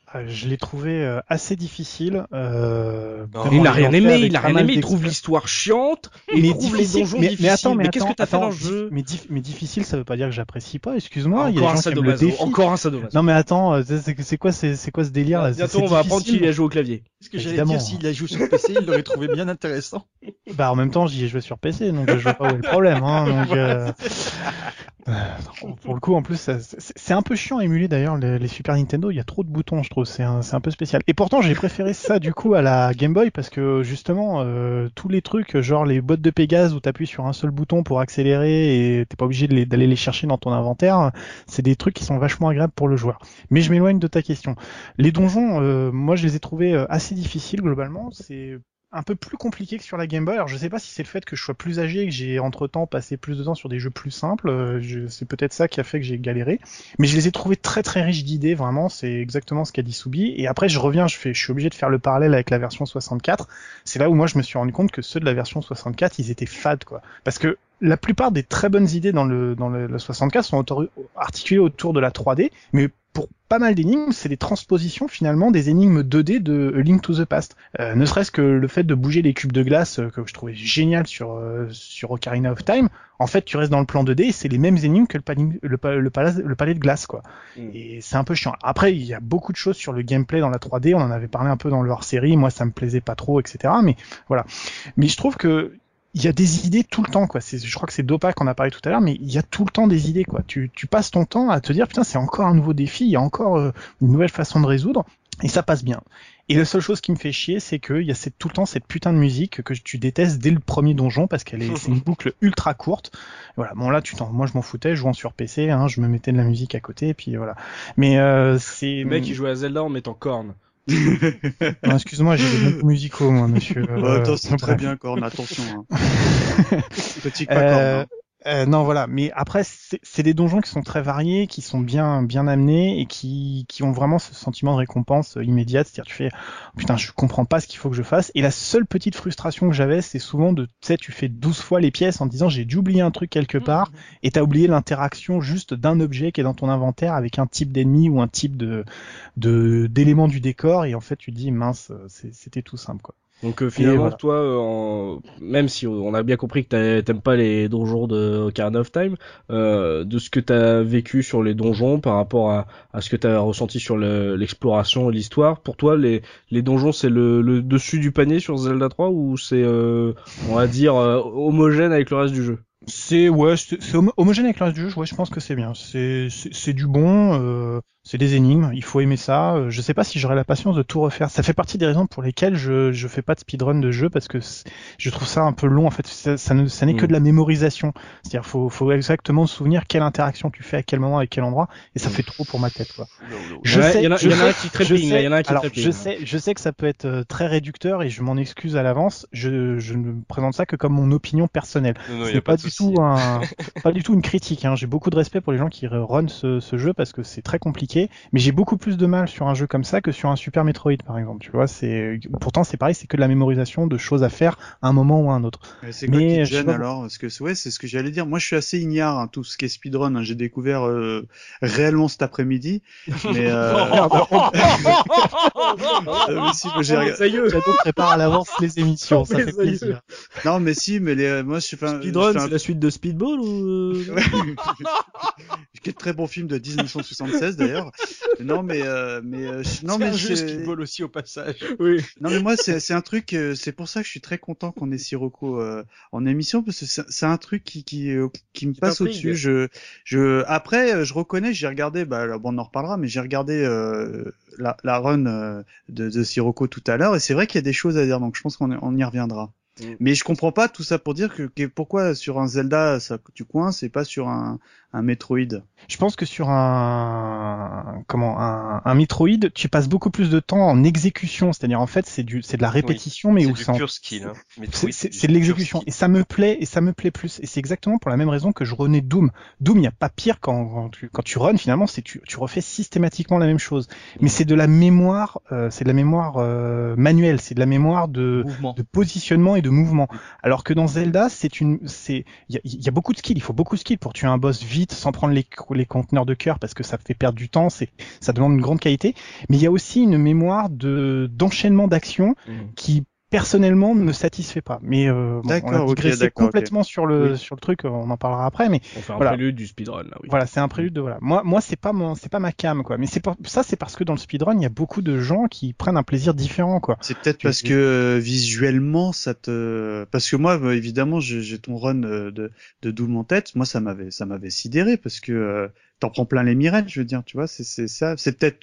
Euh, Je l'ai trouvé euh, assez difficile. Euh, Non, vraiment, Il a ils rien l'ont fait aimé, avec il a pas rien mal aimé, il trouve d'expérience. l'histoire chiante, et il trouve les difficile- donjons mais, difficiles. mais attends, mais, qu'est-ce que attends, t'as fait dans le attends, jeu? mais, dif- mais difficile, ça veut pas dire que j'apprécie pas. Excuse-moi, Ah, il y a des encore un gens qui aiment le sadomaso, défi. encore un sadomaso. Non mais attends, euh, c'est c'est quoi, c'est c'est quoi ce délire là? Bientôt C'est on va apprendre difficile. qu'il a joué au clavier. Ce que j'allais Évidemment. dire, s'il a joué sur P C, il l'aurait trouvé bien intéressant. Bah en même temps, j'y ai joué sur P C, donc je vois pas où est le problème. Hein, donc, euh... euh, pour le coup, en plus, ça- c'est c'est un peu chiant à émuler d'ailleurs les, les Super Nintendo. Il y a trop de boutons, je trouve. C'est un, c'est un peu spécial. Et pourtant, j'ai préféré ça du coup à la Game Boy parce que justement, euh, tous les trucs, genre les bottes de Pégase où t'appuies sur un seul bouton pour accélérer et t'es pas obligé de les- d'aller les chercher dans ton inventaire, c'est des trucs qui sont vachement agréables pour le joueur. Mais je m'éloigne de ta question. Les donjons, euh, moi, je les ai trouvés euh, assez difficiles globalement. C'est un peu plus compliqué que sur la Game Boy. Alors je sais pas si c'est le fait que je sois plus âgé et que j'ai entre-temps passé plus de temps sur des jeux plus simples, euh, je- c'est peut-être ça qui a fait que j'ai galéré, mais je les ai trouvés très très riches d'idées, vraiment, c'est exactement ce qu'a dit Soubi. Et après je reviens, je fais je suis obligé de faire le parallèle avec la version soixante-quatre. C'est là où moi je me suis rendu compte que ceux de la version soixante-quatre, ils étaient fades quoi. Parce que la plupart des très bonnes idées dans le dans le, le soixante-quatre sont autor- articulées autour de la trois D, mais pour pas mal d'énigmes, c'est des transpositions finalement des énigmes deux D de A Link to the Past. Euh, ne serait-ce que le fait de bouger les cubes de glace euh, que je trouvais génial sur euh, sur Ocarina of Time. En fait, tu restes dans le plan deux D et c'est les mêmes énigmes que le, pali- le, pa- le, palais, le palais de glace quoi. Mm. Et c'est un peu chiant. Après, il y a beaucoup de choses sur le gameplay dans la trois D. On en avait parlé un peu dans le hors-série. Moi, ça me plaisait pas trop, et cetera. Mais voilà. Mais je trouve que il y a des idées tout le temps quoi. C'est, je crois que c'est Dopa qu'on a parlé tout à l'heure, mais il y a tout le temps des idées quoi. Tu, tu passes ton temps à te dire putain c'est encore un nouveau défi, il y a encore euh, une nouvelle façon de résoudre et ça passe bien. Et la seule chose qui me fait chier, c'est qu'il y a cette, tout le temps cette putain de musique que tu détestes dès le premier donjon parce qu'elle est, c'est une boucle ultra courte. Voilà, bon là tu t'en, moi je m'en foutais, jouant sur P C, hein, je me mettais de la musique à côté et puis voilà. Mais euh, c'est. Le mec il jouait à Zelda en mettant corne. Non, excuse-moi, j'ai des bons musicaux moi, monsieur. Euh, Euh, attends, c'est très bref. bien, Corne, attention. Hein. Petit pas Euh, Corne. Hein. Euh, non, voilà. Mais après, c'est c'est des donjons qui sont très variés, qui sont bien, bien amenés et qui, qui ont vraiment ce sentiment de récompense euh, immédiate. C'est-à-dire, tu fais, putain, je comprends pas ce qu'il faut que je fasse. Et la seule petite frustration que j'avais, c'est souvent de, tu sais, tu fais douze fois les pièces en te disant, j'ai dû oublier un truc quelque part, et t'as oublié l'interaction juste d'un objet qui est dans ton inventaire avec un type d'ennemi ou un type de, de, d'élément du décor. Et en fait, tu te dis, mince, c'est- c'était tout simple, quoi. Donc euh, finalement, voilà. toi, euh, en... même si on a bien compris que t'as- t'aimes pas les donjons de Ocarina of Time, euh, de ce que t'as vécu sur les donjons par rapport à, à ce que t'as ressenti sur le- l'exploration et l'histoire, pour toi, les, les donjons, c'est le, le dessus du panier sur Zelda trois ou c'est, euh, on va dire, euh, homogène avec le reste du jeu? C'est ouais, c'est c'est homo- homogène avec le reste du jeu. Ouais, je pense que c'est bien. C'est c'est c'est du bon. Euh, c'est des énigmes. Il faut aimer ça. Euh, je sais pas si j'aurais la patience de tout refaire. Ça fait partie des raisons pour lesquelles je je fais pas de speedrun de jeu parce que c'est- je trouve ça un peu long. En fait, ça, ça ne ça n'est que Mm. de la mémorisation. C'est-à-dire faut faut exactement se souvenir quelle interaction tu fais à quel moment avec quel endroit et ça fait trop pour ma tête quoi. Il y en a- il y en a- je il y en a un sais- qui je trépigne, là, sais- il y en a un qui alors, trépigne. je sais, je sais que ça peut être euh, très réducteur et je m'en excuse à l'avance. Je, je ne présente ça que comme mon opinion personnelle. Non, non, Ce y n'est a pas, pas de du souci. tout un, pas du tout une critique. Hein. J'ai beaucoup de respect pour les gens qui run ce, ce jeu parce que c'est très compliqué. Mais j'ai beaucoup plus de mal sur un jeu comme ça que sur un Super Metroid, par exemple. Tu vois, c'est pourtant c'est pareil, c'est que de la mémorisation de choses à faire à un moment ou à un autre. Mais c'est quoi mais qui te je sais gêne pas- alors? Parce que c'est- ouais, c'est ce que j'allais dire. Moi, je suis assez ignare, hein, tout ce qui est speedrun. Hein. J'ai découvert euh, réellement cet après-midi. Mais, euh... Euh, mais si, moi, j'ai regardé- Ça y est, Shadow prépare à l'avance les émissions, ça Mais fait ça y est. plaisir. Non, mais si, mais les, moi, je sais pas. Speedrun, je fais un- c'est la suite de Speedball ou? euh, Ouais. Quel très bon film de dix-neuf cent soixante-seize d'ailleurs. Non mais euh, mais euh, je- non C'est mais un jeu c'est- Speedball aussi au passage. Oui. non mais moi c'est c'est un truc euh, c'est pour ça que je suis très content qu'on ait Sirocco euh, en émission parce que c'est c'est un truc qui qui euh, qui me Qui passe t'intrigue. au-dessus. Je je après euh, je reconnais, j'ai regardé bah là, bon, on en reparlera mais j'ai regardé euh, la la run euh, de de Sirocco tout à l'heure et c'est vrai qu'il y a des choses à dire donc je pense qu'on on y reviendra. Mm. Mais je comprends pas tout ça pour dire que, que pourquoi sur un Zelda ça tu coinces et pas sur un un Metroid. Je pense que sur un comment un, un Metroid, tu passes beaucoup plus de temps en exécution, c'est-à-dire en fait c'est du c'est de la répétition mais C'est où du c'est en- pure skill. Hein. c'est Metroid, c'est- du c'est de pure l'exécution skill. et ça me plaît et ça me plaît plus et c'est exactement pour la même raison que je renais Doom. Doom, il y a pas pire quand, quand tu quand tu runs finalement, c'est tu tu refais systématiquement la même chose. Mais c'est de la mémoire, euh, c'est de la mémoire euh, manuelle, c'est de la mémoire de Mouvement. de positionnement et de de mouvement. Alors que dans Zelda, c'est une, c'est, il y a, y a beaucoup de skills, il faut beaucoup de skills pour tuer un boss vite, sans prendre les, les conteneurs de cœur, parce que ça fait perdre du temps, c'est, ça demande une grande qualité. Mais il y a aussi une mémoire de, d'enchaînement d'actions mmh. qui, personnellement, ne me satisfait pas. Mais euh, bon, on a digressé okay, complètement okay. sur le oui. sur le truc. On en parlera après. Mais on fait un voilà. prélude du speedrun là. Oui. Voilà, c'est un prélude de voilà. Moi, moi, c'est pas mon, c'est pas ma cam quoi. Mais c'est pour, ça, c'est parce que dans le speedrun, il y a beaucoup de gens qui prennent un plaisir différent quoi. C'est peut-être parce que euh, visuellement, ça te, parce que moi, bah, évidemment, j'ai, j'ai ton run de de Doom en tête. Moi, ça m'avait ça m'avait sidéré parce que euh, t'en prends plein les mirettes, je veux dire, tu vois, c'est c'est ça, c'est peut-être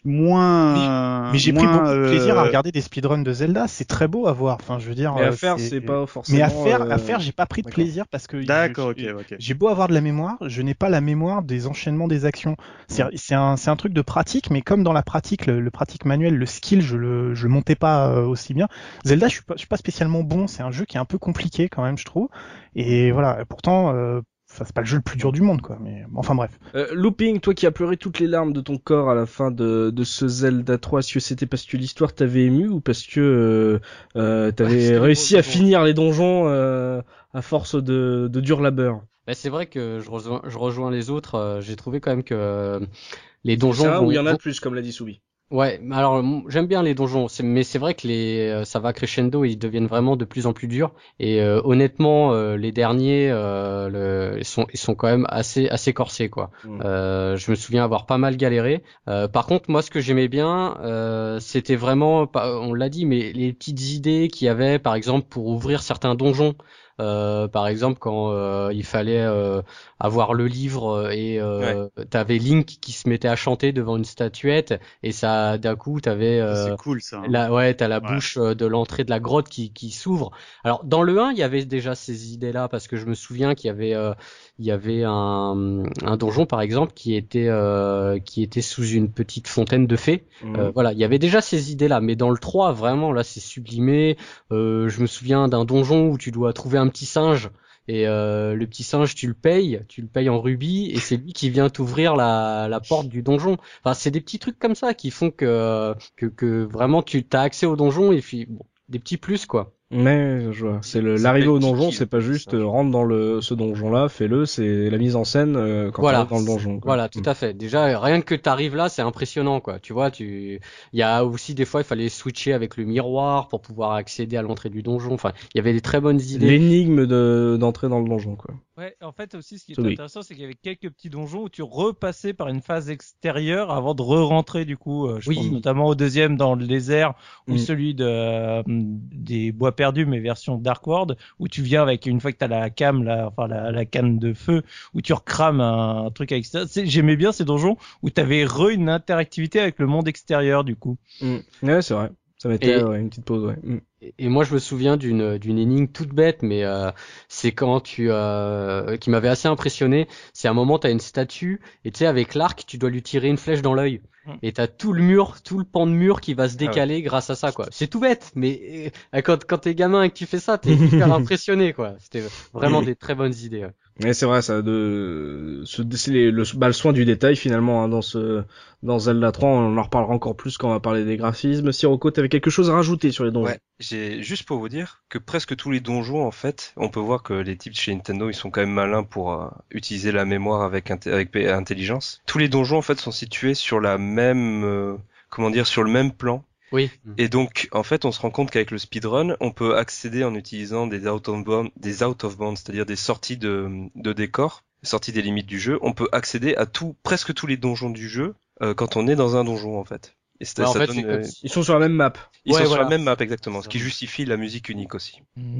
moins. Mais, mais j'ai moins, pris beaucoup de plaisir euh... à regarder des speedruns de Zelda, c'est très beau à voir. Enfin, je veux dire. Mais à faire, c'est, c'est pas forcément. Mais à faire, euh... à faire, j'ai pas pris de D'accord. plaisir parce que. D'accord, je, ok, ok. J'ai beau avoir de la mémoire, je n'ai pas la mémoire des enchaînements des actions. C'est, ouais. c'est un, c'est un truc de pratique, mais comme dans la pratique, le, le pratique manuel, le skill, je le, je le montais pas euh, aussi bien. Zelda, je suis pas, je suis pas spécialement bon. C'est un jeu qui est un peu compliqué quand même, je trouve. Et voilà. Pourtant. Euh, Enfin, c'est pas le jeu le plus dur du monde, quoi. Mais enfin bref. Euh, Looping, toi qui as pleuré toutes les larmes de ton corps à la fin de, de ce Zelda trois, est-ce que c'était parce que l'histoire t'avait ému ou parce que euh, euh, t'avais ouais, réussi beau, à finir les donjons euh, à force de, de dur labeur? Bah, c'est vrai que je rejoins, je rejoins les autres. Euh, j'ai trouvé quand même que euh, les donjons. C'est ça vont, où il y en a vont... de plus, comme l'a dit Soubi. Ouais, alors j'aime bien les donjons, c'est, mais c'est vrai que les ça va crescendo, ils deviennent vraiment de plus en plus durs. Et euh, honnêtement, euh, les derniers, euh, le, ils sont ils sont quand même assez assez corsés quoi. Mmh. Euh, je me souviens avoir pas mal galéré. Euh, par contre, moi, ce que j'aimais bien, euh, c'était vraiment, on l'a dit, mais les petites idées qu'il y avait, par exemple, pour ouvrir certains donjons. Euh, par exemple, quand euh, il fallait euh, avoir le livre et euh, ouais. t'avais Link qui se mettait à chanter devant une statuette et ça, d'un coup, t'avais euh, c'est cool ça. Hein. La, ouais, t'as la ouais. bouche de l'entrée de la grotte qui, qui s'ouvre. Alors dans le un, il y avait déjà ces idées-là parce que je me souviens qu'il y avait euh, il y avait un, un donjon par exemple qui était euh, qui était sous une petite fontaine de fées. Mmh. Euh, voilà, il y avait déjà ces idées-là, mais dans le trois, vraiment là, c'est sublimé. Euh, je me souviens d'un donjon où tu dois trouver un un petit singe et euh, le petit singe tu le payes, tu le payes en rubis et c'est lui qui vient t'ouvrir la, la porte du donjon. Enfin c'est des petits trucs comme ça qui font que que, que vraiment tu t'as accès au donjon et puis bon, des petits plus quoi. Mais je vois, c'est le, l'arrivée au donjon, c'est pas juste euh, rentre dans le ce donjon-là, fais-le, c'est la mise en scène euh, quand voilà, t'arrives dans le donjon. Quoi. Voilà, tout à fait. Déjà, rien que t'arrives là, c'est impressionnant, quoi. Tu vois, tu, il y a aussi des fois, il fallait switcher avec le miroir pour pouvoir accéder à l'entrée du donjon. Enfin, il y avait des très bonnes idées. L'énigme de d'entrer dans le donjon, quoi. Ouais, en fait aussi, ce qui est oui. intéressant, c'est qu'il y avait quelques petits donjons où tu repassais par une phase extérieure avant de re-rentrer, du coup. Je oui. pense notamment au deuxième dans le désert ou mmh. celui de euh, des bois perdus, mais version Dark World, où tu viens avec une fois que t'as la cam, la, enfin la, la canne de feu, où tu recrames un, un truc avec ça. C'est, j'aimais bien ces donjons où t'avais re une interactivité avec le monde extérieur, du coup. Mmh. Ouais, c'est vrai. Ça mettait ouais, une petite pause, ouais. Mmh. Et moi, je me souviens d'une d'une énigme toute bête, mais euh, c'est quand tu euh, qui m'avait assez impressionné. C'est un moment, t'as une statue et tu sais avec l'arc, tu dois lui tirer une flèche dans l'œil. Et t'as tout le mur, tout le pan de mur qui va se décaler ah ouais. grâce à ça, quoi. C'est tout bête, mais euh, quand quand t'es gamin et que tu fais ça, t'es hyper impressionné, quoi. C'était vraiment des très bonnes idées. Ouais. Et c'est vrai, ça de se c'est les, le bah, le soin du détail finalement hein, dans ce dans Zelda trois, on en reparlera encore plus quand on va parler des graphismes. Sirocco, t'avais quelque chose à rajouter sur les donjons? Ouais, j'ai juste pour vous dire que presque tous les donjons en fait, on peut voir que les types chez Nintendo, ils sont quand même malins pour euh, utiliser la mémoire avec avec intelligence. Tous les donjons en fait sont situés sur la même euh, comment dire sur le même plan. Oui. Et donc, en fait, on se rend compte qu'avec le speedrun, on peut accéder en utilisant des out of bounds, des out of bounds, c'est-à-dire des sorties de, de décors, sorties des limites du jeu. On peut accéder à tout, presque tous les donjons du jeu, euh, quand on est dans un donjon, en fait. Et ouais, en ça fait, donne, euh... Ils sont sur la même map. Ils ouais, sont voilà. sur la même map, exactement. Ce qui justifie la musique unique aussi.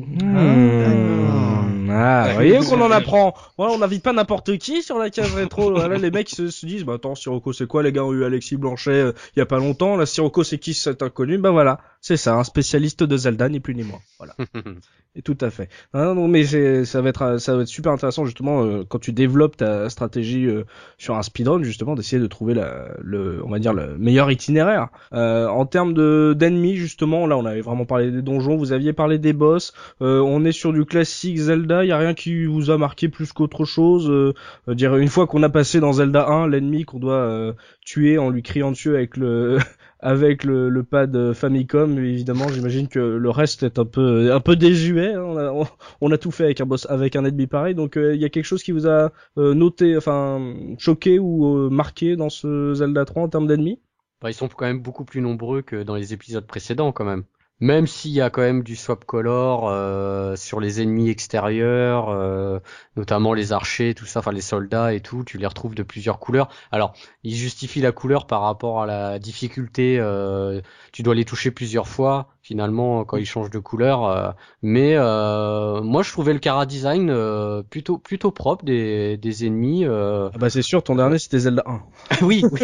Mmh. Ah, vous voyez qu'on en apprend. Voilà, on n'invite pas n'importe qui sur la case rétro. Voilà, les mecs se, se disent, bah attends, Sirocco c'est quoi? Les gars ont eu Alexis Blanchet euh, il y a pas longtemps. Là, Sirocco c'est qui cet inconnu? Bah voilà, c'est ça, un spécialiste de Zelda, ni plus ni moins. Voilà. Et tout à fait. Non, non, mais c'est, ça va être, ça va être super intéressant justement euh, quand tu développes ta stratégie euh, sur un speedrun, justement, d'essayer de trouver la, le, on va dire le meilleur itinéraire. Euh, en termes de d'ennemis, justement, là, on avait vraiment parlé des donjons, vous aviez parlé des boss. Euh, on est sur du classique Zelda. Il y a rien qui vous a marqué plus qu'autre chose. Euh, euh, dire une fois qu'on a passé dans Zelda un l'ennemi qu'on doit euh, tuer en lui criant dessus avec le avec le, le pad Famicom. Évidemment, j'imagine que le reste est un peu un peu désuet. Hein. On, a, on, on a tout fait avec un boss, avec un ennemi pareil. Donc, il euh, y a quelque chose qui vous a euh, noté, enfin choqué ou euh, marqué dans ce Zelda trois en termes d'ennemis? Bah, ils sont quand même beaucoup plus nombreux que dans les épisodes précédents, quand même. Même s'il y a quand même du swap color euh, sur les ennemis extérieurs, euh, notamment les archers, tout ça, enfin les soldats et tout, tu les retrouves de plusieurs couleurs. Alors, ils justifient la couleur par rapport à la difficulté. Euh, tu dois les toucher plusieurs fois, finalement, quand ils changent de couleur. Euh, mais euh, moi, je trouvais le chara design euh, plutôt plutôt propre des des ennemis. Euh... Ah bah c'est sûr, ton dernier c'était Zelda un. oui. oui.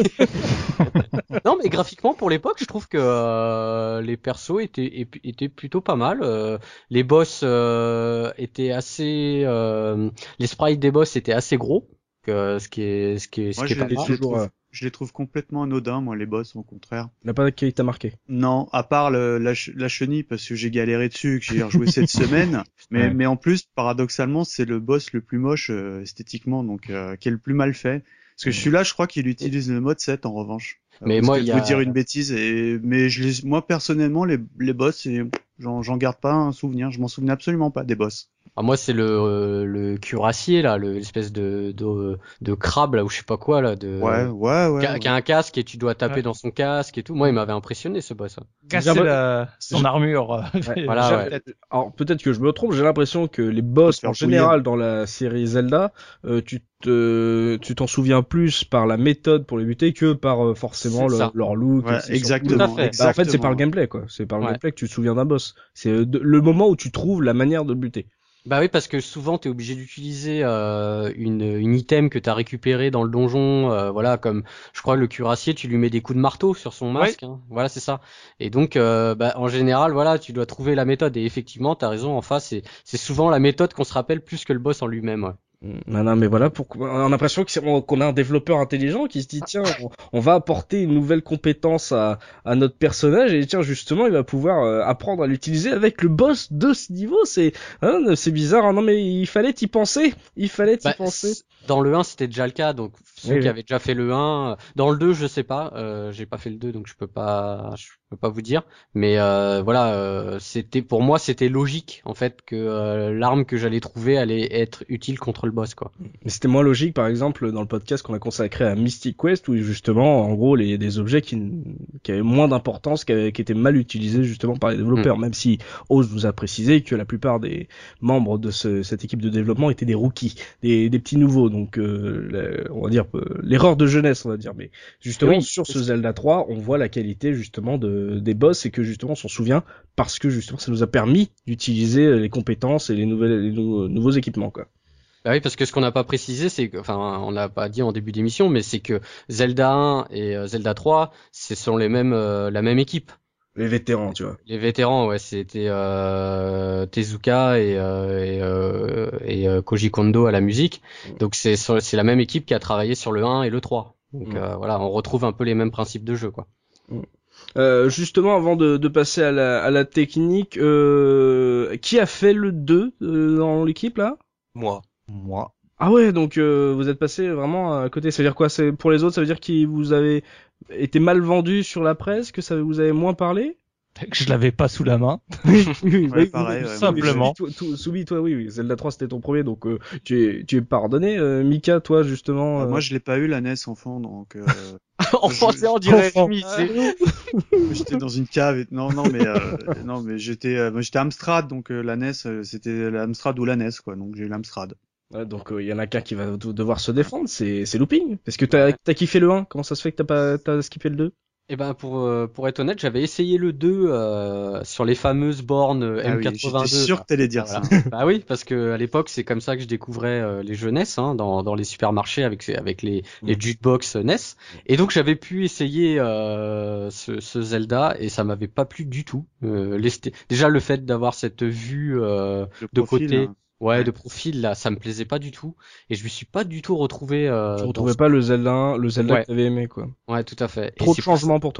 Non, mais graphiquement pour l'époque, je trouve que euh, les persos étaient étaient plutôt pas mal. Euh, les boss euh, étaient assez, euh, les sprites des boss étaient assez gros, que ce qui est ce qui est ce moi, qui est je pas les, mal. je les trouve, je les trouve complètement anodins, moi les boss au contraire. Il n'y a pas qui t'a marqué? Non, à part le, la, la chenille parce que j'ai galéré dessus, que j'ai rejoué cette semaine. Mais ouais. mais en plus, paradoxalement, c'est le boss le plus moche euh, esthétiquement, donc euh, qui est le plus mal fait. Parce que ouais. Celui-là, je crois qu'il utilise le mode sept en revanche. Mais Parce moi, il y y a... vous dire une bêtise, et mais je les, moi personnellement, les les boss, j'en j'en garde pas un souvenir. Je m'en souvenais absolument pas des boss. Ah, moi, c'est le euh, le cuirassier là, le l'espèce de, de de crabe là ou je sais pas quoi là, de ouais ouais ouais, qui a, ouais. qui a un casque et tu dois taper ouais. dans son casque et tout. Moi, il m'avait impressionné ce boss. Casser la... son je... armure. voilà. Ouais. Alors peut-être que je me trompe. J'ai l'impression que les boss en général dans la série Zelda, euh, tu te tu t'en souviens plus par la méthode pour les buter que par euh, forcément le, leur look. Ouais, exactement. Tout à fait. Bah, en fait, c'est par le gameplay quoi. C'est par le ouais. gameplay que tu te souviens d'un boss. C'est euh, de, le moment où tu trouves la manière de le buter. Bah oui, parce que souvent t'es obligé d'utiliser euh, une, une item que t'as récupéré dans le donjon, euh, voilà, comme je crois le cuirassier, tu lui mets des coups de marteau sur son masque, oui. hein, voilà, c'est ça. Et donc, euh, bah, en général, voilà, tu dois trouver la méthode. Et effectivement, t'as raison, en face, c'est, c'est souvent la méthode qu'on se rappelle plus que le boss en lui-même. Ouais. Non, non, mais voilà, pour... on a l'impression qu'on a un développeur intelligent qui se dit tiens, on, on va apporter une nouvelle compétence à, à notre personnage et tiens justement il va pouvoir euh, apprendre à l'utiliser avec le boss de ce niveau. C'est, hein, c'est bizarre. Hein, non, mais il fallait y penser. Il fallait y bah, penser. Dans le un, c'était déjà le cas, donc ceux oui, qui oui. avaient déjà fait le un, dans le deux, je sais pas, euh, j'ai pas fait le deux, donc je peux pas, je peux pas vous dire. Mais euh, voilà, euh, c'était pour moi, c'était logique en fait que euh, l'arme que j'allais trouver allait être utile contre le boss, quoi. Mais c'était moins logique, par exemple, dans le podcast qu'on a consacré à Mystic Quest, où justement, en gros, les des objets qui, qui avaient moins d'importance, qui, avaient, qui étaient mal utilisés justement par les développeurs, mmh. même si Oz nous a précisé que la plupart des membres de ce, cette équipe de développement étaient des rookies, des, des petits nouveaux. Donc, euh, les, on va dire euh, l'erreur de jeunesse, on va dire. Mais justement, oui, sur ce Zelda trois, on voit la qualité justement de des boss et que justement, on s'en souvient parce que justement, ça nous a permis d'utiliser les compétences et les nouvelles, les nou- nouveaux équipements, quoi. Bah oui, parce que ce qu'on n'a pas précisé, c'est que, enfin, on l'a pas dit en début d'émission, mais c'est que Zelda un et euh, Zelda trois, ce sont les mêmes, euh, la même équipe. Les vétérans, tu vois. Les vétérans, ouais, c'était euh, Tezuka et euh, et, euh, et euh, Koji Kondo à la musique. Donc c'est c'est la même équipe qui a travaillé sur le un et le trois. Donc mmh. euh, voilà, on retrouve un peu les mêmes principes de jeu, quoi. Mmh. Euh, justement, avant de, de passer à la, à la technique, euh, qui a fait le deux euh, dans l'équipe là? Moi. Moi. Ah ouais, donc euh, vous êtes passé vraiment à côté. Ça veut dire quoi? C'est pour les autres, ça veut dire que vous avez été mal vendu sur la presse, que ça vous avez moins parlé? Que je l'avais pas sous la main. oui, oui, ouais, pareil, oui, ouais, simplement. Soubi, toi, Soubi, toi, oui, oui, Zelda trois c'était ton premier, donc euh, tu es, tu es pardonné. Euh, Mika, toi, justement. Euh... Euh... Moi, je l'ai pas eu la N E S enfant, donc. Euh... enfant, je... c'est on dirait. J'étais dans une cave. Et... Non, non, mais euh... non, mais j'étais, euh... moi, j'étais Amstrad, donc euh, la N E S, euh, c'était l'Amstrad ou la N E S, quoi. Donc j'ai eu l'Amstrad. Ouais, donc il euh, y en a qu'un qui va devoir se défendre, c'est c'est Looping. Parce que t'as t'as kiffé le un, comment ça se fait que t'as pas t'as skippé le deux? Eh ben pour euh, pour être honnête, j'avais essayé le deux euh, sur les fameuses bornes euh, ah M quatre-vingt-deux. Oui, j'étais sûr que t'allais dire voilà. ça. Bah oui, parce que à l'époque c'est comme ça que je découvrais euh, les jeux N E S hein, dans dans les supermarchés avec avec les mmh. les jukebox N E S. Et donc j'avais pu essayer euh, ce, ce Zelda et ça m'avait pas plu du tout. Euh, déjà le fait d'avoir cette vue euh, de profil, côté. Hein. Ouais, ouais, de profil là, ça me plaisait pas du tout et je me suis pas du tout retrouvé. Euh, tu retrouvais pas le Zelda, le Zelda ouais. que t'avais aimé quoi. Ouais, tout à fait. Trop et de changements pour toi.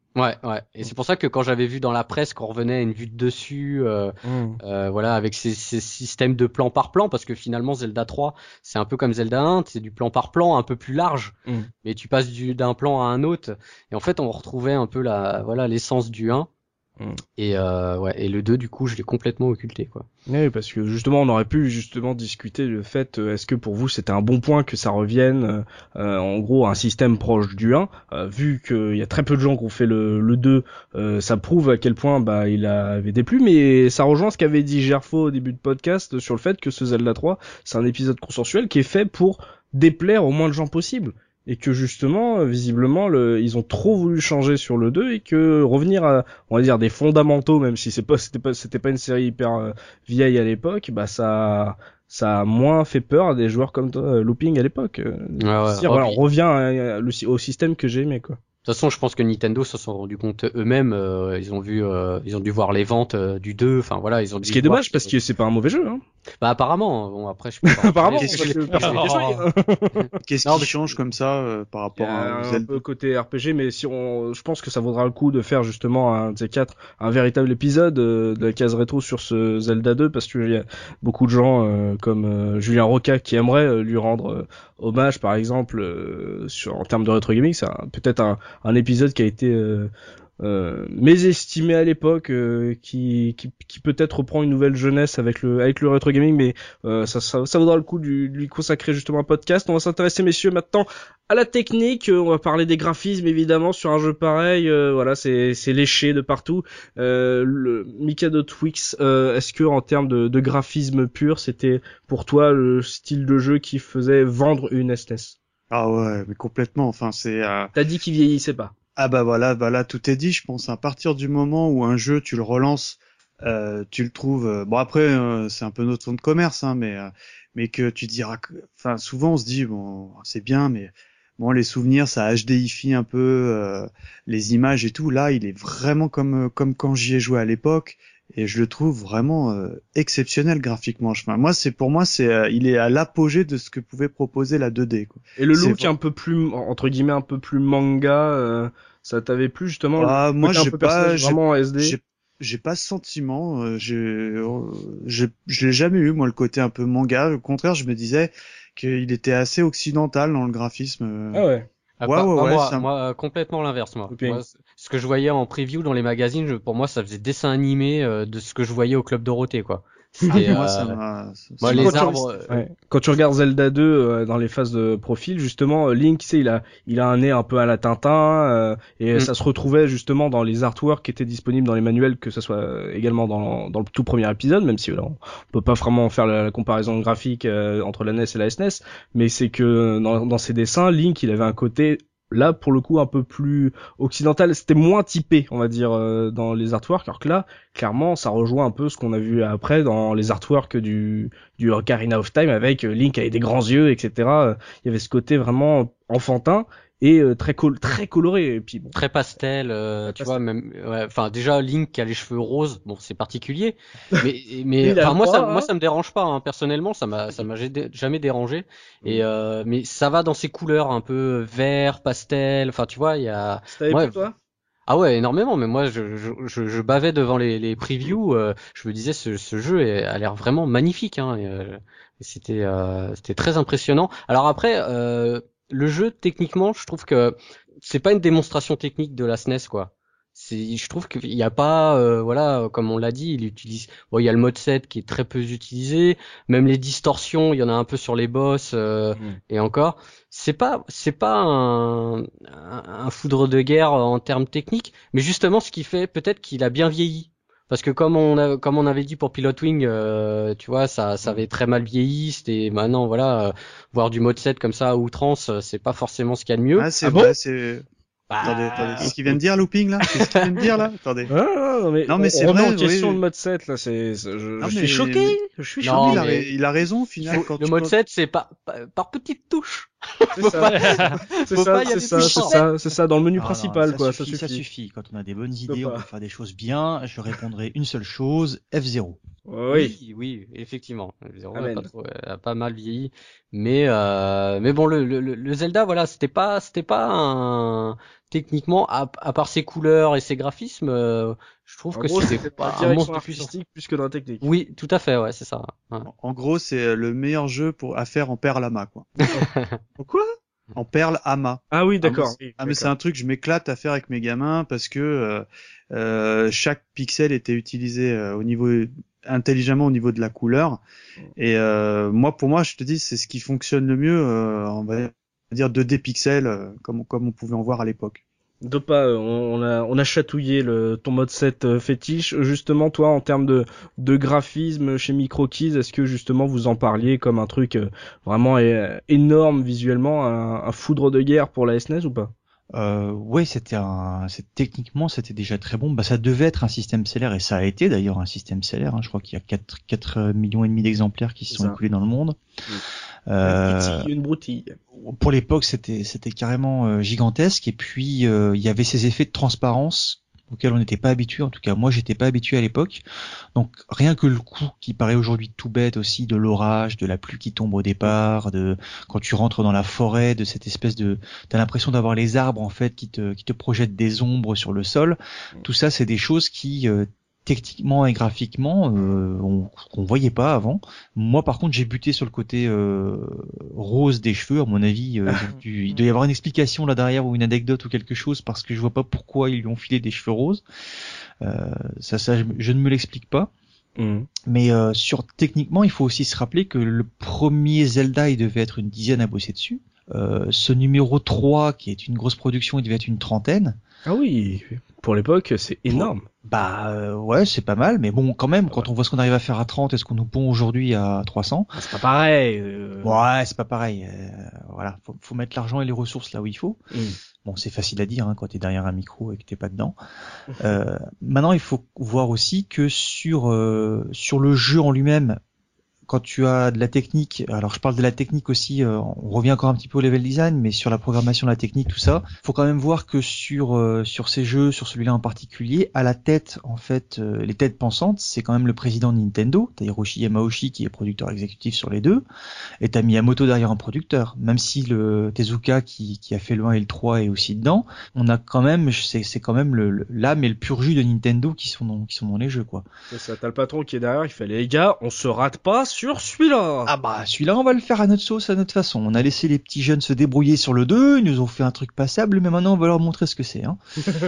Ouais, ouais. Et c'est pour ça que quand j'avais vu dans la presse qu'on revenait à une vue de dessus, euh, Mmh. euh, voilà, avec ces, ces systèmes de plan par plan, parce que finalement Zelda trois, c'est un peu comme Zelda un, c'est du plan par plan, un peu plus large, Mmh. mais tu passes du, d'un plan à un autre. Et en fait, on retrouvait un peu la, voilà, l'essence du un. Mm. Et euh, ouais, et le deux, du coup, je l'ai complètement occulté, quoi. Oui, parce que justement, on aurait pu justement discuter le fait, euh, est-ce que pour vous c'était un bon point que ça revienne, euh, euh, en gros, à un système proche du un, euh, vu qu'il y a très peu de gens qui ont fait le, le deux, euh, ça prouve à quel point bah il avait déplu, mais ça rejoint ce qu'avait dit Gerfo au début de podcast sur le fait que ce Zelda trois, c'est un épisode consensuel qui est fait pour déplaire au moins de gens possible. Et que justement, visiblement, le, ils ont trop voulu changer sur le deux et que revenir à, on va dire, des fondamentaux, même si c'est pas, c'était pas, c'était pas une série hyper euh, vieille à l'époque, bah ça, ça a moins fait peur à des joueurs comme toi, euh, Looping à l'époque. Euh, Ouais, ouais. dire, Oh, voilà, puis- on revient à- à- le- au système que j'ai aimé, quoi. De toute façon, je pense que Nintendo se sont rendus compte eux-mêmes. euh, ils ont vu, euh, ils ont dû voir les ventes euh, du deux. Enfin voilà, ils ont dû. Ce qui est voir dommage parce que c'est pas un mauvais jeu, hein. Bah apparemment. Bon après, je peux pas en Apparemment, parler. parce que personne Oh. n'était choqué. Qu'est-ce Non, qui mais- change comme ça euh, par Il y rapport a à un Zelda? peu côté R P G, mais si on, je pense que ça vaudra le coup de faire justement un de ces quatre, un véritable épisode euh, de la case rétro sur ce Zelda deux, parce qu'il y a beaucoup de gens euh, comme euh, Julien Roca qui aimeraient euh, lui rendre euh, hommage, par exemple, euh, sur en termes de rétro gaming. C'est un- peut-être un, un épisode qui a été euh, euh, mésestimé à l'époque, euh, qui, qui, qui peut-être reprend une nouvelle jeunesse avec le avec le rétro gaming, mais euh, ça, ça ça vaudra le coup de lui de lui consacrer justement un podcast. On va s'intéresser, messieurs, maintenant à la technique. Euh, on va parler des graphismes évidemment sur un jeu pareil. Euh, voilà, c'est c'est léché de partout. Euh, le Mikado Twix, euh, est-ce que en termes de, de graphisme pur, c'était pour toi le style de jeu qui faisait vendre une S N E S? Ah ouais, mais complètement. Enfin, c'est euh, T'as dit qu'il vieillissait pas. ah bah voilà, bah là tout est dit. Je pense à partir du moment où un jeu tu le relances, euh, tu le trouves. euh, bon après, euh, c'est un peu notre fond de commerce, hein, mais euh, mais que tu diras, que- enfin souvent on se dit bon c'est bien, mais bon les souvenirs ça H D ifie un peu euh, les images et tout. Là, il est vraiment comme euh, comme quand j'y ai joué à l'époque. Et je le trouve vraiment euh, exceptionnel graphiquement. Enfin, moi, c'est pour moi, c'est, euh, il est à l'apogée de ce que pouvait proposer la deux D. Quoi. Et le C'est look vrai. un peu plus, entre guillemets, un peu plus manga, euh, ça t'avait plu justement? Ah, le moi, côté un j'ai peu pas, personnage j'ai, vraiment S D. j'ai, j'ai pas ce sentiment. euh, j'ai, euh, j'ai, je l'ai jamais eu moi le côté un peu manga. Au contraire, je me disais qu'il était assez occidental dans le graphisme. euh. Ah ouais. Ah, Ouais, pas- ouais, pas ouais, moi, ça- moi euh, complètement l'inverse, moi. Ok. Moi, c- ce que je voyais en preview dans les magazines, je- pour moi, ça faisait dessin animé euh, de ce que je voyais au Club Dorothée, quoi. C'était, Ah, moi, euh, ça m'a. ça- moi, ça les m'a- Quand tu- arbres. euh, Ouais. Quand tu regardes Zelda deux euh, dans les phases de profil, justement, euh, Link, tu sais, il a, il a un nez un peu à la Tintin, euh, et Mm. ça se retrouvait justement dans les artworks qui étaient disponibles dans les manuels, que ce soit euh, également dans, dans le tout premier épisode, même si là, on peut pas vraiment faire la, la comparaison graphique euh, entre la N E S et la S N E S, mais c'est que dans, dans ses dessins, Link, il avait un côté là pour le coup un peu plus occidental, c'était moins typé on va dire euh, dans les artworks, alors que là clairement ça rejoint un peu ce qu'on a vu après dans les artworks du du Ocarina of Time avec euh, Link avec des grands yeux, etc. Euh, il y avait ce côté vraiment enfantin et euh, très col très coloré, et puis bon, Très pastel, euh, Très tu pastel. vois, même, ouais, enfin déjà Link qui a les cheveux roses, bon c'est particulier, mais mais Il a enfin le moi droit, ça hein. moi ça me dérange pas, hein, personnellement ça m'a ça m'a jamais jamais dérangé, et euh, mais ça va dans ces couleurs un peu vert, pastel, enfin tu vois il y a ça t'avait ouais. plu, toi? Ah ouais, énormément, mais moi je, je, je, je bavais devant les, les previews, euh, je me disais ce, ce jeu est- a l'air vraiment magnifique, hein, et, euh, et c'était euh, c'était très impressionnant. Alors après, euh, le jeu techniquement, je trouve que c'est pas une démonstration technique de la S N E S, quoi. C'est, je trouve qu'il y a pas, euh, voilà, comme on l'a dit, il utilise, bon, il y a le mode sept qui est très peu utilisé, même les distorsions, il y en a un peu sur les boss, euh, et encore, c'est pas, c'est pas un, un, un foudre de guerre en termes techniques, mais justement ce qui fait peut-être qu'il a bien vieilli. Parce que comme on a, comme on avait dit pour Pilotwing, euh, tu vois, ça, ça avait très mal vieilli. C'était maintenant, voilà, euh, voir du mode sept comme ça à outrance, euh, c'est pas forcément ce qu'il y a de mieux. Ah, c'est Ah vrai, bon c'est. Bah, Attendez, attendez, c'est ce qu'il vient de dire, Looping, là? C'est ce qu'il vient de dire, là? Attendez. Ah, non, non, mais, Non, mais on- c'est on remet vrai, en question oui. le mode sept là, c'est, c'est- je, Non, je mais- suis choqué, je suis Non, choqué. il, a, mais- ra- il a raison, au final. Faut- Quand le tu mode penses- sept, c'est par, par, par petites touches. C'est Faut ça. pas- C'est faut ça, pas y c'est aller ça, plus c'est fort. ça, c'est ça, dans le menu Ah non, principal, quoi, ça suffit, suffit. Ça suffit. Quand on a des bonnes Faut idées, on pas. peut faire des choses bien. Je répondrai une seule chose, F zéro. Oui. Oui, oui, effectivement. Zéro a Amen. pas, trop- a pas mal vieilli, mais euh, mais bon, le, le, le Zelda, voilà, c'était pas, c'était pas un, techniquement, à, à part ses couleurs et ses graphismes, euh, je trouve En que gros, c'est c'est pas la un direction monstre de puissance. artistique plus que dans la technique. Oui, tout à fait, ouais, c'est ça. Ouais. En gros, c'est le meilleur jeu pour à faire en perle à mât, quoi. Quoi? En perle à mât. Ah oui, Ah, d'accord. mais, Oui, ah, mais c'est un truc que je m'éclate à faire avec mes gamins parce que euh, euh, chaque pixel était utilisé euh, au niveau intelligemment au niveau de la couleur. Et euh, moi, pour moi, je te dis, c'est ce qui fonctionne le mieux. Euh, on va dire deux D pixels, euh, comme comme on pouvait en voir à l'époque. Dopa, euh, on, on a on a chatouillé le ton mode sept euh, fétiche. Justement, toi, en termes de de graphisme chez MicroKids, est-ce que justement vous en parliez comme un truc euh, vraiment euh, énorme visuellement, un, un foudre de guerre pour la S N E S ou pas? Euh, ouais, c'était un, c'est techniquement c'était déjà très bon. Bah, ça devait être un système seller et ça a été d'ailleurs un système seller. Hein. Je crois qu'il y a quatre, quatre millions et demi d'exemplaires qui se sont écoulés dans le monde. Mmh. Euh, une broutille. Pour l'époque, c'était c'était carrément euh, gigantesque. Et puis euh, il y avait ces effets de transparence auxquels on n'était pas habitué. En tout cas, moi, j'étais pas habitué à l'époque. Donc rien que le coup qui paraît aujourd'hui tout bête aussi de l'orage, de la pluie qui tombe au départ, de quand tu rentres dans la forêt, de cette espèce de, t'as l'impression d'avoir les arbres en fait qui te qui te projettent des ombres sur le sol. Tout ça, c'est des choses qui euh, techniquement et graphiquement euh, on, on voyait pas avant. Moi par contre j'ai buté sur le côté euh, rose des cheveux. À mon avis euh, du, il doit y avoir une explication là derrière ou une anecdote ou quelque chose parce que je vois pas pourquoi ils lui ont filé des cheveux roses. Euh, ça ça je, je ne me l'explique pas. Mmh. Mais euh, sur techniquement il faut aussi se rappeler que le premier Zelda il devait être une dizaine à bosser dessus. Euh, ce numéro trois qui est une grosse production il devait être une trentaine. Ah oui, pour l'époque, c'est énorme. Bah euh, ouais, c'est pas mal, mais bon, quand même, quand on voit ce qu'on arrive à faire à trente et ce qu'on nous pond aujourd'hui à trois cents... Ah, c'est pas pareil. Euh... Ouais, c'est pas pareil. Euh, voilà, faut, faut mettre l'argent et les ressources là où il faut. Mm. Bon, c'est facile à dire hein, quand t'es derrière un micro et que t'es pas dedans. euh, maintenant, il faut voir aussi que sur euh, sur le jeu en lui-même, quand tu as de la technique, alors je parle de la technique aussi, euh, on revient encore un petit peu au level design, mais sur la programmation, la technique, tout ça, faut quand même voir que sur euh, sur ces jeux, sur celui-là en particulier, à la tête, en fait, euh, les têtes pensantes, c'est quand même le président de Nintendo, t'as Hiroshi Yamauchi qui est producteur exécutif sur les deux, et t'as Miyamoto derrière un producteur. Même si le Tezuka qui qui a fait le un et le trois est aussi dedans, on a quand même, c'est c'est quand même le, le l'âme et le pur jus de Nintendo qui sont dans qui sont dans les jeux quoi. C'est ça, t'as le patron qui est derrière, il fait les gars, on se rate pas sur celui-là. Ah bah celui-là on va le faire à notre sauce, à notre façon. On a laissé les petits jeunes se débrouiller sur le deux, ils nous ont fait un truc passable, mais maintenant on va leur montrer ce que c'est. Hein.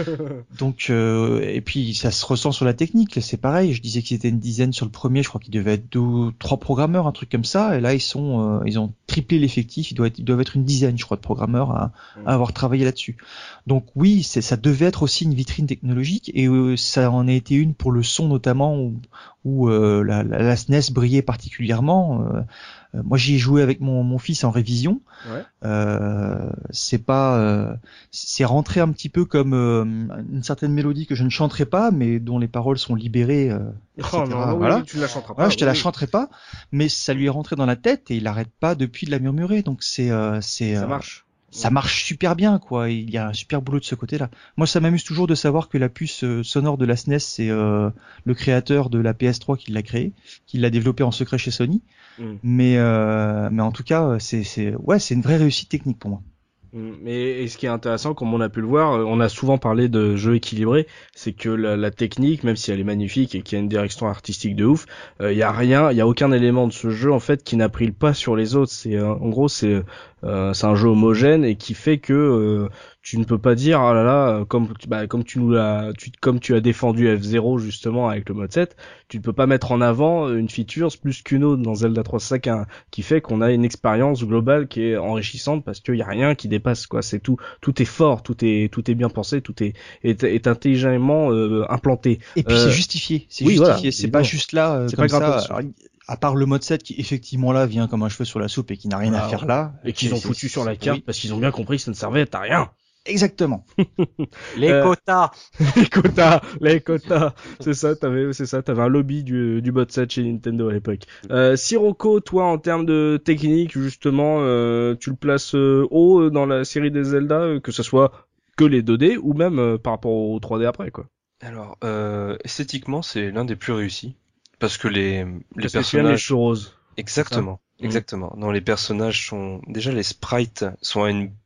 Donc euh, et puis ça se ressent sur la technique, c'est pareil. Je disais qu'ils étaient une dizaine sur le premier, je crois qu'ils devaient être deux ou trois programmeurs, un truc comme ça. Et là ils sont, euh, ils ont triplé l'effectif, ils doivent être, ils doivent être une dizaine, je crois, de programmeurs à, à avoir travaillé là-dessus. Donc oui, c'est, ça devait être aussi une vitrine technologique et euh, ça en a été une pour le son notamment où, où euh, la, la, la S N E S brillait particulièrement. Euh, euh, moi, j'y ai joué avec mon, mon fils en révision. Ouais. Euh, c'est pas, euh, c'est rentré un petit peu comme euh, une certaine mélodie que je ne chanterai pas, mais dont les paroles sont libérées. Euh, oh non, voilà. Oui, tu la chanteras pas. Voilà, je te oui. la chanterai pas, mais ça lui est rentré dans la tête et il arrête pas depuis de la murmurer. Donc c'est, euh, c'est. Ça euh, marche. Ça marche super bien, quoi. Il y a un super boulot de ce côté-là. Moi, ça m'amuse toujours de savoir que la puce euh, sonore de la S N E S, c'est euh, le créateur de la P S trois qui l'a créée, qui l'a développée en secret chez Sony. Mm. Mais euh, mais en tout cas, c'est c'est ouais, c'est une vraie réussite technique pour moi. Mais et ce qui est intéressant, comme on a pu le voir, on a souvent parlé de jeux équilibrés, c'est que la, la technique, même si elle est magnifique et qu'il y a une direction artistique de ouf, il euh, y a rien, il y a aucun élément de ce jeu en fait qui n'a pris le pas sur les autres. C'est euh, en gros c'est euh, c'est un jeu homogène et qui fait que euh, tu ne peux pas dire ah là là comme bah, comme tu nous l'as tu comme tu as défendu F zéro justement avec le mode sept, tu ne peux pas mettre en avant une feature plus qu'une autre dans Zelda trois. C'est ça qui, a, qui fait qu'on a une expérience globale qui est enrichissante parce qu'il y a rien qui dépasse quoi. C'est tout tout est fort, tout est tout est bien pensé, tout est est, est intelligemment euh, implanté. Et puis euh, c'est justifié, c'est oui, justifié, voilà, c'est pas juste là euh, c'est comme pas ça. Alors, à part le mode sept qui effectivement là vient comme un cheveu sur la soupe et qui n'a rien ah, à faire là et qu'ils ont foutu sur la carte oui. parce qu'ils ont bien compris que ça ne servait à rien. Exactement. les euh, quotas. les quotas, les quotas. C'est ça, t'avais, c'est ça, t'avais un lobby du, du bot sept chez Nintendo à l'époque. Euh, Sirocco, toi, en termes de technique, justement, euh, tu le places euh, haut dans la série des Zelda, euh, que ce soit que les deux D ou même euh, par rapport au trois D après, quoi. Alors, euh, esthétiquement, c'est l'un des plus réussis. Parce que les, les parce personnages. Les cheveux roses. Exactement. Exactement. Non, les personnages sont, déjà, les sprites sont à une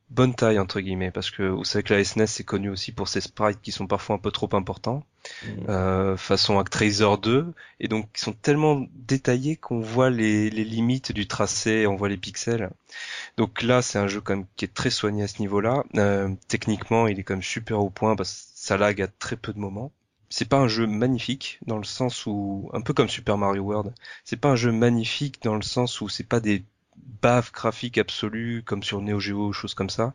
bonne taille entre guillemets, parce que vous savez que la S N E S est connue aussi pour ses sprites qui sont parfois un peu trop importants, mmh. euh, façon Actraiser deux, et donc qui sont tellement détaillés qu'on voit les, les limites du tracé, on voit les pixels. Donc là, c'est un jeu quand même qui est très soigné à ce niveau-là. Euh, techniquement, il est quand même super au point parce que ça lag à très peu de moments. C'est pas un jeu magnifique dans le sens où, un peu comme Super Mario World, c'est pas un jeu magnifique dans le sens où c'est pas des baffes graphiques absolues comme sur Neo Geo ou choses comme ça,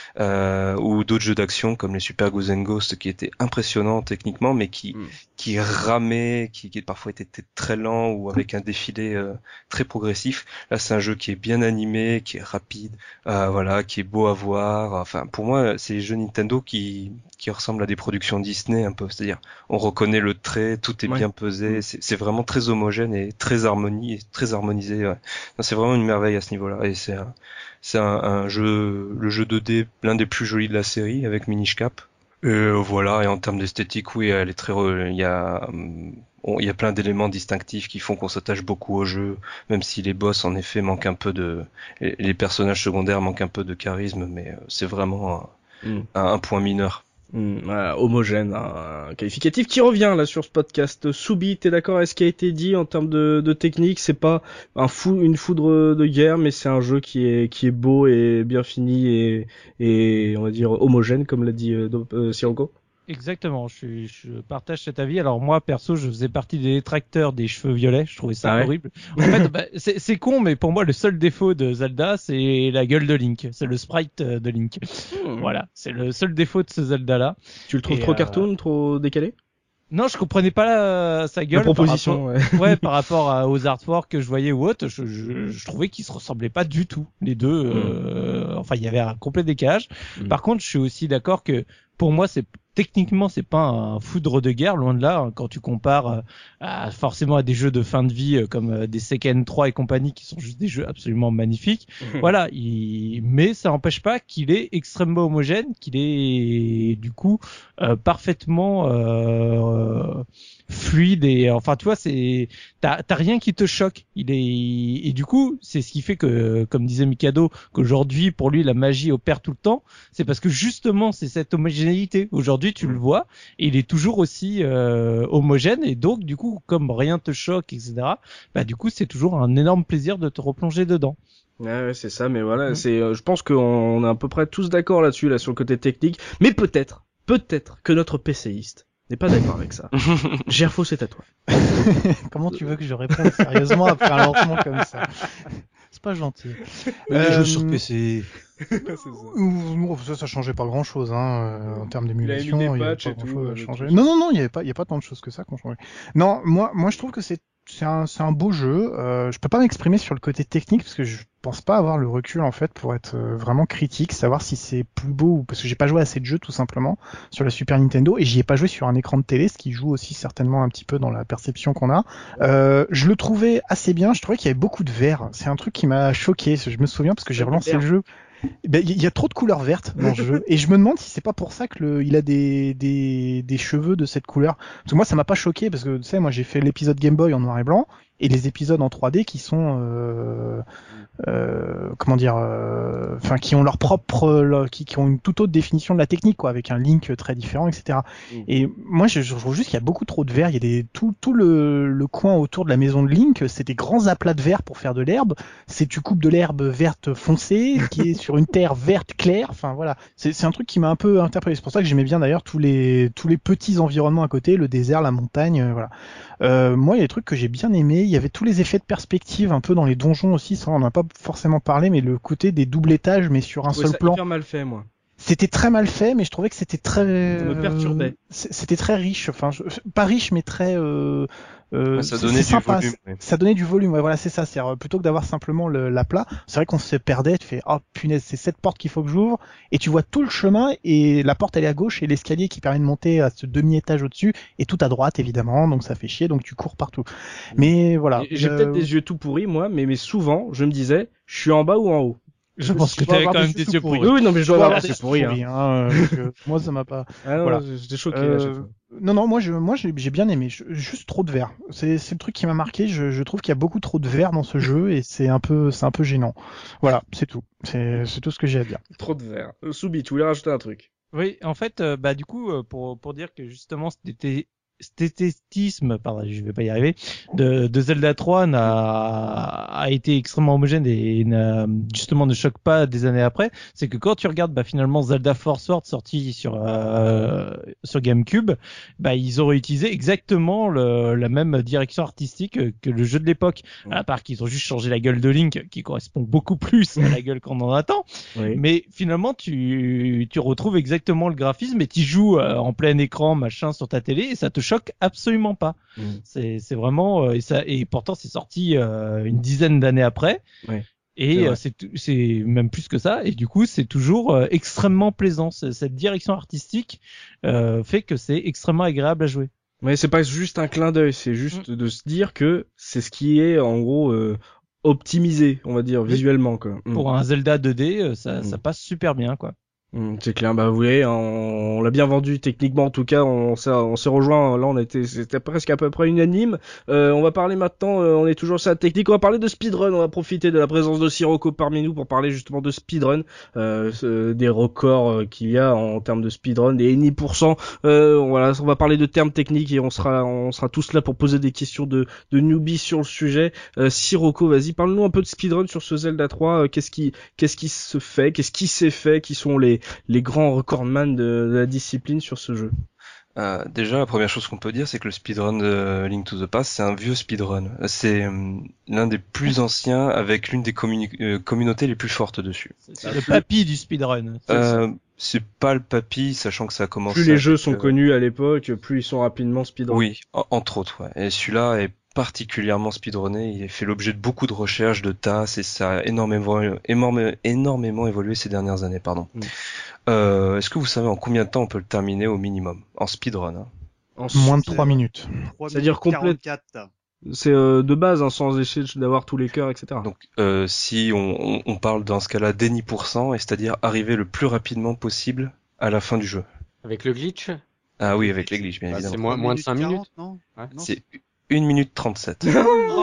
euh, ou d'autres jeux d'action comme les Super Ghosts and Ghosts qui étaient impressionnants techniquement mais qui mm. qui ramaient, qui, qui parfois étaient très lents ou avec un défilé euh, très progressif. Là, c'est un jeu qui est bien animé, qui est rapide, euh, voilà, qui est beau à voir. Enfin, pour moi, c'est les jeux Nintendo qui qui ressemblent à des productions Disney un peu, c'est-à-dire on reconnaît le trait, tout est ouais. bien pesé, c'est, c'est vraiment très homogène et très harmonie, très harmonisé. Ouais. Non, c'est vraiment une merveille à ce niveau-là et c'est un, c'est un, un jeu, le jeu deux D l'un des plus jolis de la série avec Minish Cap. Et voilà, et en termes d'esthétique, oui, elle est très, il y a, il y a plein d'éléments distinctifs qui font qu'on s'attache beaucoup au jeu, même si les boss en effet manquent un peu de, les personnages secondaires manquent un peu de charisme, mais c'est vraiment un, mm. un, un point mineur. Mmh, voilà, homogène, un, un qualificatif qui revient là sur ce podcast. Soubi, t'es d'accord avec ce qui a été dit en termes de, de technique? C'est pas un fou, une foudre de guerre, mais c'est un jeu qui est qui est beau et bien fini et et on va dire homogène comme l'a dit euh, euh, Sirocco. Exactement, je, je partage cet avis. Alors moi, perso, je faisais partie des détracteurs des cheveux violets. Je trouvais ça ah ouais. horrible. En fait, bah, c'est, c'est con, mais pour moi, le seul défaut de Zelda, c'est la gueule de Link. C'est le sprite de Link. Mmh. Voilà, c'est le seul défaut de ce Zelda-là. Tu le trouves Et trop euh... cartoon, trop décalé? Non, je comprenais pas la, sa gueule. La proposition, par rapport, ouais. ouais, par rapport à, aux artworks que je voyais ou autres, je, je, je trouvais qu'ils se ressemblaient pas du tout. Les deux, mmh. euh, enfin, il y avait un complet décalage. Mmh. Par contre, je suis aussi d'accord que pour moi, c'est techniquement, c'est pas un foudre de guerre, loin de là. Hein, quand tu compares à, forcément à des jeux de fin de vie comme des Tekken trois et compagnie, qui sont juste des jeux absolument magnifiques. Mmh. Voilà, il... mais ça n'empêche pas qu'il est extrêmement homogène, qu'il est du coup euh, parfaitement euh, fluide et enfin tu vois, c'est t'as t'as rien qui te choque. Il est et du coup, c'est ce qui fait que, comme disait Mikado, qu'aujourd'hui pour lui la magie opère tout le temps. C'est parce que justement c'est cette homogénéité. Aujourd'hui tu le vois et il est toujours aussi euh, homogène et donc du coup comme rien te choque et cetera. Bah du coup c'est toujours un énorme plaisir de te replonger dedans. Ouais, ouais c'est ça. Mais voilà, mmh. c'est euh, je pense qu'on est à peu près tous d'accord là-dessus là sur le côté technique. Mais peut-être, peut-être que notre PCiste n'est pas d'accord avec ça. Gerfo, c'est à toi. Comment tu veux que je réponde sérieusement après un lancement comme ça? C'est pas gentil. Mais euh, les jeux sur P C. C'est ça. ça, ça changeait pas grand chose, hein, euh, en termes d'émulation. Il y avait pas grand chose à changer. Non, non, non, il y avait pas, il y a pas tant de choses que ça qu'on changeait. Non, moi, moi, je trouve que c'est, c'est un, c'est un beau jeu. Euh, je peux pas m'exprimer sur le côté technique parce que je pense pas avoir le recul en fait pour être vraiment critique, savoir si c'est plus beau ou parce que j'ai pas joué à assez de jeux tout simplement sur la Super Nintendo et j'y ai pas joué sur un écran de télé, ce qui joue aussi certainement un petit peu dans la perception qu'on a. Euh, je le trouvais assez bien. Je trouvais qu'il y avait beaucoup de vert. C'est un truc qui m'a choqué. Je me souviens parce que j'ai relancé le jeu. Ben, il y a trop de couleurs vertes dans le jeu et je me demande si c'est pas pour ça que le, il a des, des, des cheveux de cette couleur. Parce que moi ça m'a pas choqué parce que tu sais moi j'ai fait l'épisode Game Boy en noir et blanc et les épisodes en trois D qui sont euh, euh, comment dire enfin euh, qui ont leur propre leur, qui, qui ont une toute autre définition de la technique quoi avec un Link très différent etc. Mmh. Et moi je, je trouve juste qu'il y a beaucoup trop de vert. Il y a des tout tout le, le coin autour de la maison de Link c'est des grands aplats de verre pour faire de l'herbe. C'est tu coupes de l'herbe verte foncée qui est sur une terre verte claire. Enfin voilà c'est c'est un truc qui m'a un peu interpellé. C'est pour ça que j'aimais bien d'ailleurs tous les tous les petits environnements à côté, le désert, la montagne, euh, voilà. Euh, moi il y a des trucs que j'ai bien aimé. Il y avait tous les effets de perspective un peu dans les donjons aussi, ça on n'a pas forcément parlé, mais le côté des doubles étages mais sur un ouais, seul ça plan. Hyper mal fait moi. C'était très mal fait, mais je trouvais que c'était très. Ça me perturbait. C'était très riche, enfin je... pas riche, mais très. Euh... Euh, ouais, ça donnait du volume. Ouais. Ça donnait du volume. Ouais, voilà, c'est ça. C'est plutôt que d'avoir simplement le, la plat. C'est vrai qu'on se perdait. Tu fais, oh punaise, c'est cette porte qu'il faut que j'ouvre. Et tu vois tout le chemin et la porte elle est à gauche et l'escalier qui permet de monter à ce demi-étage au-dessus est tout à droite évidemment. Donc ça fait chier. Donc tu cours partout. Mais voilà. J'ai euh... peut-être des yeux tout pourris moi, mais mais souvent je me disais, je suis en bas ou en haut. Je pense que t'avais quand même des yeux pourris. Oui, non, mais je dois avoir des yeux pourris. Hein. Hein, euh, moi, ça m'a pas. Ah non, voilà. J'étais choqué euh, à chaque fois. Non, non, moi, je, moi, j'ai, j'ai bien aimé. Je- juste trop de verre. C'est, c'est le truc qui m'a marqué. Je, je trouve qu'il y a beaucoup trop de verre dans ce jeu et c'est un peu, c'est un peu gênant. Voilà, c'est tout. C'est, c'est tout ce que j'ai à dire. Trop de verre. Euh, Soubi, tu voulais rajouter un truc? Oui, en fait, euh, bah du coup, euh, pour pour dire que justement, c'était cet esthétisme, pardon, je vais pas y arriver, de, de Zelda trois n'a a été extrêmement homogène et n'a, justement ne choque pas des années après. C'est que quand tu regardes bah, finalement Zelda Force Word sorti sur euh, sur GameCube, bah ils auraient utilisé exactement le, la même direction artistique que, que le jeu de l'époque, Ouais. à part qu'ils ont juste changé la gueule de Link, qui correspond beaucoup plus à la gueule qu'on en attend. Oui. Mais finalement, tu, tu retrouves exactement le graphisme et tu joues euh, en plein écran, machin, sur ta télé et ça te choque absolument pas. Mm. C'est, c'est vraiment euh, et ça et pourtant c'est sorti euh, une dizaine d'années après. Ouais. C'est Et vrai. euh, c'est tout- c'est même plus que ça et du coup c'est toujours euh, extrêmement plaisant. C'est- Cette direction artistique euh, fait que c'est extrêmement agréable à jouer. Mais c'est pas juste un clin d'œil, c'est juste de se dire que c'est ce qui est en gros euh, optimisé, on va dire Oui. visuellement quoi. Mm. Pour un Zelda deux D, euh, ça, Mm. ça passe super bien quoi. Mm, c'est clair, bah vous voyez, on, on l'a bien vendu techniquement en tout cas, on, s'est- on s'est rejoint, là on était, c'était presque à peu près unanime. Euh, on va parler maintenant, euh, on est toujours sur la technique, on va parler de speedrun, on va profiter de la présence de Sirocco parmi nous pour parler justement de speedrun, euh, ce- des records euh, qu'il y a en termes de speedrun, des N I pour cent, euh, voilà, on va parler de termes techniques et on sera, on sera tous là pour poser des questions de, de newbies sur le sujet. Euh, Sirocco, vas-y, parle-nous un peu de speedrun sur ce Zelda trois, euh, qu'est-ce qui, qu'est-ce qui se fait, qu'est-ce qui s'est fait, qui sont les les grands recordman de, de la discipline sur ce jeu. Euh, déjà, la première chose qu'on peut dire, c'est que le speedrun de Link to the Past, c'est un vieux speedrun. C'est euh, l'un des plus anciens avec l'une des communi- euh, communautés les plus fortes dessus. C'est le papy du speedrun. Euh, c'est pas le papy, sachant que ça a commencé. Plus les avec, jeux sont euh, connus à l'époque, plus ils sont rapidement speedrun. Oui, en- entre autres, ouais. Et celui-là est particulièrement speedrunné. Il a fait l'objet de beaucoup de recherches, de tasses, et ça a énormément, énorme- énormément évolué ces dernières années, pardon. Mm. Euh, est-ce que vous savez en combien de temps on peut le terminer au minimum? En speedrun, hein. Ensuite, Moins de trois minutes. C'est-à-dire complète- quarante-quatre. c'est euh, de base, hein, sans essayer d'avoir tous les cœurs, et cetera. Donc, euh, si on, on, on parle dans ce cas-là d'N I pour cent, et c'est-à-dire arriver le plus rapidement possible à la fin du jeu. Avec le glitch, Ah oui, avec les glitches, bien Bah, évidemment. c'est moins- moins de cinq minutes. Non, Ouais. non, C'est une minute trente-sept. Oh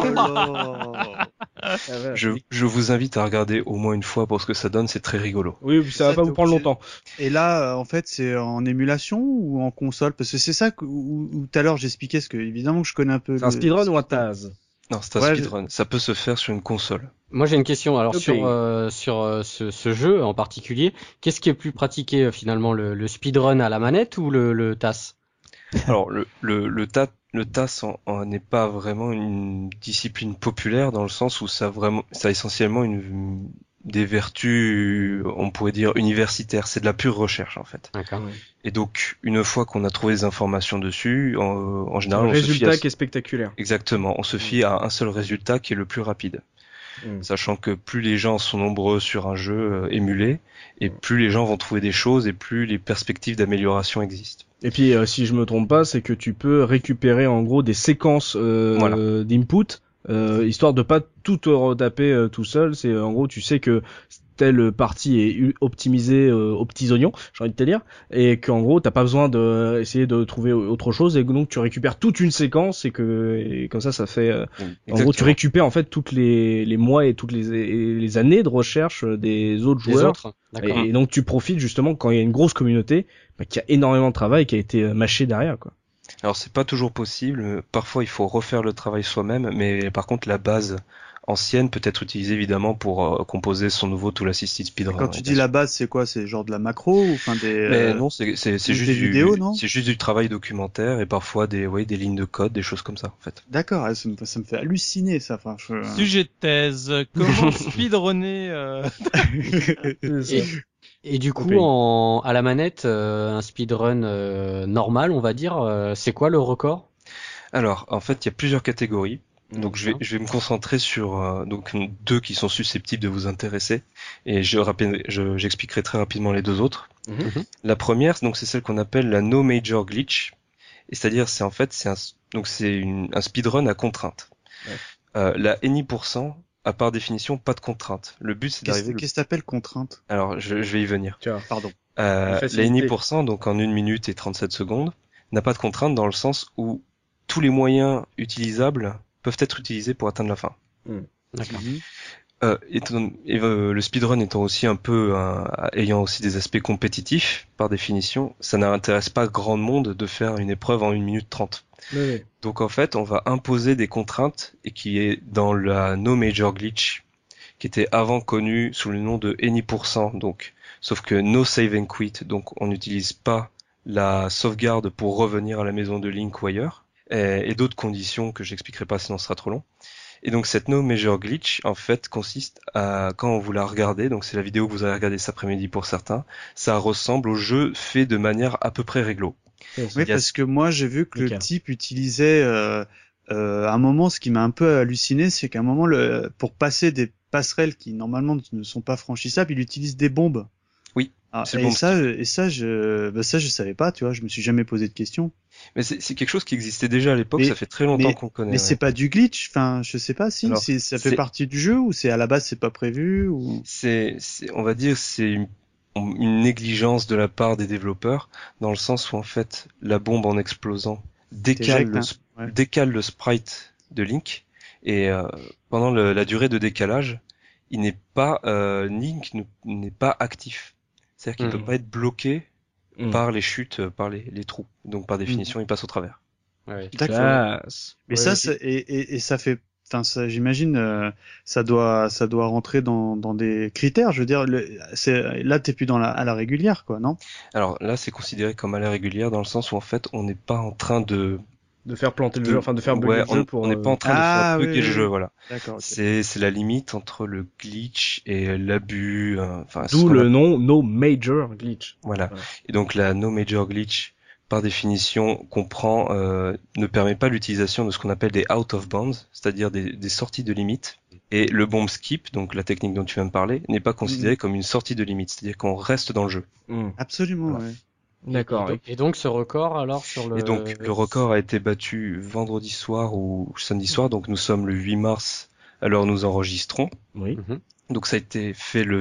là. Je, je vous invite à regarder au moins une fois pour ce que ça donne, c'est très rigolo. Oui, puis ça va Ça, pas t'es vous prendre obligé. longtemps. Et là, euh, en fait, c'est en émulation ou en console? Parce que c'est ça que, où, où tout à l'heure j'expliquais, parce que évidemment que je connais un peu. C'est un le- speedrun ou un Taz? Non, c'est un Ouais, speedrun. Ça peut se faire sur une console. moi j'ai une question. Alors Ok. sur euh, sur euh, ce, ce jeu en particulier, qu'est-ce qui est plus pratiqué euh, finalement, le, le speedrun à la manette ou le, le T A S? Alors, le, le, le, ta, le T A S en- en n'est pas vraiment une discipline populaire dans le sens où ça a vraiment, ça a essentiellement une, des vertus, on pourrait dire, universitaires. C'est de la pure recherche, en fait. D'accord. Et donc, une fois qu'on a trouvé des informations dessus, en, en général, Un on se fie résultat à... qui est spectaculaire. Exactement, on se fie à un seul résultat qui est le plus rapide. Mm. Sachant que plus les gens sont nombreux sur un jeu euh, émulé, et plus les gens vont trouver des choses, et plus les perspectives d'amélioration existent. Et puis, euh, si je me trompe pas, c'est que tu peux récupérer en gros des séquences euh, Voilà. d'input, euh, histoire de pas tout te retaper euh, tout seul. C'est en gros, tu sais que telle partie est u- optimisée euh, aux petits oignons, j'ai envie de te dire, et qu'en gros, t'as pas besoin de essayer de trouver autre chose, et que donc tu récupères toute une séquence, et que et comme ça, ça fait euh, en gros, tu récupères en fait toutes les les mois et toutes les et les années de recherche des autres Les joueurs. autres, d'accord. Et, et donc tu profites justement quand il y a une grosse communauté, bah, qui a énormément de travail qui a été euh, mâché derrière quoi. Alors c'est pas toujours possible, parfois il faut refaire le travail soi-même, mais par contre la base ancienne peut être utilisée évidemment pour euh, composer son nouveau Tool Assisted Speedrun. Quand tu ouais, dis bien la sûr. base, c'est quoi? C'est genre de la macro ou enfin des. Mais euh, non, c'est c'est c'est des juste du vidéos, non c'est juste du travail documentaire et parfois des ouais, des lignes de code, des choses comme ça en fait. D'accord, ça me, ça me fait halluciner ça. Enfin, je... Sujet de thèse, comment speedrunner euh... Et, et du coup, pays. en, à la manette, euh, un speedrun euh, normal, on va dire, euh, c'est quoi le record? Alors, en fait, il y a plusieurs catégories. Donc je vais, D'accord. je vais me concentrer sur euh, donc deux qui sont susceptibles de vous intéresser et je rappelle, je, j'expliquerai très rapidement les deux autres. Mhm. La première, donc c'est celle qu'on appelle la no major glitch, et c'est-à-dire c'est en fait c'est un donc c'est une, un speedrun à contrainte. Ouais. Euh, la N I pour cent a par définition pas de contrainte. Le but c'est Qu'est-ce d'arriver. Le... qu'est-ce que t'appelles contrainte? Alors je, je vais y venir. Tu vois. Pardon. Euh, la facilité. N I pour cent donc en une minute et trente-sept secondes. n'a pas de contrainte dans le sens où tous les moyens utilisables peuvent être utilisés pour atteindre la fin. Mm. D'accord. Euh, étant, et, euh, le speedrun étant aussi un peu, un, ayant aussi des aspects compétitifs, par définition, ça n'intéresse pas grand monde de faire une épreuve en une minute trente. Oui, oui. Donc en fait, on va imposer des contraintes et qui est dans la No Major Glitch, qui était avant connu sous le nom de Any pourcent, donc, sauf que No Save and Quit, donc on n'utilise pas la sauvegarde pour revenir à la maison de Link ou ailleurs, et, et d'autres conditions que j'expliquerai pas sinon ce sera trop long. Et donc cette No Major Glitch, en fait, consiste à, quand vous la regardez, donc c'est la vidéo que vous avez regardée cet après-midi pour certains, ça ressemble au jeu fait de manière à peu près réglo. Oui, parce que moi j'ai vu que Nickel. le type utilisait euh, euh, à un moment, ce qui m'a un peu halluciné, c'est qu'à un moment, le, pour passer des passerelles qui normalement ne sont pas franchissables, il utilise des bombes. Oui. Ah, c'est et bon. ça, et ça, je, bah ça, je savais pas, tu vois, je me suis jamais posé de questions. Mais c'est, c'est quelque chose qui existait déjà à l'époque, Mais- ça fait très longtemps qu'on connaît. Mais ouais. c'est pas du glitch, enfin, je sais pas si Alors, c'est, ça fait c'est- partie du jeu ou c'est à la base c'est pas prévu ou. C'est, c'est, on va dire, c'est une, une négligence de la part des développeurs, dans le sens où en fait, la bombe en explosant décale, T'éjectes, le, hein. sp- Ouais. décale le sprite de Link, et euh, pendant le- la durée de décalage, il n'est pas, euh, Link ne- n'est pas actif. C'est-à-dire qu'il Mhm. peut pas être bloqué Mm. par les chutes, euh, par les, les trous. Donc par définition, il passe au travers. Ouais. D'accord. Classe. Mais Ouais, ça, ouais. c'est- et, et, et ça fait, enfin, ça, j'imagine, euh, ça doit, ça doit rentrer dans, dans des critères. Je veux dire, le, c'est, là, t'es plus dans la, à la régulière, quoi, non? Alors là, c'est considéré comme à la régulière, dans le sens où en fait, on n'est pas en train de De faire planter le de- jeu, enfin de faire bugger ouais, le jeu on- pour. on n'est euh, pas en train Ah, de faire bugger oui, le oui, jeu, oui. voilà. D'accord. ok. C'est c'est la limite entre le glitch et l'abus. euh, Enfin, ce D'où qu'on le appelle- nom No Major Glitch. Voilà. Voilà. Et donc la no major glitch, par définition, comprend euh, ne permet pas l'utilisation de ce qu'on appelle des out of bounds, c'est-à-dire des, des sorties de limite. Et le bomb skip, donc la technique dont tu viens de parler, n'est pas considéré Mhm. comme une sortie de limite, c'est-à-dire qu'on reste dans le jeu. Mm. Absolument, Voilà. ouais. D'accord. Et, donc, et donc ce record alors sur le. Et donc le record a été battu vendredi soir ou samedi soir, donc nous sommes le huit mars, alors nous enregistrons. Oui. Mhm. Donc ça a été fait le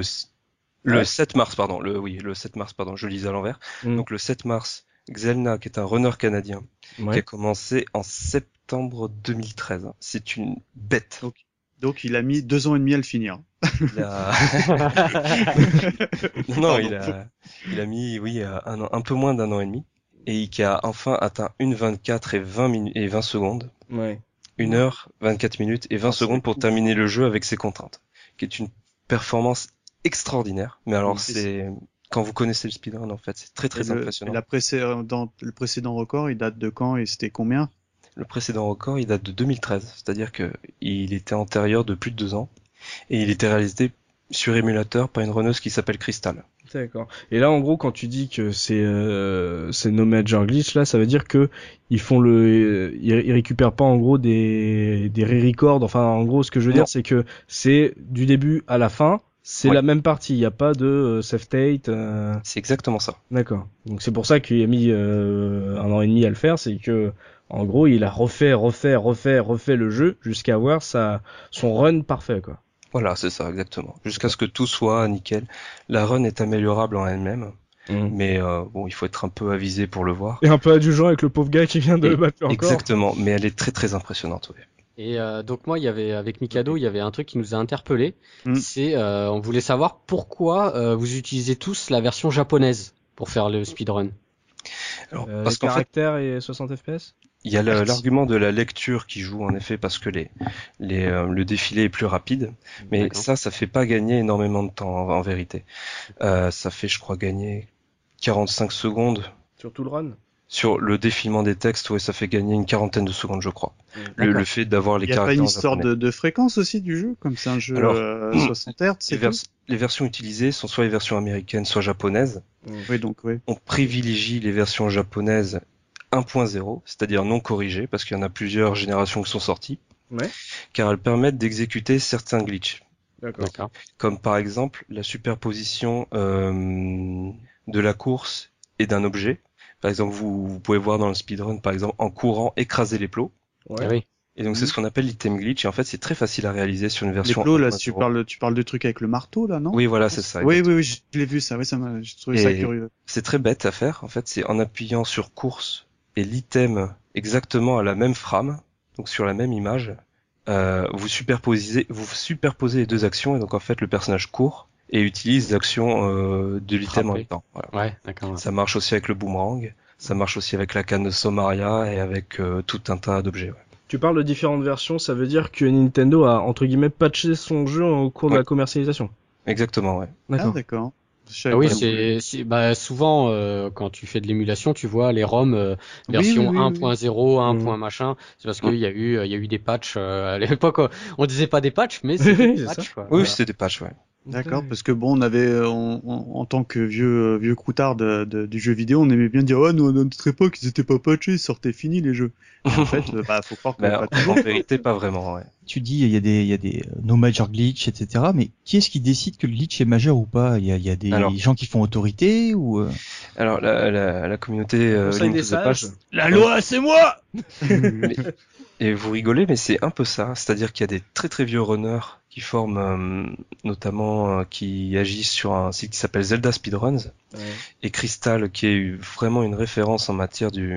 le Ouais. sept mars, pardon, le oui, le sept mars, pardon, je lisais à l'envers. Mm. Donc le sept mars, Xelna, qui est un runner canadien, qui a Ouais. commencé en septembre deux mille treize. C'est une bête. Donc, il a mis deux ans et demi à le finir. Il a... non, non, il a, il a mis, oui, un, an, un peu moins d'un an et demi, et qui a enfin atteint une vingt-quatre et vingt minutes et vingt secondes, Ouais. une heure, vingt-quatre minutes et vingt Ah, c'est secondes pour cool. terminer le jeu avec ses contraintes, qui est une performance extraordinaire. Mais alors, Oui. c'est quand vous connaissez le speedrun, en fait, c'est très très Et le, impressionnant. et la précédent, le précédent record, il date de quand et c'était combien? Le précédent record, il date de deux mille treize, c'est-à-dire que il était antérieur de plus de deux ans, et il était réalisé sur émulateur par une runneuse qui s'appelle Crystal. D'accord. Et là, en gros, quand tu dis que c'est euh, c'est No Major Glitch, là, ça veut dire que ils font le, ils, ils récupèrent pas en gros des des re-records. Enfin, en gros, ce que je veux Non. dire, c'est que c'est du début à la fin, c'est Ouais. la même partie. Il y a pas de euh, save state. euh, C'est exactement ça. D'accord. Donc c'est pour ça qu'il a mis euh, un an et demi à le faire, c'est que en gros, il a refait, refait, refait, refait le jeu jusqu'à avoir sa son run parfait, quoi. Voilà, c'est ça, exactement. Jusqu'à ce que tout soit nickel. La run est améliorable en elle-même, mais euh, bon, il faut être un peu avisé pour le voir. Et un peu indulgent avec le pauvre gars qui vient de Et- le battre encore. Exactement, mais elle est très très impressionnante. Oui. Et euh, donc moi, il y avait avec Mikado, il y avait un truc qui nous a interpellé. Mm. C'est, euh, on voulait savoir pourquoi euh, vous utilisez tous la version japonaise pour faire le speedrun. Alors, Euh, parce les qu'en fait, caractères et soixante F P S. il y a le- l'argument de la lecture qui joue en effet parce que les, les euh, le défilé est plus rapide, mais D'accord. ça, ça fait pas gagner énormément de temps en, en vérité. Euh, ça fait, je crois, gagner quarante-cinq secondes. Sur tout le run. Sur le défilement des textes, ouais, ça fait gagner une quarantaine de secondes, je crois. Le, D'accord. le fait d'avoir les Il y a pas caractères une en histoire japonais. de, de fréquence aussi du jeu, comme c'est un jeu Alors, euh, soixante hertz, c'est Les, vers- tout les versions utilisées sont soit les versions américaines, soit japonaises. Oui, donc oui. On privilégie les versions japonaises un point zéro, c'est-à-dire non corrigées, parce qu'il y en a plusieurs générations qui sont sorties, Ouais. car elles permettent d'exécuter certains glitches. D'accord. D'accord. Comme par exemple la superposition euh, de la course et d'un objet. Par exemple, vous, vous pouvez voir dans le speedrun, par exemple, en courant, écraser les plots. Ouais. Ah oui. Et donc, c'est Mhm. ce qu'on appelle l'item glitch. Et en fait, c'est très facile à réaliser sur une Les version plots, là, un point tu zéro. parles, tu parles de trucs avec le marteau, là, non? Oui, voilà, c'est ça. Oui, exactement. oui, oui, je l'ai vu, ça, oui, ça m'a, j'ai trouvé ça Et- curieux. C'est très bête à faire. En fait, c'est en appuyant sur course et l'item exactement à la même frame, donc sur la même image, euh, vous superposez, vous superposez les deux actions et donc en fait le personnage court et utilise l'action euh, de l'item en même temps. Voilà. Ouais, d'accord. Ouais. Ça marche aussi avec le boomerang, ça marche aussi avec la canne de Somaria et avec euh, tout un tas d'objets. Ouais. Tu parles de différentes versions, ça veut dire que Nintendo a entre guillemets patché son jeu au cours ouais. de la commercialisation. Exactement, ouais. D'accord. Ah, d'accord. Ah oui, c'est, c'est bah souvent euh, quand tu fais de l'émulation, tu vois les ROM euh, version oui, oui, oui, un point zéro, un point Mmh. machin. C'est parce qu'il y a eu il y a eu des patchs euh, à l'époque. On disait pas des patchs, mais c'est Oui, des c'est patchs. ça. Quoi. Oui, Voilà. c'était des patchs, ouais. D'accord, parce que bon, on avait, on, on- en tant que vieux vieux croutard de, de- du jeu vidéo, on aimait bien dire, oh, nous, à notre époque, ils étaient pas patchés, ils sortaient finis les jeux. Et en fait, euh, bah, faut croire que Mais pas en, en vérité, pas vraiment, ouais. Tu dis il y a des il y a des euh, no major glitch, et cetera. Mais qui est-ce qui décide que le glitch est majeur ou pas? Il y a il y a des Alors. gens qui font autorité ou euh... Alors la, la, la communauté euh, Conseil Link des to the sages. Past, La loi, c'est moi. mais- et vous rigolez, mais c'est un peu ça. C'est-à-dire qu'il y a des très très vieux runners qui forment, euh, notamment euh, qui agissent sur un site qui s'appelle Zelda Speedruns, Ouais. et Crystal, qui est vraiment une référence en matière du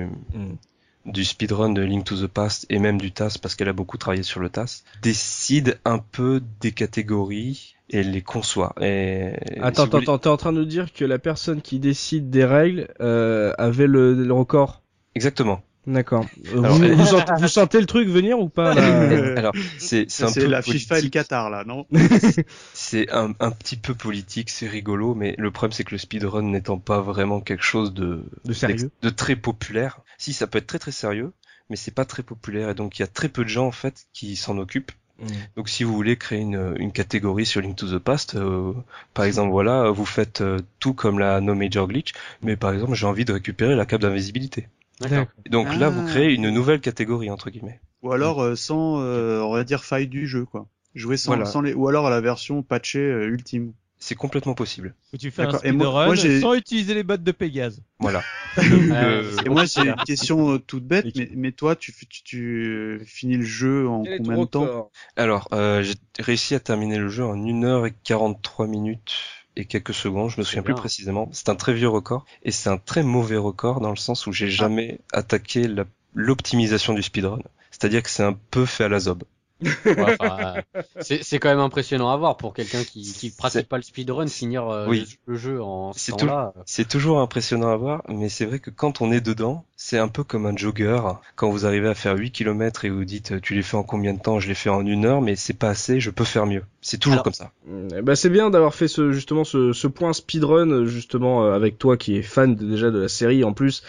Mm. du speedrun de Link to the Past et même du T A S parce qu'elle a beaucoup travaillé sur le T A S, décide un peu des catégories et les conçoit. Et Attends, si vous attends, attends, t'es en train de nous dire que la personne qui décide des règles euh, avait le, le record. Exactement. D'accord. Euh, Alors, vous, elle- vous, sentez, vous sentez le truc venir ou pas là Alors, c'est c'est un c'est peu la politique. FIFA et le Qatar, là, non? C'est un, un petit peu politique, c'est rigolo, mais le problème c'est que le speedrun n'étant pas vraiment quelque chose de, De sérieux. de très populaire. Si, ça peut être très très sérieux, mais c'est pas très populaire et donc il y a très peu de gens en fait qui s'en occupent. Mm. Donc si vous voulez créer une, une catégorie sur Link to the Past, euh, par exemple voilà, vous faites euh, tout comme la No Major Glitch, mais par exemple j'ai envie de récupérer la cape d'invisibilité. D'accord. Et donc là vous Ah. créez une nouvelle catégorie entre guillemets. Ou alors, euh, sans, euh, on va dire, faille du jeu, quoi. Jouer sans, Voilà. sans les, ou alors à la version patchée euh, ultime. C'est complètement possible. Où tu fais un D'accord. Et moi- speedrun moi, j'ai- sans utiliser les bottes de Pégase. Voilà. Ouais, Le- c'est Et moi, compliqué, j'ai là. une question euh, toute bête, Et qui- mais, mais toi, tu, tu, tu, tu euh, finis le jeu en Quel est combien ton de temps? record Alors, euh, j'ai réussi à terminer le jeu en une heure et quarante-trois minutes et quelques secondes, je me souviens plus bien. précisément. C'est un très vieux record et c'est un très mauvais record dans le sens où j'ai jamais attaqué la- l'optimisation du speedrun. C'est-à-dire que c'est un peu fait à la zob. Ouais, enfin, euh, c'est, c'est quand même impressionnant à voir pour quelqu'un qui, qui pratique C'est- pas le speedrun, finir euh, Oui. le, le jeu en ce C'est temps-là. euh, C'est toujours impressionnant à voir, mais c'est vrai que quand on est dedans, c'est un peu comme un jogger. Quand vous arrivez à faire huit kilomètres et vous dites, tu les fais en combien de temps? Je les fais en une heure, mais c'est pas assez, je peux faire mieux. C'est toujours Alors- comme ça. Eh ben, c'est bien d'avoir fait ce justement ce, ce point speedrun justement euh, avec toi qui est fan de- déjà de la série en plus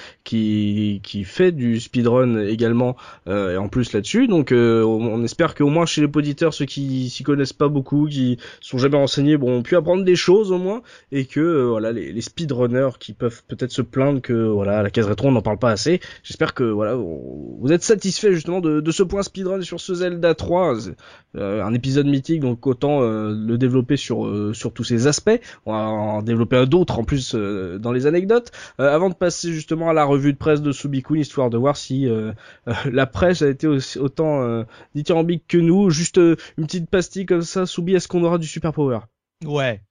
qui qui fait du speedrun également euh, et en plus là-dessus donc euh, on, on espère qu'au moins chez les auditeurs ceux qui s'y connaissent pas beaucoup qui sont jamais renseignés bon ont pu apprendre des choses au moins et que euh, voilà les, les speedrunners qui peuvent peut-être se plaindre que voilà à la case rétro on n'en parle pas assez j'espère que voilà on- vous êtes satisfait justement de, de ce point speedrun sur ce Zelda trois euh, un épisode mythique donc autant euh, le développer sur euh, sur tous ces aspects on va en développer d'autres en plus euh, dans les anecdotes euh, avant de passer justement à la revue de presse de Subikun histoire de voir si euh, euh, la presse a été aussi, autant euh, dithyrambique que nous juste euh, une petite pastille comme ça Subi est-ce qu'on aura du super power? Ouais.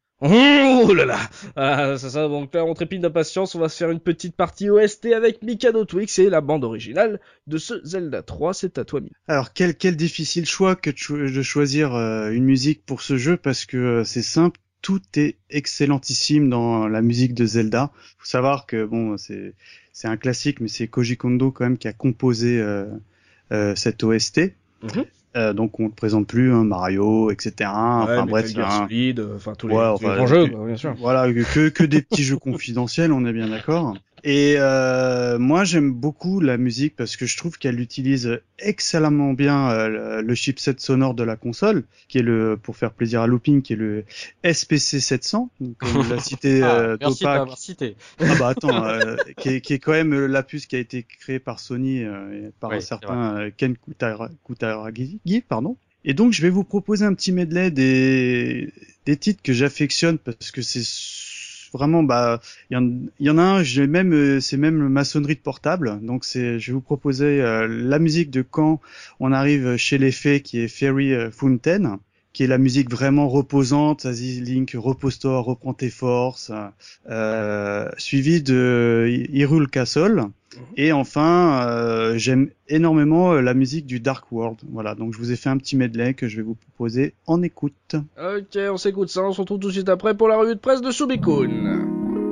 Oh là là ah, ça, ça, donc là on trépide d'impatience, on va se faire une petite partie O S T avec Mikado Twix et la bande originale de ce Zelda trois, c'est à toi Mika. Alors, quel, quel difficile choix que de, cho- de choisir euh, une musique pour ce jeu, parce que euh, c'est simple, tout est excellentissime dans la musique de Zelda. Faut savoir que, bon, c'est c'est un classique, mais c'est Koji Kondo quand même qui a composé euh, euh, cette O S T. Mhm. Euh, donc on ne le présente plus, hein, Mario, et cetera. Enfin Ouais, bref, Metal c'est Gear un- Solid, euh, enfin tous les, Ouais, tous les enfin, grands jeux, que- quoi, bien sûr. Voilà, que, que des petits jeux confidentiels, on est bien d'accord. Et euh, moi, j'aime beaucoup la musique parce que je trouve qu'elle utilise excellemment bien euh, le, le chipset sonore de la console, qui est le, pour faire plaisir à Looping, qui est le S P C sept cents, comme l'a cité Ah, euh, merci de Topak. m'avoir cité. Ah bah attends, euh, qui, est, qui est quand même la puce qui a été créée par Sony, euh, et par Oui, un c'est certain euh, Ken Kutara- Kutaragi, pardon. Et donc je vais vous proposer un petit medley des des titres que j'affectionne parce que c'est vraiment bah il y en il y en a un, j'ai même euh, c'est même maçonnerie de portable. Donc c'est je vais vous proposer euh, la musique de quand on arrive chez les fées qui est Fairy euh, Fountain, qui est la musique vraiment reposante, vas-y Link, repose-toi, reprends tes forces, euh, suivi de Hyrule Castle, Et enfin, euh, j'aime énormément la musique du Dark World. Voilà, donc je vous ai fait un petit medley que je vais vous proposer en écoute. Ok, on s'écoute ça, on se retrouve tout de suite après pour la revue de presse de Subikun.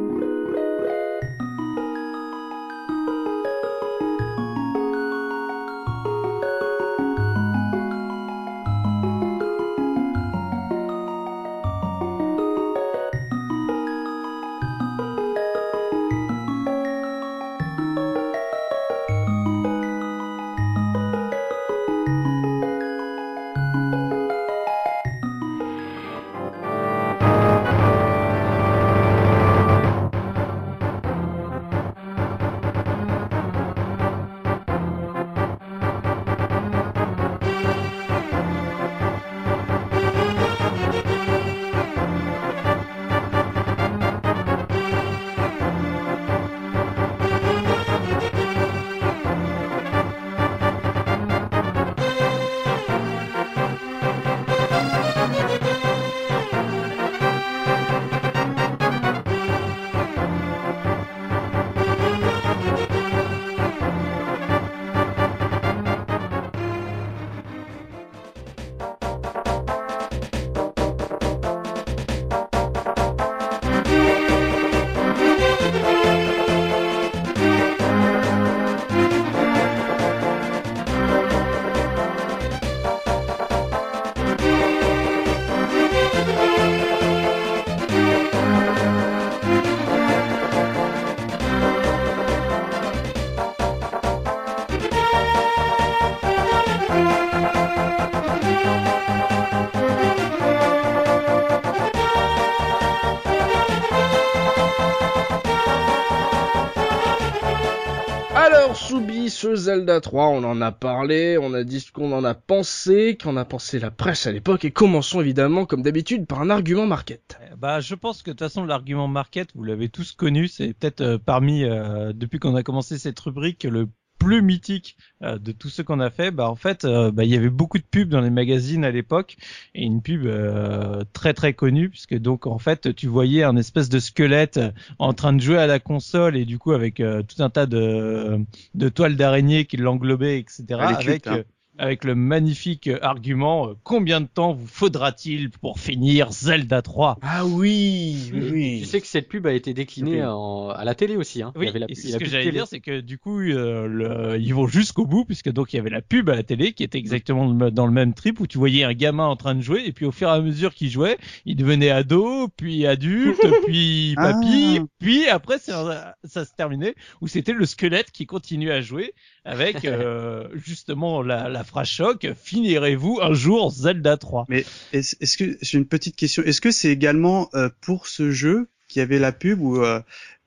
Alors, Soubi, ce Zelda trois, on en a parlé, on a dit ce qu'on en a pensé, qu'en a pensé la presse à l'époque, et commençons évidemment, comme d'habitude, par un argument market. Bah, je pense que de toute façon, l'argument market, vous l'avez tous connu, c'est peut-être euh, parmi, euh, depuis qu'on a commencé cette rubrique, le plus mythique euh, de tous ceux qu'on a fait. Bah en fait, euh, bah il y avait beaucoup de pubs dans les magazines à l'époque, et une pub euh, très très connue, puisque donc en fait tu voyais un espèce de squelette en train de jouer à la console, et du coup avec euh, tout un tas de de toiles d'araignée qui l'englobaient, et cetera. Avec Avec hein. avec le magnifique argument, euh, combien de temps vous faudra-t-il pour finir Zelda trois? Ah oui, oui. Tu sais que cette pub a été déclinée Oui. en, à la télé aussi, hein. Il y Oui, avait la, et il y c'est a ce la que pub j'allais télé. dire, c'est que du coup, euh, le, ils vont jusqu'au bout, puisque donc il y avait la pub à la télé qui était exactement dans le même trip, où tu voyais un gamin en train de jouer, et puis au fur et à mesure qu'il jouait, il devenait ado, puis adulte, puis papy, Ah. puis après ça, ça se terminait, où c'était le squelette qui continuait à jouer avec euh, justement la, la phrase choc, finirez-vous un jour Zelda trois? Mais est-ce, est-ce que j'ai une petite question. Est-ce que c'est également euh, pour ce jeu qu'il y avait la pub où euh,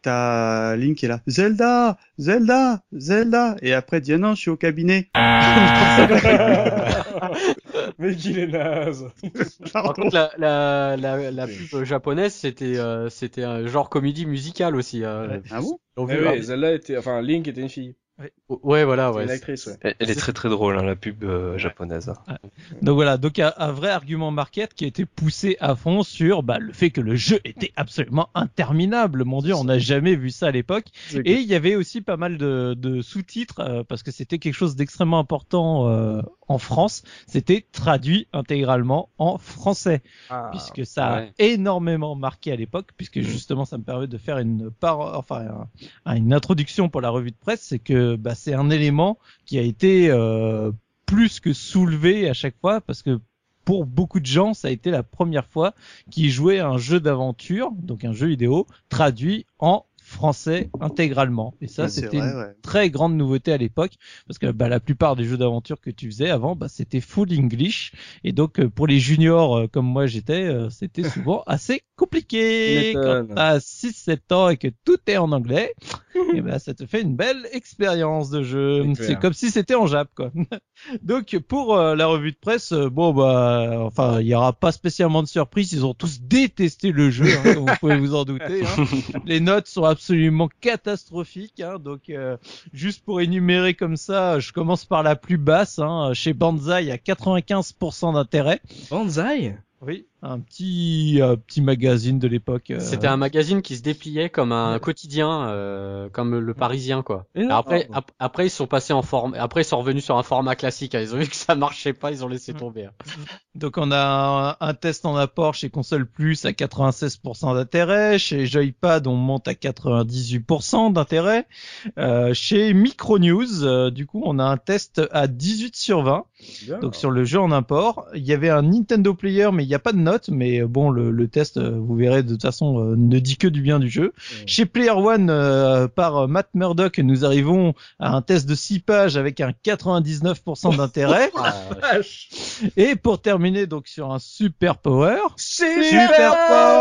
t'as Link qui est là, Zelda, Zelda, Zelda, et après dit ah non, je suis au cabinet. Mais qu'il est naze. Par contre, la, la, la, la pub japonaise, c'était, euh, c'était un genre comédie musicale aussi. Euh, Ah bon? on Eh veut- oui, Zelda était, enfin, Link était une fille. Ouais, voilà, C'est ouais. une actrice, ouais. Elle, elle est très très drôle, hein, la pub euh, japonaise. hein. Donc voilà, donc un, un vrai argument market qui a été poussé à fond sur bah, le fait que le jeu était absolument interminable. Mon Dieu, on n'a jamais vu ça à l'époque. Et il y avait aussi pas mal de, de sous-titres euh, parce que c'était quelque chose d'extrêmement important euh, en France. C'était traduit intégralement en français, Ah, puisque ça ouais. a énormément marqué à l'époque, puisque justement ça me permet de faire une par, enfin un- une introduction pour la revue de presse, c'est que bah, c'est un élément qui a été euh, plus que soulevé à chaque fois, parce que pour beaucoup de gens, ça a été la première fois qu'ils jouaient à un jeu d'aventure, donc un jeu vidéo, traduit en français intégralement. Et ça, Ouais, c'est c'était vrai, une ouais. très grande nouveauté à l'époque, parce que bah, la plupart des jeux d'aventure que tu faisais avant, bah, c'était full English. Et donc, euh, pour les juniors euh, comme moi j'étais, euh, c'était souvent assez compliqué. Tu Quand m'étonnes. t'as six sept ans et que tout est en anglais, et ben ça te fait une belle expérience de jeu. C'est clair. C'est comme si c'était en Jap, quoi. Donc pour euh, la revue de presse, euh, bon bah, enfin, il y aura pas spécialement de surprise. Ils ont tous détesté le jeu, hein, comme vous pouvez vous en douter. Hein. Les notes sont absolument catastrophiques. Hein, donc euh, juste pour énumérer comme ça, je commence par la plus basse. Hein, chez Banzai, à quatre-vingt-quinze pour cent d'intérêt. Banzai? Oui, un petit un petit magazine de l'époque. Euh... C'était un magazine qui se dépliait comme un ouais. quotidien, euh, comme le Parisien, quoi. Non, après, non. ap- après ils sont passés en forme. Après ils sont revenus sur un format classique. Hein. Ils ont vu que ça marchait pas, ils ont laissé tomber. Hein. Donc on a un, un test en apport chez Console Plus à quatre-vingt-seize pour cent d'intérêt, chez Joypad on monte à quatre-vingt-dix-huit pour cent d'intérêt, euh, chez Micronews euh, du coup on a un test à dix-huit sur vingt. Bien. Donc sur le jeu en import, il y avait un Nintendo Player mais il n'y a pas de note, mais bon le, le test vous verrez de toute façon euh, ne dit que du bien du jeu. Mmh. Chez Player One euh, par Matt Murdock nous arrivons à un test de six pages avec un quatre-vingt-dix-neuf pour cent d'intérêt. Et pour terminer donc sur un Super Power, Super, Super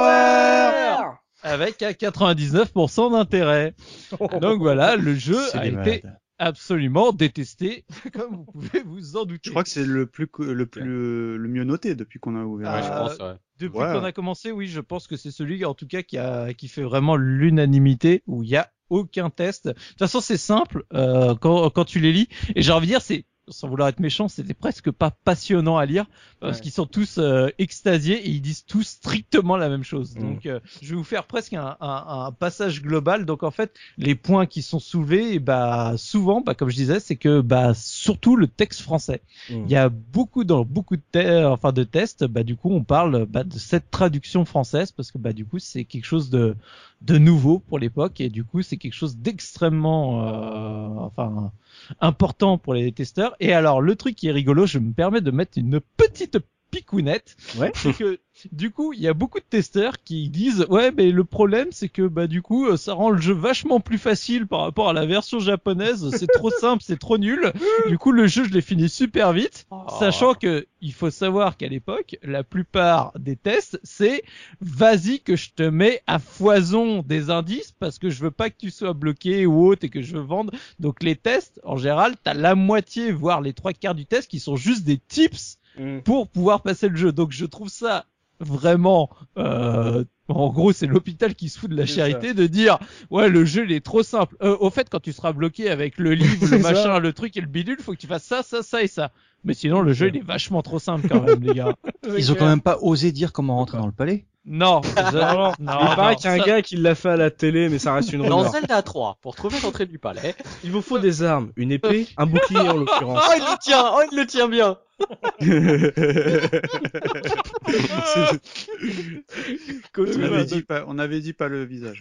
Power avec un quatre-vingt-dix-neuf pour cent d'intérêt. Donc voilà, le jeu a été absolument détesté, comme vous pouvez vous en douter. Je crois que c'est le plus le plus le mieux noté depuis qu'on a ouvert. Ouais, je pense. Ouais. Depuis ouais. qu'on a commencé, oui, je pense que c'est celui en tout cas qui a qui fait vraiment l'unanimité, où il y a aucun test. De toute façon, c'est simple euh, quand quand tu les lis. Et j'ai envie de dire, c'est sans vouloir être méchant, c'était presque pas passionnant à lire parce ouais. qu'ils sont tous euh, extasiés et ils disent tous strictement la même chose. Mmh. Donc, euh, je vais vous faire presque un, un, un passage global. Donc, en fait, les points qui sont soulevés, et bah souvent, bah comme je disais, c'est que bah surtout le texte français. Mmh. Il y a beaucoup dans beaucoup de te- enfin de tests, bah du coup, on parle bah, de cette traduction française parce que bah du coup, c'est quelque chose de de nouveau pour l'époque et du coup, c'est quelque chose d'extrêmement euh, enfin important pour les testeurs. Et alors, le truc qui est rigolo, je me permets de mettre une petite picounette, ouais. c'est que du coup, il y a beaucoup de testeurs qui disent ouais, mais le problème c'est que bah du coup, ça rend le jeu vachement plus facile par rapport à la version japonaise. C'est trop simple, c'est trop nul. Du coup, le jeu, je l'ai fini super vite, oh. sachant que il faut savoir qu'à l'époque, la plupart des tests, c'est vas-y que je te mets à foison des indices parce que je veux pas que tu sois bloqué ou autre et que je veux vendre. Donc les tests, en général, t'as la moitié voire les trois quarts du test qui sont juste des tips pour pouvoir passer le jeu. Donc je trouve ça vraiment euh, en gros c'est l'hôpital qui se fout de la charité de dire ouais le jeu il est trop simple. Euh, au fait quand tu seras bloqué avec le livre, le machin, ça. Le truc et le bidule, faut que tu fasses ça, ça, ça et ça. Mais sinon le jeu il est vachement trop simple quand même les gars. Ils ont quand même pas osé dire comment rentrer dans le palais. Non, non, non, il paraît qu'il y a un ça... gars qui l'a fait à la télé, mais ça reste une rumeur. Dans Zelda trois, pour trouver l'entrée du palais, il vous faut des armes, une épée, un bouclier en l'occurrence. Oh, il le tient, oh, il le tient bien. on, avait dit pas, on avait dit pas le visage.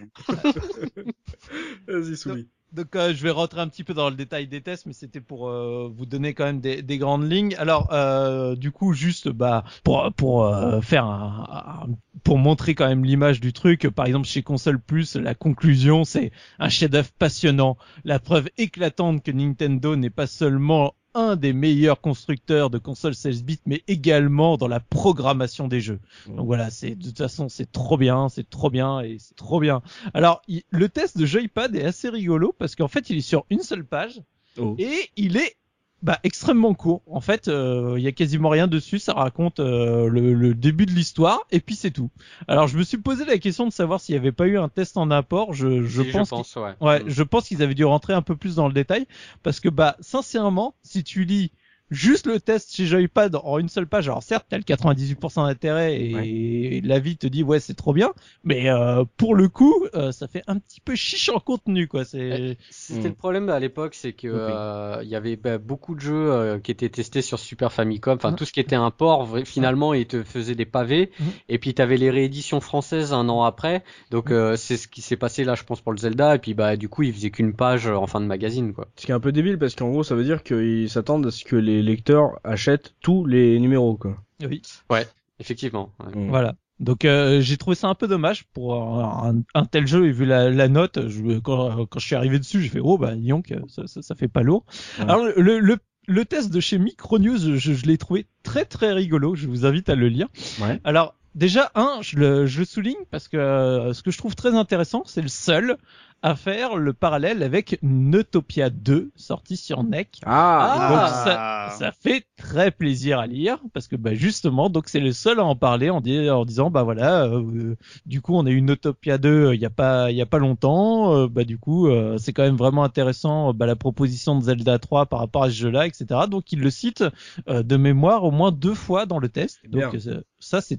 Vas-y, Souli. Donc euh, je vais rentrer un petit peu dans le détail des tests, mais c'était pour euh, vous donner quand même des, des grandes lignes. Alors euh, du coup juste bah pour pour euh, faire un, un pour montrer quand même l'image du truc. Par exemple chez Console Plus, la conclusion c'est un chef-d'œuvre passionnant, la preuve éclatante que Nintendo n'est pas seulement un des meilleurs constructeurs de consoles seize bits, mais également dans la programmation des jeux. Donc voilà, c'est de toute façon c'est trop bien, c'est trop bien et c'est trop bien. Alors il, le test de Joypad est assez rigolo parce qu'en fait il est sur une seule page oh. et il est bah extrêmement court. En fait, il euh, y a quasiment rien dessus. Ça raconte euh, le, le début de l'histoire et puis c'est tout. Alors je me suis posé la question de savoir s'il y avait pas eu un test en apport. Je, je si, pense, je pense ouais. ouais, mmh. je pense qu'ils avaient dû rentrer un peu plus dans le détail parce que bah sincèrement, si tu lis juste le test chez Joypad en une seule page, alors certes t'as le quatre-vingt-dix-huit pour cent d'intérêt et, ouais. et l'avis te dit ouais c'est trop bien, mais euh, pour le coup euh, ça fait un petit peu chiche en contenu quoi. C'est c'était mmh. le problème à l'époque, c'est que il okay. euh, y avait bah, beaucoup de jeux euh, qui étaient testés sur Super Famicom, enfin mmh. tout ce qui était import finalement ils te faisaient des pavés mmh. et puis t'avais les rééditions françaises un an après, donc mmh. euh, c'est ce qui s'est passé là je pense pour le Zelda et puis bah du coup ils faisaient qu'une page en fin de magazine quoi. Ce qui est un peu débile parce qu'en gros ça veut dire qu'ils s'attendent à ce que les Les lecteurs achètent tous les numéros quoi. Oui. Ouais, effectivement. Ouais. Mmh. Voilà. Donc euh, j'ai trouvé ça un peu dommage pour un, un tel jeu et vu la, la note, je, quand, quand je suis arrivé dessus, j'ai fait oh bah disons que ça, ça, ça fait pas lourd. Ouais. Alors le, le le test de chez Micronews, je, je l'ai trouvé très très rigolo. Je vous invite à le lire. Ouais. Alors déjà un, je le, je le souligne parce que euh, ce que je trouve très intéressant, c'est le seul à faire le parallèle avec Neutopia deux sorti sur N E C. Ah, donc ça, ça fait très plaisir à lire parce que bah justement donc c'est le seul à en parler en, dis, en disant bah voilà euh, du coup on a eu Neutopia deux il y a pas il y a pas longtemps euh, bah du coup euh, c'est quand même vraiment intéressant bah la proposition de Zelda trois par rapport à ce jeu-là et cetera. Donc il le cite euh, de mémoire au moins deux fois dans le test. Donc euh, ça c'était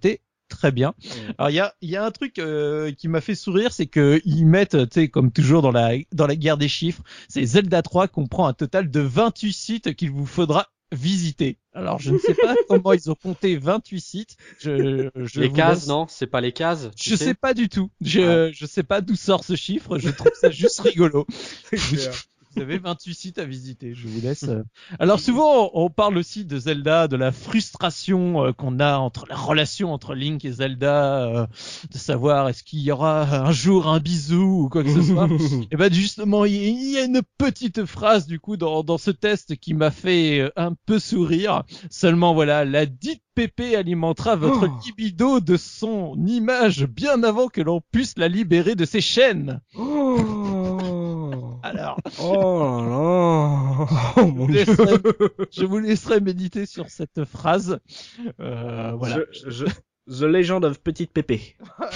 très bien. Alors il y a il y a un truc euh, qui m'a fait sourire, c'est que ils mettent, tu sais, comme toujours dans la dans la guerre des chiffres, c'est Zelda trois comprend un total de vingt-huit sites qu'il vous faudra visiter. Alors je ne sais pas comment ils ont compté vingt-huit sites. Je, je les vous cases, laisse... non, c'est pas les cases. Je sais, sais pas du tout. Je ah. je sais pas d'où sort ce chiffre. Je trouve ça juste rigolo. Vous avez vingt-huit sites à visiter, je vous laisse. Alors souvent, on parle aussi de Zelda, de la frustration euh, qu'on a entre la relation entre Link et Zelda, euh, de savoir est-ce qu'il y aura un jour un bisou ou quoi que ce soit. Et ben justement, il y, y a une petite phrase du coup dans, dans ce test qui m'a fait un peu sourire. Seulement voilà, la dite Pépé alimentera votre oh. libido de son image bien avant que l'on puisse la libérer de ses chaînes. Oh. Alors, oh là là, oh, mon je, laisserai, je vous laisserai méditer sur cette phrase. Euh, voilà. Je, je, The Legend of Petite Pépé.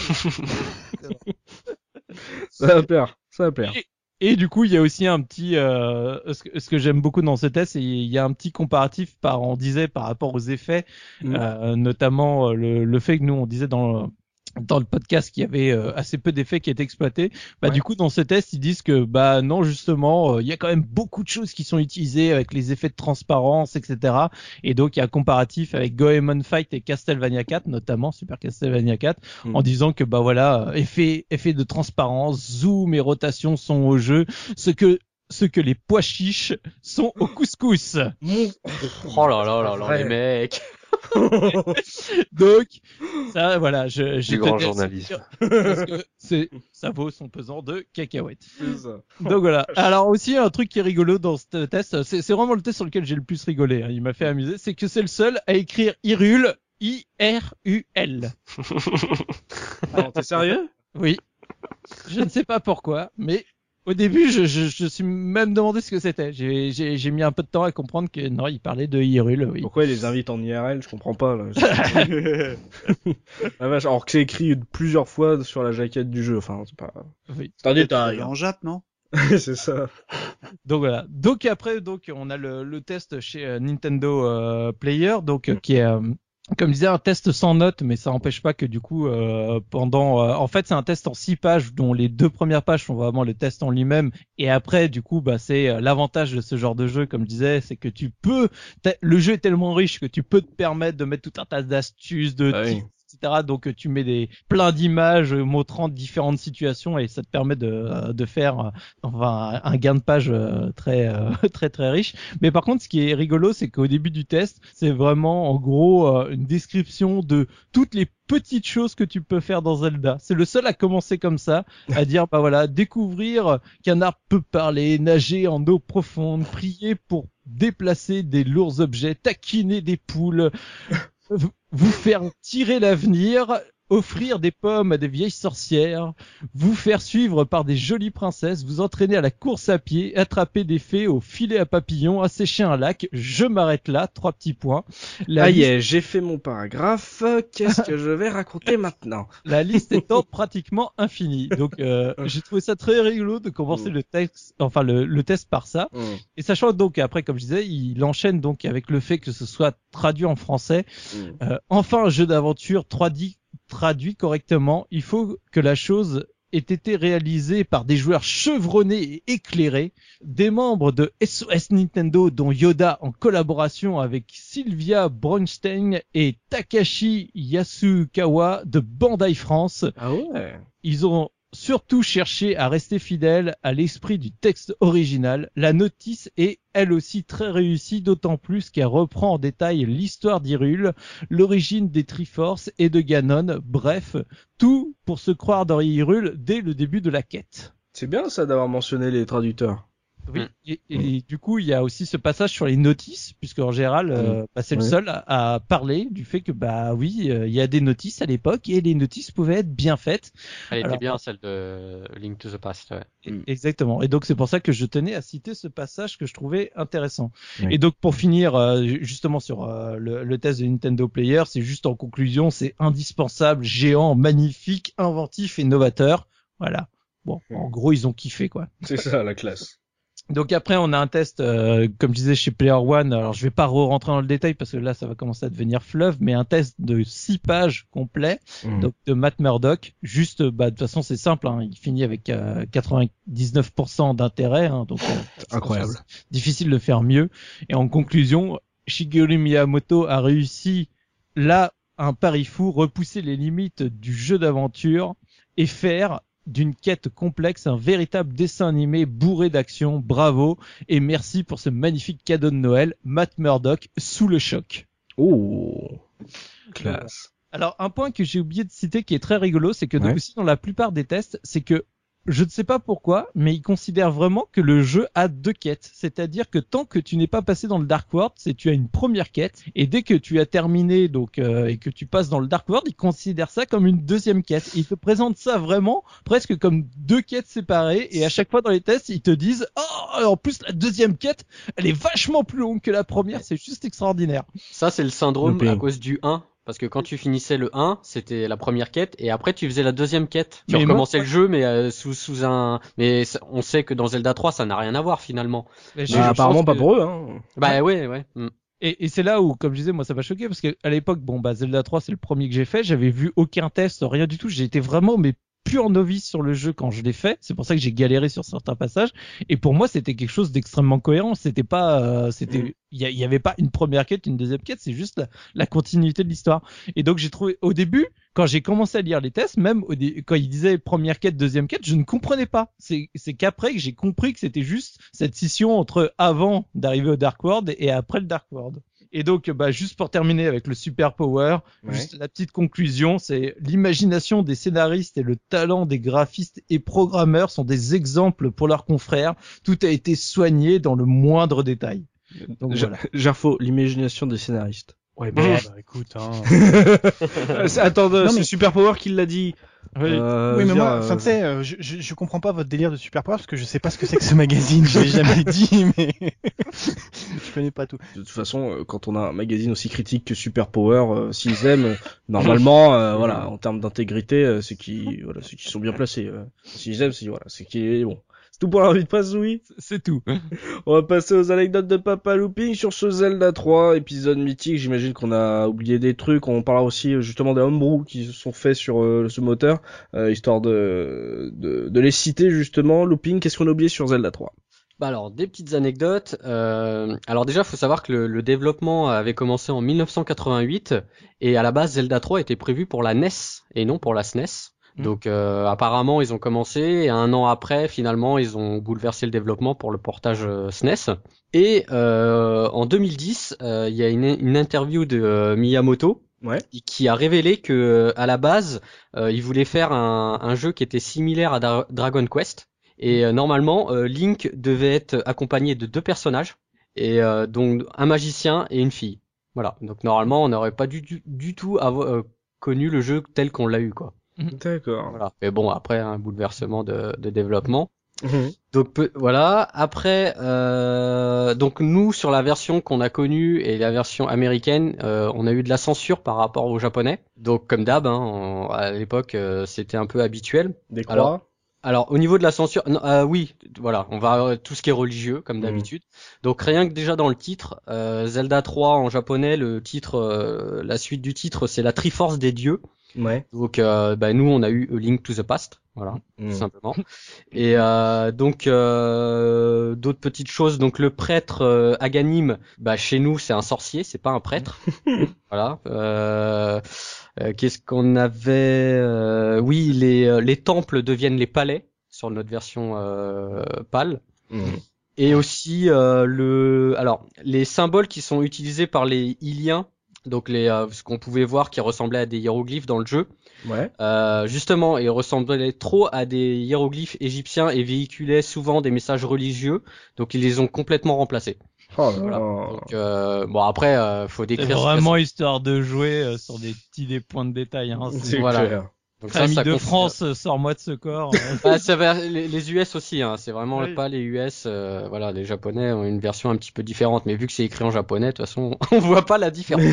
Ça va plaire, ça va plaire. Et, et du coup, il y a aussi un petit, euh, ce que, ce que j'aime beaucoup dans ce test, c'est il y a un petit comparatif par, on disait par rapport aux effets, mmh. euh, notamment le, le fait que nous on disait dans dans le podcast qu'il y avait euh, assez peu d'effets qui étaient exploités. Bah ouais. Du coup dans ce test ils disent que bah non justement il euh, y a quand même beaucoup de choses qui sont utilisées avec les effets de transparence, et cetera. Et donc il y a un comparatif avec Goemon Fight et Castlevania quatre, notamment Super Castlevania quatre, mmh. en disant que bah voilà effet effet de transparence, zoom et rotation sont au jeu, ce que ce que les pois chiches sont au couscous. Oh là là là là les mecs. Donc ça voilà je je du grand journalisme parce que c'est ça vaut son pesant de cacahuètes. Donc voilà. Alors aussi un truc qui est rigolo dans ce test, c'est c'est vraiment le test sur lequel j'ai le plus rigolé, hein. Il m'a fait amuser, c'est que c'est le seul à écrire Hyrule I R U L. Alors t'es sérieux? Oui. Je ne sais pas pourquoi, mais au début, je, je, je suis même demandé ce que c'était. J'ai, j'ai, j'ai mis un peu de temps à comprendre que non, il parlait de Hyrule, oui. Pourquoi il les invite en I R L? Je comprends pas, là. La vache, alors que c'est écrit plusieurs fois sur la jaquette du jeu. Enfin, c'est pas, oui. C'est un détail. En Jap, non? C'est ça. Donc voilà. Donc après, donc, on a le, le test chez euh, Nintendo euh, Player, donc, euh, qui est, euh, comme je disais, un test sans notes, mais ça n'empêche pas que du coup, euh, pendant, euh, en fait, c'est un test en six pages, dont les deux premières pages sont vraiment le test en lui-même, et après, du coup, bah, c'est euh, l'avantage de ce genre de jeu, comme je disais, c'est que tu peux, le jeu est tellement riche que tu peux te permettre de mettre tout un tas d'astuces, de ah tips, oui. et cetera. Donc tu mets des plein d'images montrant différentes situations et ça te permet de de faire enfin un gain de page très très très riche. Mais par contre, ce qui est rigolo, c'est qu'au début du test, c'est vraiment en gros une description de toutes les petites choses que tu peux faire dans Zelda. C'est le seul à commencer comme ça, à dire bah voilà, découvrir qu'un arbre peut parler, nager en eau profonde, prier pour déplacer des lourds objets, taquiner des poules, vous faire tirer l'avenir, offrir des pommes à des vieilles sorcières, vous faire suivre par des jolies princesses, vous entraîner à la course à pied, attraper des fées au filet à papillons, assécher un lac. Je m'arrête là, trois petits points. La ah liste... yeah, j'ai fait mon paragraphe, qu'est-ce que je vais raconter maintenant? La liste étant pratiquement infinie. Donc euh, j'ai trouvé ça très rigolo de commencer mmh. le texte, enfin le, le test par ça. Mmh. Et sachant donc après, comme je disais, il enchaîne donc avec le fait que ce soit traduit en français. Mmh. Euh, enfin un jeu d'aventure trois D traduit correctement, il faut que la chose ait été réalisée par des joueurs chevronnés et éclairés, des membres de S O S Nintendo dont Yoda en collaboration avec Sylvia Bronstein et Takashi Yasukawa de Bandai France. Ah ouais. Ils ont surtout cherché à rester fidèles à l'esprit du texte original. La notice est elle aussi très réussie, d'autant plus qu'elle reprend en détail l'histoire d'Hyrule, l'origine des Triforce et de Ganon, bref, tout pour se croire dans Hyrule dès le début de la quête. C'est bien ça d'avoir mentionné les traducteurs. Oui, et, et du coup, il y a aussi ce passage sur les notices, puisque en général, euh, bah, c'est ouais. le seul à, à parler du fait que bah oui, euh, il y a des notices à l'époque et les notices pouvaient être bien faites. Elle était Alors, bien celle de Link to the Past. Ouais. Et, exactement. Et donc c'est pour ça que je tenais à citer ce passage que je trouvais intéressant. Oui. Et donc pour finir, euh, justement sur euh, le, le test de Nintendo Player, c'est juste en conclusion, c'est indispensable, géant, magnifique, inventif et novateur. Voilà. Bon, en gros, ils ont kiffé quoi. C'est ça la classe. Donc après on a un test euh, comme je disais chez Player One, alors je vais pas re-rentrer dans le détail parce que là ça va commencer à devenir fleuve, mais un test de six pages complet mmh. donc de Matt Murdock, juste bah de toute façon c'est simple hein, il finit avec euh, quatre-vingt-dix-neuf pour cent d'intérêt hein, donc euh, incroyable. Difficile de faire mieux et en conclusion Shigeru Miyamoto a réussi là un pari fou, repousser les limites du jeu d'aventure et faire d'une quête complexe, un véritable dessin animé bourré d'action. Bravo et merci pour ce magnifique cadeau de Noël, Matt Murdock sous le choc. Oh, classe. Alors un point que j'ai oublié de citer qui est très rigolo, c'est que ouais. aussi dans la plupart des tests, c'est que je ne sais pas pourquoi, mais ils considèrent vraiment que le jeu a deux quêtes. C'est-à-dire que tant que tu n'es pas passé dans le Dark World, c'est tu as une première quête, et dès que tu as terminé donc euh, et que tu passes dans le Dark World, ils considèrent ça comme une deuxième quête. Ils te présentent ça vraiment presque comme deux quêtes séparées, et à chaque fois dans les tests, ils te disent « Oh, en plus la deuxième quête, elle est vachement plus longue que la première, c'est juste extraordinaire. » Ça, c'est le syndrome Looping. à cause du un. Parce que quand tu finissais le un, c'était la première quête, et après tu faisais la deuxième quête. Tu mais recommençais moi... le jeu, mais euh, sous sous un. Mais on sait que dans Zelda trois, ça n'a rien à voir finalement. Mais bah, apparemment pas que... pour eux. Hein. Bah ouais, ouais. Mm. Et, et c'est là où, comme je disais, moi ça m'a choqué parce qu'à l'époque, bon bah Zelda trois c'est le premier que j'ai fait, j'avais vu aucun test, rien du tout. J'ai été vraiment mais pur novice sur le jeu quand je l'ai fait. C'est pour ça que j'ai galéré sur certains passages. Et pour moi, c'était quelque chose d'extrêmement cohérent. C'était pas, euh, c'était, il y, y avait pas une première quête, une deuxième quête. C'est juste la, la continuité de l'histoire. Et donc j'ai trouvé au début, quand j'ai commencé à lire les tests, même au dé- quand ils disaient première quête, deuxième quête, je ne comprenais pas. C'est, c'est qu'après que j'ai compris que c'était juste cette scission entre avant d'arriver au Dark World et après le Dark World. Et donc, bah, juste pour terminer avec le super power, ouais. juste la petite conclusion, c'est l'imagination des scénaristes et le talent des graphistes et programmeurs sont des exemples pour leurs confrères. Tout a été soigné dans le moindre détail. Donc J- voilà. Gerfo, l'imagination des scénaristes. Ouais, bah, bah écoute, hein. Attends, Non, c'est mais- Super Power qui l'a dit. Oui. Euh, oui, mais je veux moi, dire, enfin, euh, tu sais, euh, je, je, je comprends pas votre délire de Super Power parce que je sais pas ce que c'est que ce magazine, je l'ai jamais dit, mais je connais pas tout. De toute façon, euh, quand on a un magazine aussi critique que Super Power, euh, s'ils aiment, euh, normalement, euh, voilà, en termes d'intégrité, euh, c'est qu'ils, voilà, c'est qu'ils sont bien placés. Euh. S'ils aiment, c'est voilà, c'est qui est bon. C'est tout pour la revue de presse, oui. C'est tout. On va passer aux anecdotes de Papa Looping sur ce Zelda trois, épisode mythique. J'imagine qu'on a oublié des trucs. On parlera aussi euh, justement des homebrew qui se sont faits sur euh, ce moteur, euh, histoire de, de de les citer justement. Looping, qu'est-ce qu'on a oublié sur Zelda trois? Bah alors, des petites anecdotes. Euh, alors déjà, faut savoir que le, le développement avait commencé en mille neuf cent quatre-vingt-huit et à la base, Zelda trois était prévu pour la N E S et non pour la S N E S. Mmh. Donc euh, apparemment, ils ont commencé et un an après, finalement, ils ont bouleversé le développement pour le portage euh, S N E S. Et euh, en deux mille dix, euh, il y a une, une interview de euh, Miyamoto. Ouais. Qui a révélé que à la base, euh, il voulait faire un, un jeu qui était similaire à Dra- Dragon Quest. Et euh, normalement, euh, Link devait être accompagné de deux personnages, et euh, donc un magicien et une fille. Voilà. Donc normalement, on n'aurait pas du, du, du tout avo- euh, connu le jeu tel qu'on l'a eu, quoi. D'accord. Voilà. Mais bon, après un bouleversement de, de développement. Mhm. Donc peu- voilà. Après, euh, donc nous sur la version qu'on a connue et la version américaine, euh, on a eu de la censure par rapport aux japonais. Donc comme d'hab, hein, on- à l'époque, euh, c'était un peu habituel. Des croix. Alors, Alors au niveau de la censure, non, euh, oui, voilà, on va euh, tout ce qui est religieux comme Mhm. d'habitude. Donc rien que déjà dans le titre, euh, Zelda trois en japonais, le titre, euh, la suite du titre, c'est la Triforce des dieux. Ouais. Donc euh, bah, nous on a eu A Link to the Past, voilà, Mhm. tout simplement. Et euh, donc euh, d'autres petites choses. Donc le prêtre euh, Aganim, bah chez nous c'est un sorcier, c'est pas un prêtre. Voilà. Euh, euh, qu'est-ce qu'on avait euh, Oui, les euh, les temples deviennent les palais sur notre version euh, PAL. Mhm. Et aussi euh, le alors les symboles qui sont utilisés par les Iliens, donc les euh, ce qu'on pouvait voir qui ressemblait à des hiéroglyphes dans le jeu. Ouais. Euh, justement, ils ressemblaient trop à des hiéroglyphes égyptiens et véhiculaient souvent des messages religieux, donc ils les ont complètement remplacés. Oh là Voilà. là. Donc euh, bon après, euh, faut C'est décrire. ce que vraiment histoire de jouer euh, sur des petits des points de détail. Hein. C'est- C'est voilà. clair. Donc ça, Ami ça de considère- France, sors-moi de ce corps. Bah, ça va, les, les U S aussi, hein. C'est vraiment Oui. pas les U S. Euh, voilà, les Japonais ont une version un petit peu différente, mais vu que c'est écrit en japonais, de toute façon, on voit pas la différence.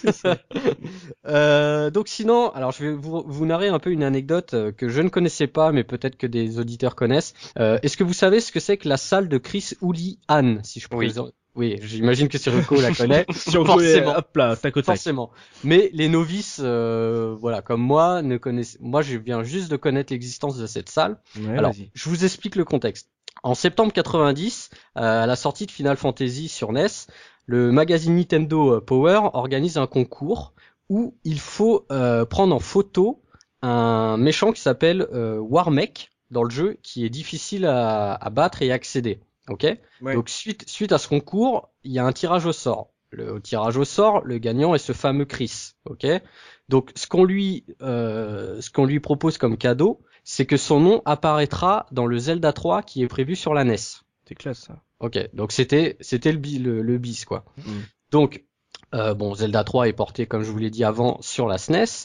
euh, donc sinon, alors je vais vous, vous narrer un peu une anecdote euh, que je ne connaissais pas, mais peut-être que des auditeurs connaissent. Euh, est-ce que vous savez ce que c'est que la salle de Chris Houlihan, si je peux Oui. Oui, j'imagine que Sirocco la connaît. Si on connaît, Forcément. hop là, tac au tac. Forcément. Mais les novices, euh, voilà, comme moi, ne connaissent. Moi, je viens juste de connaître l'existence de cette salle. Ouais, Alors, vas-y. je vous explique le contexte. En septembre quatre-vingt-dix, euh, à la sortie de Final Fantasy sur N E S, le magazine Nintendo Power organise un concours où il faut euh, prendre en photo un méchant qui s'appelle euh, Warmech dans le jeu, qui est difficile à, à battre et à accéder. Ok. Ouais. Donc suite suite à ce concours, il y a un tirage au sort. Le au tirage au sort, le gagnant est ce fameux Chris. Ok. Donc ce qu'on lui euh, ce qu'on lui propose comme cadeau, c'est que son nom apparaîtra dans le Zelda trois qui est prévu sur la N E S. C'est classe ça. Ok. Donc c'était c'était le bi- le, le bis quoi. Mm. Donc euh, bon, Zelda trois est porté comme je vous l'ai dit avant sur la S N E S.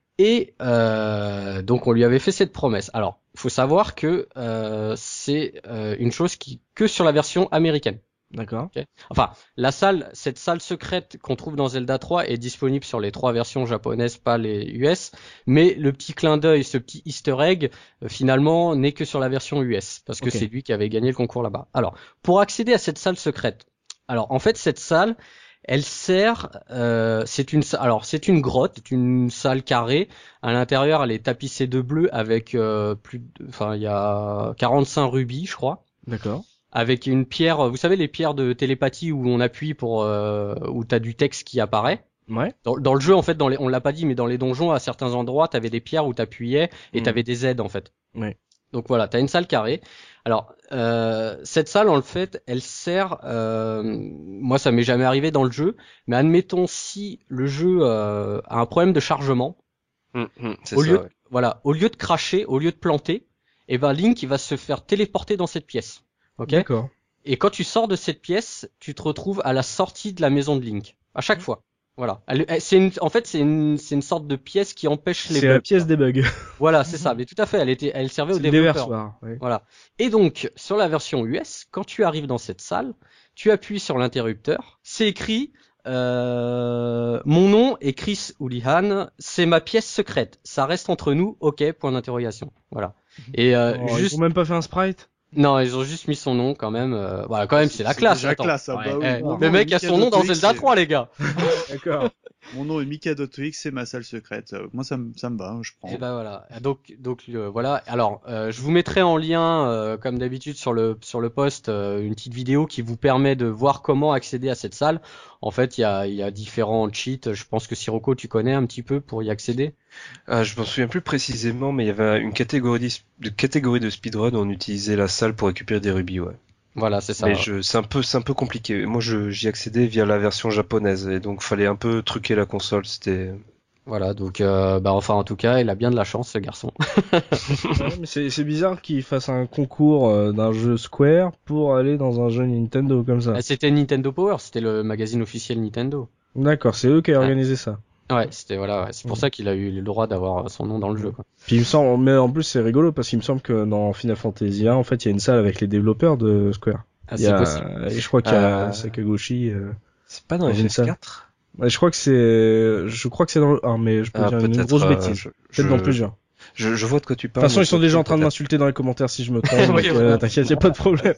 Et euh, donc on lui avait fait cette promesse. Alors, il faut savoir que euh, c'est euh, une chose qui que sur la version américaine. D'accord. Okay. Enfin, la salle, cette salle secrète qu'on trouve dans Zelda trois est disponible sur les trois versions japonaises, pas les U S. Mais le petit clin d'œil, ce petit Easter egg, euh, finalement, n'est que sur la version U S, parce que Ok. c'est lui qui avait gagné le concours là-bas. Alors, pour accéder à cette salle secrète, alors en fait cette salle, elle sert, euh, c'est une, alors c'est une grotte, c'est une salle carrée. À l'intérieur, elle est tapissée de bleu avec euh, plus, de, enfin il y a quarante-cinq rubis, je crois. D'accord. Avec une pierre, vous savez les pierres de télépathie où on appuie pour, euh, où t'as du texte qui apparaît. Ouais. Dans, dans le jeu en fait, dans les, on l'a pas dit, mais dans les donjons à certains endroits, t'avais des pierres où t'appuyais et Mm. t'avais des aides en fait. Ouais. Donc voilà, t'as une salle carrée. Alors euh, cette salle en fait, elle sert. Euh, moi, ça m'est jamais arrivé dans le jeu, mais admettons si le jeu euh, a un problème de chargement, Hum, hum, c'est au ça, lieu, ouais. de, voilà, au lieu de cracher, au lieu de planter, et ben Link il va se faire téléporter dans cette pièce. Ok. D'accord. Et quand tu sors de cette pièce, tu te retrouves à la sortie de la maison de Link. À chaque fois. Voilà. Elle- elle- c'est une, en fait, c'est une, c'est une sorte de pièce qui empêche les C'est la bugs. pièce des bugs. Voilà, c'est ça. Mais tout à fait. Elle était, elle servait aux C'est le développeurs. déversoir. Ouais. Voilà. Et donc, sur la version U S, quand tu arrives dans cette salle, tu appuies sur l'interrupteur. C'est écrit, euh, mon nom est Chris Houlihan. C'est ma pièce secrète. Ça reste entre nous. Ok. Point d'interrogation. Voilà. Et euh, Oh, juste, Ils ont même pas fait un sprite. non, ils ont juste mis son nom quand même. Euh, voilà, quand même, c'est la classe. Déjà attends. classe, ah Ouais, bah oui. eh, Mon le nom mec est a son nom dans Mikado Zelda Twix, trois, les gars. D'accord. Mon nom est Mikado Twix, c'est ma salle secrète. Euh, Moi, ça me, ça me va, je prends. Et ben voilà. Donc, donc euh, voilà. Alors, euh, je vous mettrai en lien, euh, comme d'habitude sur le sur le post, euh, une petite vidéo qui vous permet de voir comment accéder à cette salle. En fait, il y a il y a différents cheats. Je pense que Sirocco, tu connais un petit peu pour y accéder. Ah, je m'en souviens plus précisément, mais il y avait une catégorie de, de catégorie de speedrun où on utilisait la salle pour récupérer des rubis, ouais. Voilà, c'est ça. Mais je, c'est un peu, c'est un peu compliqué. Moi, je, j'y accédais via la version japonaise, et donc fallait un peu truquer la console. C'était. Voilà. Donc, euh, bah enfin, en tout cas, il a bien de la chance, ce garçon. Ouais, mais c'est c'est bizarre qu'ils fassent un concours euh, d'un jeu Square pour aller dans un jeu Nintendo comme ça. C'était Nintendo Power. C'était le magazine officiel Nintendo. D'accord, c'est eux qui ont Ouais. organisé ça. Ouais, c'était voilà. Ouais. C'est pour Mhm. ça qu'il a eu le droit d'avoir son nom dans le jeu. Quoi. Puis il me semble, mais en plus c'est rigolo parce qu'il me semble que dans Final Fantasy un, en fait, il y a une salle avec les développeurs de Square. Ah, Il y c'est a, possible. et je crois qu'il y a Euh, Sakaguchi. Euh... C'est pas dans Dans une F F salle. quatre? ouais, je crois que c'est, je crois que c'est dans le un, mais je peux Ah, dire une peut-être, grosse euh, bêtise. je- Peut-être je- dans plusieurs. Je, je vois de quoi tu De parles. toute façon, mais ils sont peut-être, déjà en train de peut-être. m'insulter dans les commentaires si je me trompe. Oui, donc, voilà. euh, t'inquiète, y a pas de problème.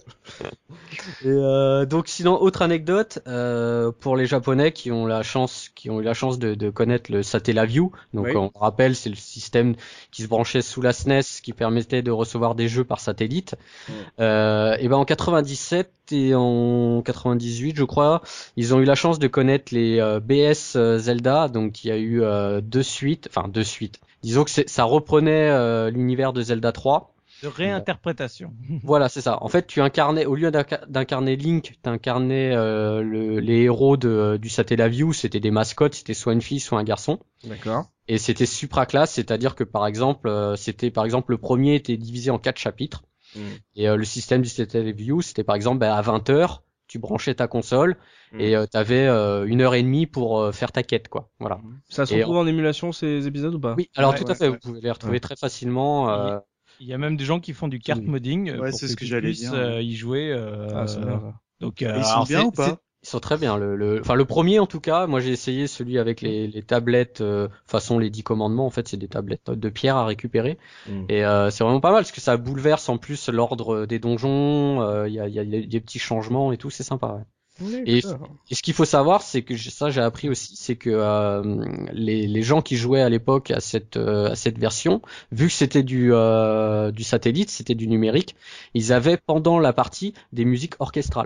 Et euh, donc sinon autre anecdote euh, pour les Japonais qui ont la chance qui ont eu la chance de, de connaître le Satellaview. Donc Oui. on rappelle c'est le système qui se branchait sous la S N E S qui permettait de recevoir des jeux par satellite. Ouais. Euh, et ben en quatre-vingt-dix-sept et en quatre-vingt-dix-huit je crois ils ont eu la chance de connaître les euh, B S Zelda. Donc il y a eu euh, deux suites, enfin deux suites. Disons que c'est, ça reprenait euh, l'univers de Zelda trois. De réinterprétation. Voilà, c'est ça. En fait, tu incarnais, au lieu d'inca- d'incarner Link, tu incarnais euh, le, les héros de, du Satellaview. C'était des mascottes, c'était soit une fille, soit un garçon. D'accord. Et c'était supra-classe, c'est-à-dire que par exemple, euh, c'était par exemple le premier était divisé en quatre chapitres. Mm. Et euh, le système du Satellaview, c'était par exemple bah, à vingt heures, tu branchais ta console Mm. et euh, t'avais euh, une heure et demie pour euh, faire ta quête, quoi. Voilà. Ça se Et retrouve en émulation ces épisodes ou pas? Oui, alors Ouais, tout ouais, à fait, ouais. vous pouvez les retrouver Ouais. très facilement. Euh, Il y a même des gens qui font du cart Oui. modding euh, Ouais, pour c'est que ce que tu j'allais puisses dire, euh, ouais. y jouer. Euh, Ah, c'est bien ça. Donc, euh, Et ils sont alors, bien c'est- ou pas? Ils sont très bien. Le, le, enfin le premier en tout cas, moi j'ai essayé celui avec les, les tablettes, euh, façon les dix commandements. En fait, c'est des tablettes de pierre à récupérer. Mm. Et euh, c'est vraiment pas mal parce que ça bouleverse en plus l'ordre des donjons. euh, Il y, a, il y a des petits changements et tout, c'est sympa. Ouais. Et, D'accord. et ce qu'il faut savoir, c'est que je- ça j'ai appris aussi, c'est que euh, les, les gens qui jouaient à l'époque à cette euh, à cette version, vu que c'était du euh, du satellite, c'était du numérique, ils avaient pendant la partie des musiques orchestrales.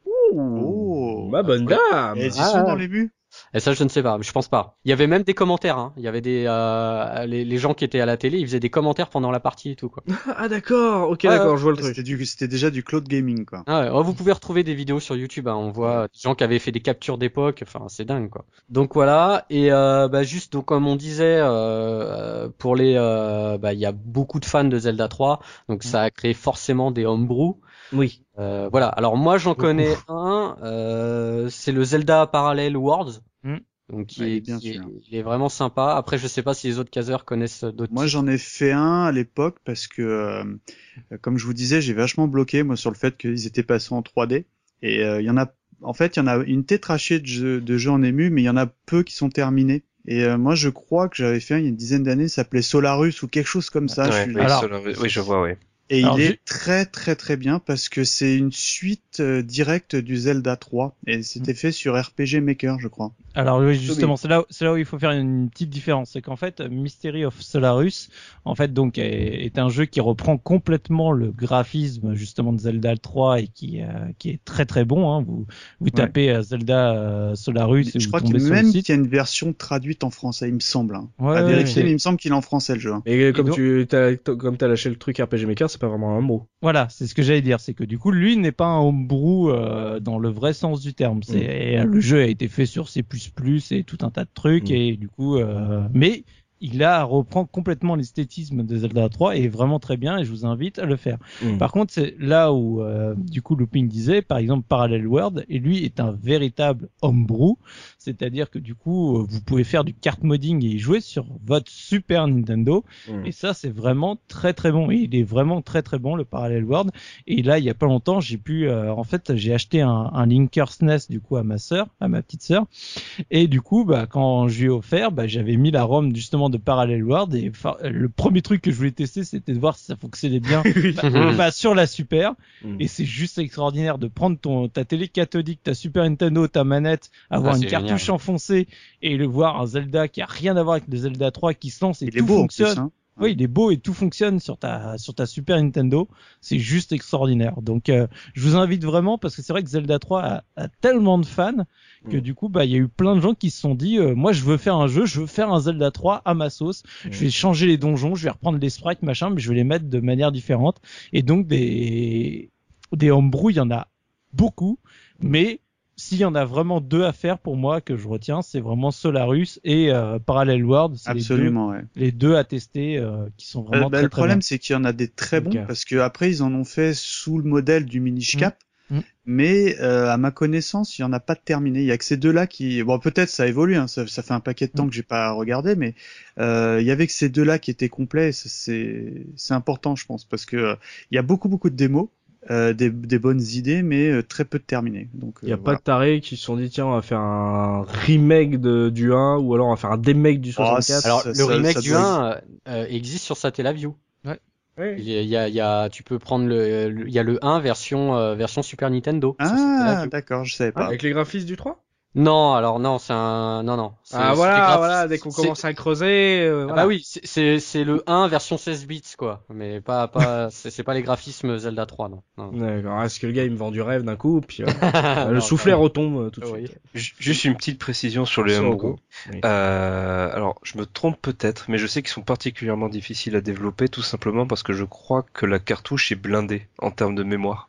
Oh. Ma bonne Ouais. dame. Et elles y Ah, sont dans ouais. les buts? Et ça, je ne sais pas, mais je pense pas. Il y avait même des commentaires. Hein. Il y avait des euh, les, les gens qui étaient à la télé, ils faisaient des commentaires pendant la partie et tout quoi. Ah d'accord, ok, Ouais, d'accord, je vois le C'était truc. du, c'était déjà du cloud gaming, quoi. Ah ouais, oh, vous pouvez retrouver des vidéos sur YouTube. Hein. On voit des gens qui avaient fait des captures d'époque. Enfin, c'est dingue quoi. Donc voilà. Et euh, bah juste donc comme on disait, euh, pour les, euh, bah il y a beaucoup de fans de Zelda trois, donc ça a créé forcément des homebrew. Oui. Euh, voilà. Alors moi j'en Beaucoup. connais un. Euh, c'est le Zelda Parallel Worlds. Hmm. Donc qui Ouais, il est, est bien, qui est- celui-là. il est vraiment sympa. Après je sais pas si les autres caseurs connaissent d'autres. Moi, titres. j'en ai fait un à l'époque parce que, euh, comme je vous disais, j'ai vachement bloqué moi sur le fait qu'ils étaient passés en trois D. Et euh, il y en a, en fait, il y en a une tétrachée de jeux, de jeux en ému, mais il y en a peu qui sont terminés. Et euh, moi, je crois que j'avais fait un il y a une dizaine d'années, ça s'appelait Solarus ou quelque chose comme ça. je Ouais, suis- oui, Alors- Solar- oui, je vois, oui. Et Alors, il est ju- très très très bien parce que c'est une suite euh, directe du Zelda trois et c'était fait sur R P G Maker, je crois. Alors oui, justement, c'est là, où- c'est là où il faut faire une petite différence, c'est qu'en fait, Mystery of Solarus, en fait, donc, est, est un jeu qui reprend complètement le graphisme justement de Zelda trois et qui, euh, qui est très très bon. Hein. Vous, vous tapez euh, Zelda euh, Solarus et Je vous crois qu'il tombez y a sur même le qu'il site. y a une version traduite en français, il me semble. Hein. Ouais, à ouais, vérifier, ouais. mais il me semble qu'il est en français le jeu. Hein. Et comme donc- tu t'as, t- comme t'as lâché le truc R P G Maker, c'est pas vraiment un homebrew. Voilà, c'est ce que j'allais dire, c'est que du coup, lui n'est pas un homebrew euh, dans le vrai sens du terme. C'est et, euh, le jeu a été fait sur C plus plus et tout un tas de trucs Mm. et du coup, euh, mais il a reprend complètement l'esthétisme de Zelda trois et est vraiment très bien et je vous invite à le faire. Mm. Par contre, c'est là où euh, du coup Looping disait, par exemple, Parallel World et lui est un véritable homebrew, c'est-à-dire que du coup, euh, vous pouvez faire du cart modding et y jouer sur votre Super Nintendo. Mm. Et ça, c'est vraiment très très bon. Et il est vraiment très très bon, le Parallel World. Et là, il y a pas longtemps, j'ai pu, euh, en fait, j'ai acheté un, un Linker S N E S du coup à ma sœur, à ma petite sœur. Et du coup, bah, quand je lui ai offert, bah, j'avais mis la ROM justement de Parallel World. Et enfin, le premier truc que je voulais tester, c'était de voir si ça fonctionnait bien bah, bah, sur la Super. Mm. Et c'est juste extraordinaire de prendre ton ta télé cathodique, ta Super Nintendo, ta manette, avoir Ah, une c'est cartouche génial. enfoncée et le voir un Zelda qui a rien à voir avec le Zelda trois qui se lance et Il est tout beau en fonctionne. plus. Hein. Oui, il est beau et tout fonctionne sur ta sur ta Super Nintendo. C'est juste extraordinaire. Donc, euh, je vous invite vraiment parce que c'est vrai que Zelda trois a, a tellement de fans que Mm. du coup, bah, il y a eu plein de gens qui se sont dit, euh, moi, je veux faire un jeu, je veux faire un Zelda trois à ma sauce. Mm. Je vais changer les donjons, je vais reprendre les sprites, machin, mais je vais les mettre de manière différente. Et donc, des des homebrew, il y en a beaucoup, mais s'il y en a vraiment deux à faire pour moi que je retiens, c'est vraiment Solarus et euh, Parallel World. C'est les deux Absolument, ouais. les deux à tester euh, qui sont Euh, vraiment bah, très, le très problème, bien. c'est qu'il y en a des très bons Ok. parce que après ils en ont fait sous le modèle du Minish Cap. Mm. Mm. Mais euh, à ma connaissance, il y en a pas de terminé. Il y a que ces deux-là qui, bon, peut-être ça évolue. Hein, ça, ça fait un paquet de temps Mm. que j'ai pas regardé, mais euh, il y avait que ces deux-là qui étaient complets. et ça, C'est c'est important, je pense, parce que euh, il y a beaucoup beaucoup de démos, euh, des, des bonnes idées, mais euh, très peu de terminés. Donc Il y a euh, pas voilà. de tarés qui se sont dit tiens on va faire un remake de, du un ou alors on va faire un demake du soixante-quatre. ça- Alors ça- le ça remake doit du un euh, euh, existe sur Satellaview. Ouais. Il y a, il y a, il y a- tu peux prendre le, le- il y a le un version euh, version Super Nintendo. sur Ah, Satellaview. d'accord, je savais pas. Avec les graphismes du trois. Non, alors non, c'est un, non non. c'est- Ah c'est voilà, des graphes- voilà, dès qu'on c'est- commence à creuser. euh, Ah voilà. Bah oui, c'est- c'est c'est le un version seize bits quoi, mais pas pas c'est c'est pas les graphismes Zelda trois non. non. D'accord. Est-ce que le gars il me vend du rêve d'un coup puis euh, Non, le soufflet non. retombe euh, tout de Oui. suite. Ju- Juste une petite précision sur les Sur homebrew. Oko. Oui. Euh, alors, je me trompe peut-être, mais je sais qu'ils sont particulièrement difficiles à développer, tout simplement parce que je crois que la cartouche est blindée en termes de mémoire.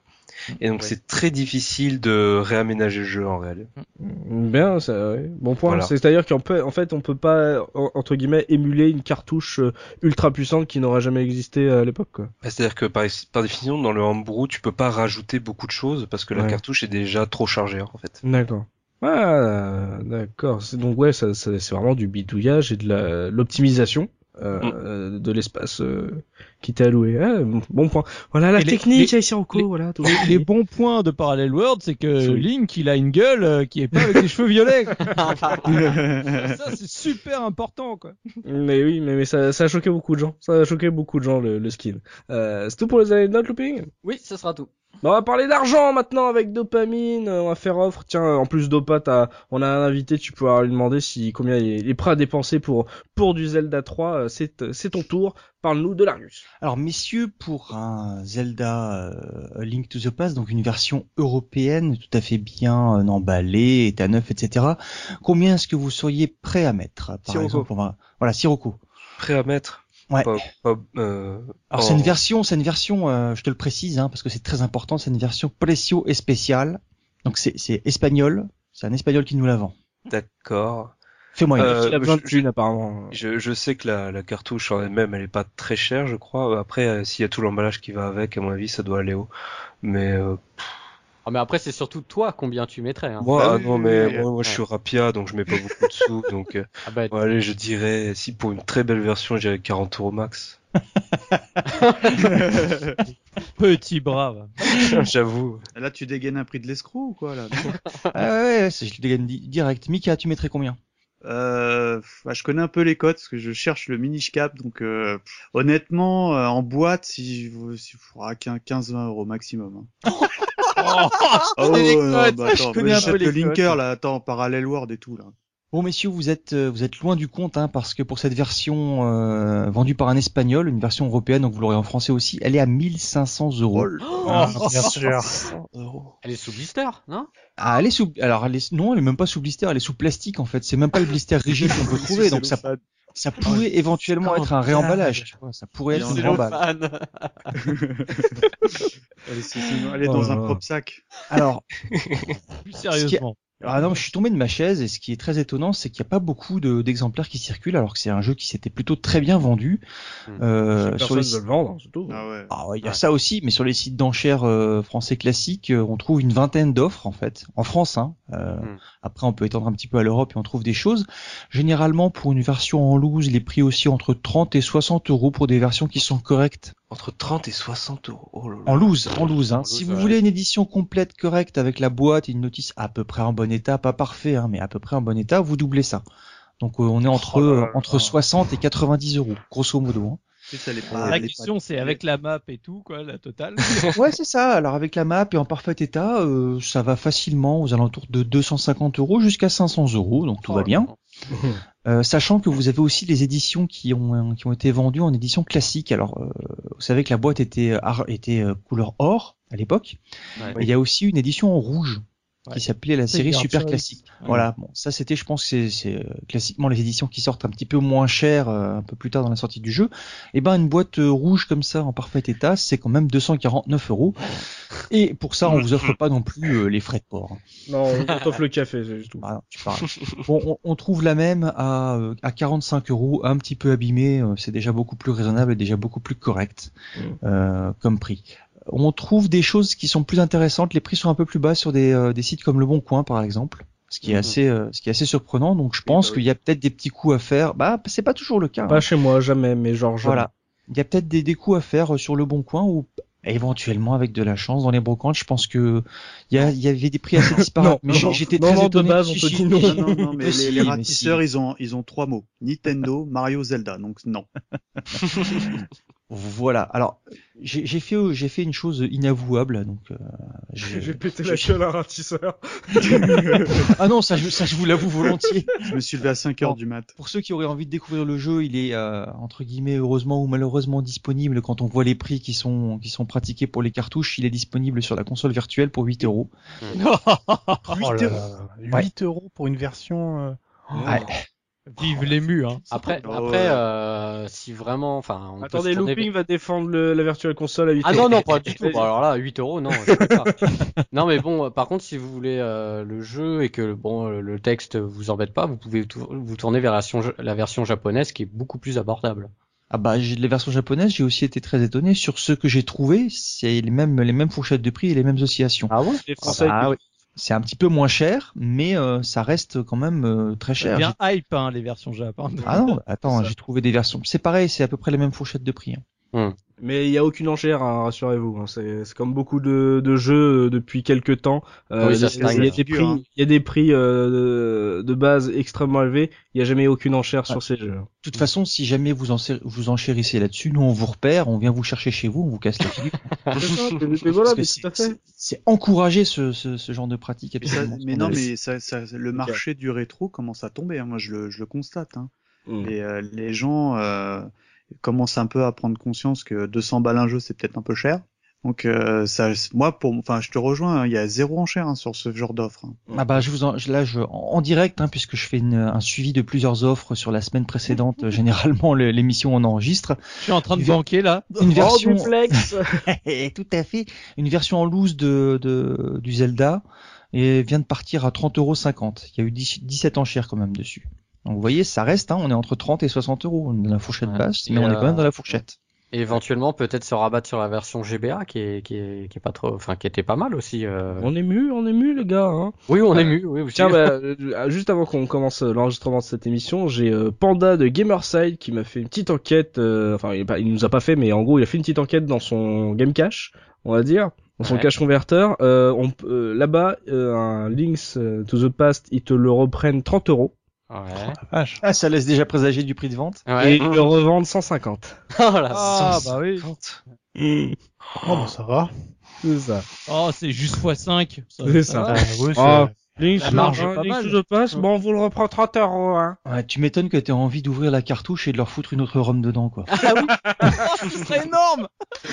Et donc Ouais. c'est très difficile de réaménager le jeu en réel. Bien, ça, ouais. Bon point. Voilà. C'est-à-dire qu'en peut, en fait, on peut pas, en- entre guillemets, émuler une cartouche euh, ultra puissante qui n'aura jamais existé à l'époque, quoi. Bah, C'est-à-dire que par, par définition, dans le homebrew, tu peux pas rajouter beaucoup de choses parce que la Ouais. cartouche est déjà trop chargée en fait. D'accord. Ah, d'accord. C'est donc ouais, ça, ça- c'est vraiment du bidouillage et de la l'optimisation euh, Mm. euh, de l'espace euh, qui t'est alloué. Ah, bon, bon point. Voilà la Et les- technique, les- à Sirocco, les- voilà. Tout Les, les bons points de Parallel World, c'est que Oui. Link, il a une gueule euh, qui est pas avec les cheveux violets. Ça, c'est super important, quoi. Mais oui, mais, mais ça, ça a choqué beaucoup de gens. Ça a choqué beaucoup de gens le, le skin. Euh, c'est tout pour les anecdotes, Looping. Oui, ce sera tout. Bon, on va parler d'argent maintenant avec Dopamine. Euh, On va faire offre. Tiens, en plus Dopa, t'as, on a un invité. Tu pourras lui demander si combien il est, il est prêt à dépenser pour pour du Zelda trois. Euh, C'est c'est ton tour. Parle-nous de l'Arius. Alors messieurs, pour un Zelda euh, Link to the Past, donc une version européenne tout à fait bien euh, emballée, état neuf, et cetera. Combien est-ce que vous seriez prêt à mettre Par Sirocco. exemple, on va... voilà, Sirocco. Prêt à mettre. Ouais. Pas, pas, euh, Alors en- c'est une version, c'est une version, euh, je te le précise, hein, parce que c'est très important, c'est une version Precio Especial. Donc c'est c'est espagnol, c'est un espagnol qui nous la vend. D'accord. Fais-moi une. Euh, Il a besoin de je- thunes apparemment. Je, je sais que la, la cartouche en elle-même, elle est pas très chère, je crois. Après, euh, s'il y a tout l'emballage qui va avec, à mon avis, ça doit aller haut. Mais euh, Ah, mais après, c'est surtout toi combien tu mettrais. Hein. moi, Bah ah oui, non, oui, mais oui. moi, moi, je suis rapia, donc je mets pas beaucoup de sous. Donc, euh, Ah bah, bon, allez, je dirais, si pour une très belle version, je dirais quarante euros max. Petit brave. J'avoue. Là, tu dégaines un prix de l'escroc ou quoi là non Ah ouais, ouais, c'est- je le dégaine di- direct. Mika, tu mettrais combien? Euh, bah, je connais un peu les codes parce que je cherche le mini cap, donc euh, honnêtement, euh, en boîte, si il faudra quinze vingt euros maximum. Hein. Oh, les non, codes, bah, je attends, connais moi, un j'achète peu les le codes. linker là, attends, Parallel World et tout là. Bon messieurs, vous êtes euh, vous êtes loin du compte, hein, parce que pour cette version euh, vendue par un espagnol, une version européenne, donc vous l'aurez en français aussi, elle est à mille cinq cents euros. Ah, bien sûr. elle est sous blister, non? Ah, elle est sous, alors elle est, non, elle est même pas sous blister, elle est sous plastique en fait. C'est même pas le blister rigide qu'on peut trouver, donc ça, ça pourrait éventuellement être un réemballage. Tu vois, ça pourrait être une remballe. Elle est, c'est- c'est- elle est dans Oh là un là. propre sac. Alors, Plus sérieusement. ah non, je suis tombé de ma chaise et ce qui est très étonnant, c'est qu'il n'y a pas beaucoup de, d'exemplaires qui circulent, alors que c'est un jeu qui s'était plutôt très bien vendu. Hmm. Euh, sur Personne les ne veut le vendre, hein, c'est tout. Ah ouais. Ah ouais, il y a ça aussi, mais sur les sites d'enchères euh, français classiques, euh, on trouve une vingtaine d'offres en fait, en France. Hein. Euh, Mm. Après, on peut étendre un petit peu à l'Europe et on trouve des choses. Généralement, pour une version en loose, les prix aussi entre trente et soixante euros pour des versions qui sont correctes. Entre trente et soixante euros. Oh là là. En loose, en loose. Hein. En Si loose, vous ouais. voulez une édition complète correcte avec la boîte et une notice à peu près en bon état, pas parfait, hein, mais à peu près en bon état, vous doublez ça. Donc euh, on est entre Oh là là là. entre soixante et quatre-vingt-dix euros, grosso modo. Hein. En plus, elle est pas- La elle est pas- question, c'est avec la map et tout, quoi, la totale. Ouais, c'est ça. Alors avec la map et en parfait état, euh, ça va facilement aux alentours de deux cent cinquante euros jusqu'à cinq cents euros, donc tout Oh va là bien. là. Euh, sachant que vous avez aussi les éditions qui ont qui ont été vendues en édition classique. Alors euh, vous savez que la boîte était ar- était euh, couleur or à l'époque. Ouais. Et il y a aussi une édition en rouge Ouais. qui s'appelait la série Sega Super Choice. Classique. Voilà, bon, ça c'était, je pense que c'est, c'est euh, classiquement les éditions qui sortent un petit peu moins chères euh, un peu plus tard dans la sortie du jeu. Et ben une boîte euh, rouge comme ça en parfait état, c'est quand même deux cent quarante-neuf euros. Et pour ça, on vous offre pas non plus euh, les frais de port. Hein. Non, on t'offre le café, c'est tout. Voilà, tu parles. Bon, on, on trouve la même à euh, à quarante-cinq euros, un petit peu abîmée. euh, C'est déjà beaucoup plus raisonnable et déjà beaucoup plus correct euh, comme prix. On trouve des choses qui sont plus intéressantes. Les prix sont un peu plus bas sur des, euh, des sites comme Le Bon Coin, par exemple, ce qui est Mhm. assez, euh, ce qui est assez surprenant. Donc, je pense bah oui. qu'il y a peut-être des petits coups à faire. Bah, c'est pas toujours le cas. hein. Pas chez moi, jamais, mais genre jamais. Voilà. Il y a peut-être des, des coups à faire euh, sur Le Bon Coin ou éventuellement avec de la chance dans les brocantes. Je pense que il y, a, il y avait des prix assez disparates. Non, mais non, j'ai- non. j'étais Non, très non, de étonné. base, on Si, te si, dit non. si. Non, non, non, mais Mais les, si, les mais ratisseurs, si. ils ont, ils ont trois mots. Nintendo, Mario, Zelda. Donc, non. Voilà. Alors, j'ai j'ai fait, j'ai fait une chose inavouable. Donc, euh, je- J'ai pété je- la gueule à un ratisseur. Ah non, ça, je- ça je vous l'avoue volontiers. Je me suis levé à cinq heures du mat. Pour ceux qui auraient envie de découvrir le jeu, il est euh, entre guillemets heureusement ou malheureusement disponible. Quand on voit les prix qui sont qui sont pratiqués pour les cartouches, il est disponible sur la console virtuelle pour huit euros. Oh là huit là. huit euros pour une version. euh, Ouais. Vive l'ému, hein. Après, Oh, après, ouais. euh, si vraiment, enfin, on peut Attendez, se tourner Looping vers- va défendre le, la Virtual Console à huit Ah euros. non, non, pas du tout. Vas-y. Bon, alors là, huit euros, non, je peux pas. Non, mais bon, par contre, si vous voulez euh, le jeu et que bon, le texte vous embête pas, vous pouvez tou- vous tourner vers la version, la version japonaise qui est beaucoup plus abordable. Ah bah j'ai les versions japonaises, j'ai aussi été très étonné sur ce que j'ai trouvé, c'est les mêmes les mêmes fourchettes de prix et les mêmes oscillations. Ah ouais? Les Ah Français, bah, oui. C'est un petit peu moins cher, mais euh, ça reste quand même euh, très cher. Bien hype, hein, les versions Japon. J'ai- Ah non, attends, C'est ça. j'ai trouvé des versions. C'est pareil, c'est à peu près les mêmes fourchettes de prix. hein. Mais il y a aucune enchère, hein, rassurez-vous. hein. C'est, c'est comme beaucoup de, de jeux euh, depuis quelques temps. Euh, Oui, ça il se y a stagne. des prix, il y a des prix euh, de, de base extrêmement élevés. Il y a jamais aucune enchère Ouais. sur ces jeux. De toute façon, si jamais vous en vous enchérissez là-dessus, nous on vous repère, on vient vous chercher chez vous, on vous casse la figure. C'est ça, mais, mais voilà, Parce mais que tout à c'est- fait. c'est- C'est encourager ce, ce, ce genre de pratique Mais, ça- absolument. mais non, scandaleuse. mais ça, ça, le marché du rétro commence à tomber. hein. Moi, je le, je le constate. Hein. Mm. Et euh, les gens euh, commencent un peu à prendre conscience que deux cents balles un jeu, c'est peut-être un peu cher. Donc, euh, ça, moi, pour, enfin, je te rejoins. hein, Il y a zéro enchère hein, sur ce genre d'offre. hein. Ah bah je vous en, je- là je en, en direct hein, puisque je fais une, un suivi de plusieurs offres sur la semaine précédente. euh, généralement le- l'émission on enregistre. Je suis en train de Ver- banquer là. Une Oh, version duplex. tout à fait une version en loose de, de du Zelda et vient de partir à trente euros cinquante. Il y a eu dix dix-sept enchères quand même dessus. Donc vous voyez ça reste hein, on est entre trente et soixante euros dans la fourchette Ouais. basse, Et mais on est euh, quand même dans la fourchette. Et éventuellement, peut-être se rabattre sur la version G B A qui est, qui est, qui est pas trop, enfin, qui était pas mal aussi. Euh... On est mu, on est mu, les gars. Hein. Oui, on est mu, oui, aussi. Tiens, bah, euh, juste avant qu'on commence euh, l'enregistrement de cette émission, j'ai euh, Panda de Gamerside qui m'a fait une petite enquête. euh, enfin, il, est pas- il nous a pas fait, mais en gros, il a fait une petite enquête dans son Game Cache, on va dire, dans son Ouais. cache converteur. Euh, on, p- euh, là-bas, euh, un Links euh, to the Past, ils te le reprennent trente euros Ouais. Vache. Ah ça laisse déjà présager du prix de vente. Ouais. et ils le revendent cent cinquante. Oh la Ah sauce. bah oui. Oh, bah, ça va. C'est ça. Oh, c'est juste fois cinq. C'est ça. va. Euh, oui, c'est- Ah, Links, La marge hein, est pas Links mal. to the Past, bon, on vous le reprend trente euros. Hein. Ouais, tu m'étonnes que tu aies envie d'ouvrir la cartouche et de leur foutre une autre ROM dedans quoi. Ah oui. Ce serait énorme.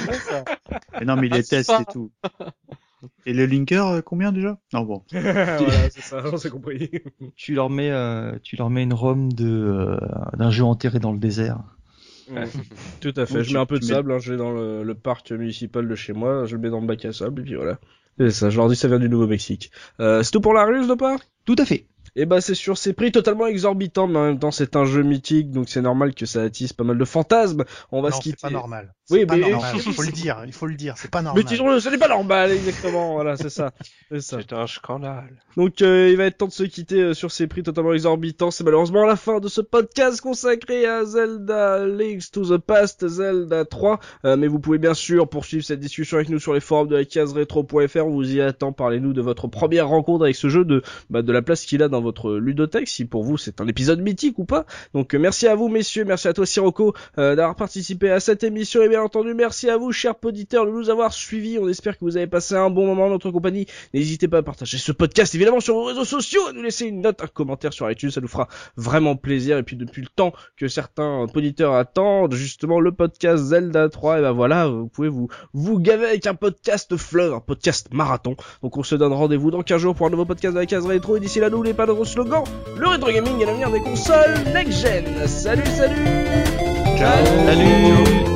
Et non, mais il Ah, les c'est teste pas- et tout. Et le linker, euh, combien déjà? Non, bon. Voilà, c'est ça, on s'est compris. Tu leur mets euh, tu leur mets une ROM de euh, d'un jeu enterré dans le désert. Ouais. Tout à fait. Donc, je tu- mets un peu de tu mets- sable, hein, je vais dans le, le parc municipal de chez moi, je le mets dans le bac à sable, et puis voilà. C'est ça, je leur dis ça vient du Nouveau-Mexique. Euh, c'est tout pour la ruse de part? Tout à fait. Et bah c'est sur ces prix totalement exorbitants, mais en même temps c'est un jeu mythique, donc c'est normal que ça attise pas mal de fantasmes. On va non, se quitter. c'est pas normal. Oui, C'est pas mais- normal. Il faut le dire, il faut le dire, c'est pas normal. Mais disons-le, ce n'est pas normal, exactement, voilà, c'est ça. C'est ça. C'est un scandale. Donc euh, il va être temps de se quitter euh, sur ces prix totalement exorbitants. C'est malheureusement la fin de ce podcast consacré à Zelda Links to the Past, Zelda trois. Euh, mais vous pouvez bien sûr poursuivre cette discussion avec nous sur les forums de la case rétro point f r. On vous y attend. Parlez-nous de votre première rencontre avec ce jeu, de bah, de la place qu'il a dans votre ludothèque, si pour vous c'est un épisode mythique ou pas. Donc euh, merci à vous messieurs, merci à toi Sirocco euh, d'avoir participé à cette émission, et bien entendu merci à vous chers auditeurs de nous avoir suivis. On espère que vous avez passé un bon moment en notre compagnie. N'hésitez pas à partager ce podcast évidemment sur vos réseaux sociaux, à nous laisser une note, un commentaire sur iTunes, ça nous fera vraiment plaisir. Et puis depuis le temps que certains auditeurs attendent justement le podcast Zelda trois, et ben voilà, vous pouvez vous vous gaver avec un podcast fleuve, un podcast marathon. Donc on se donne rendez-vous dans quinze jours pour un nouveau podcast de la case rétro, et d'ici là n'oubliez pas notre slogan, le rétro gaming est l'avenir des consoles next gen. Salut salut. Ciao. Salut.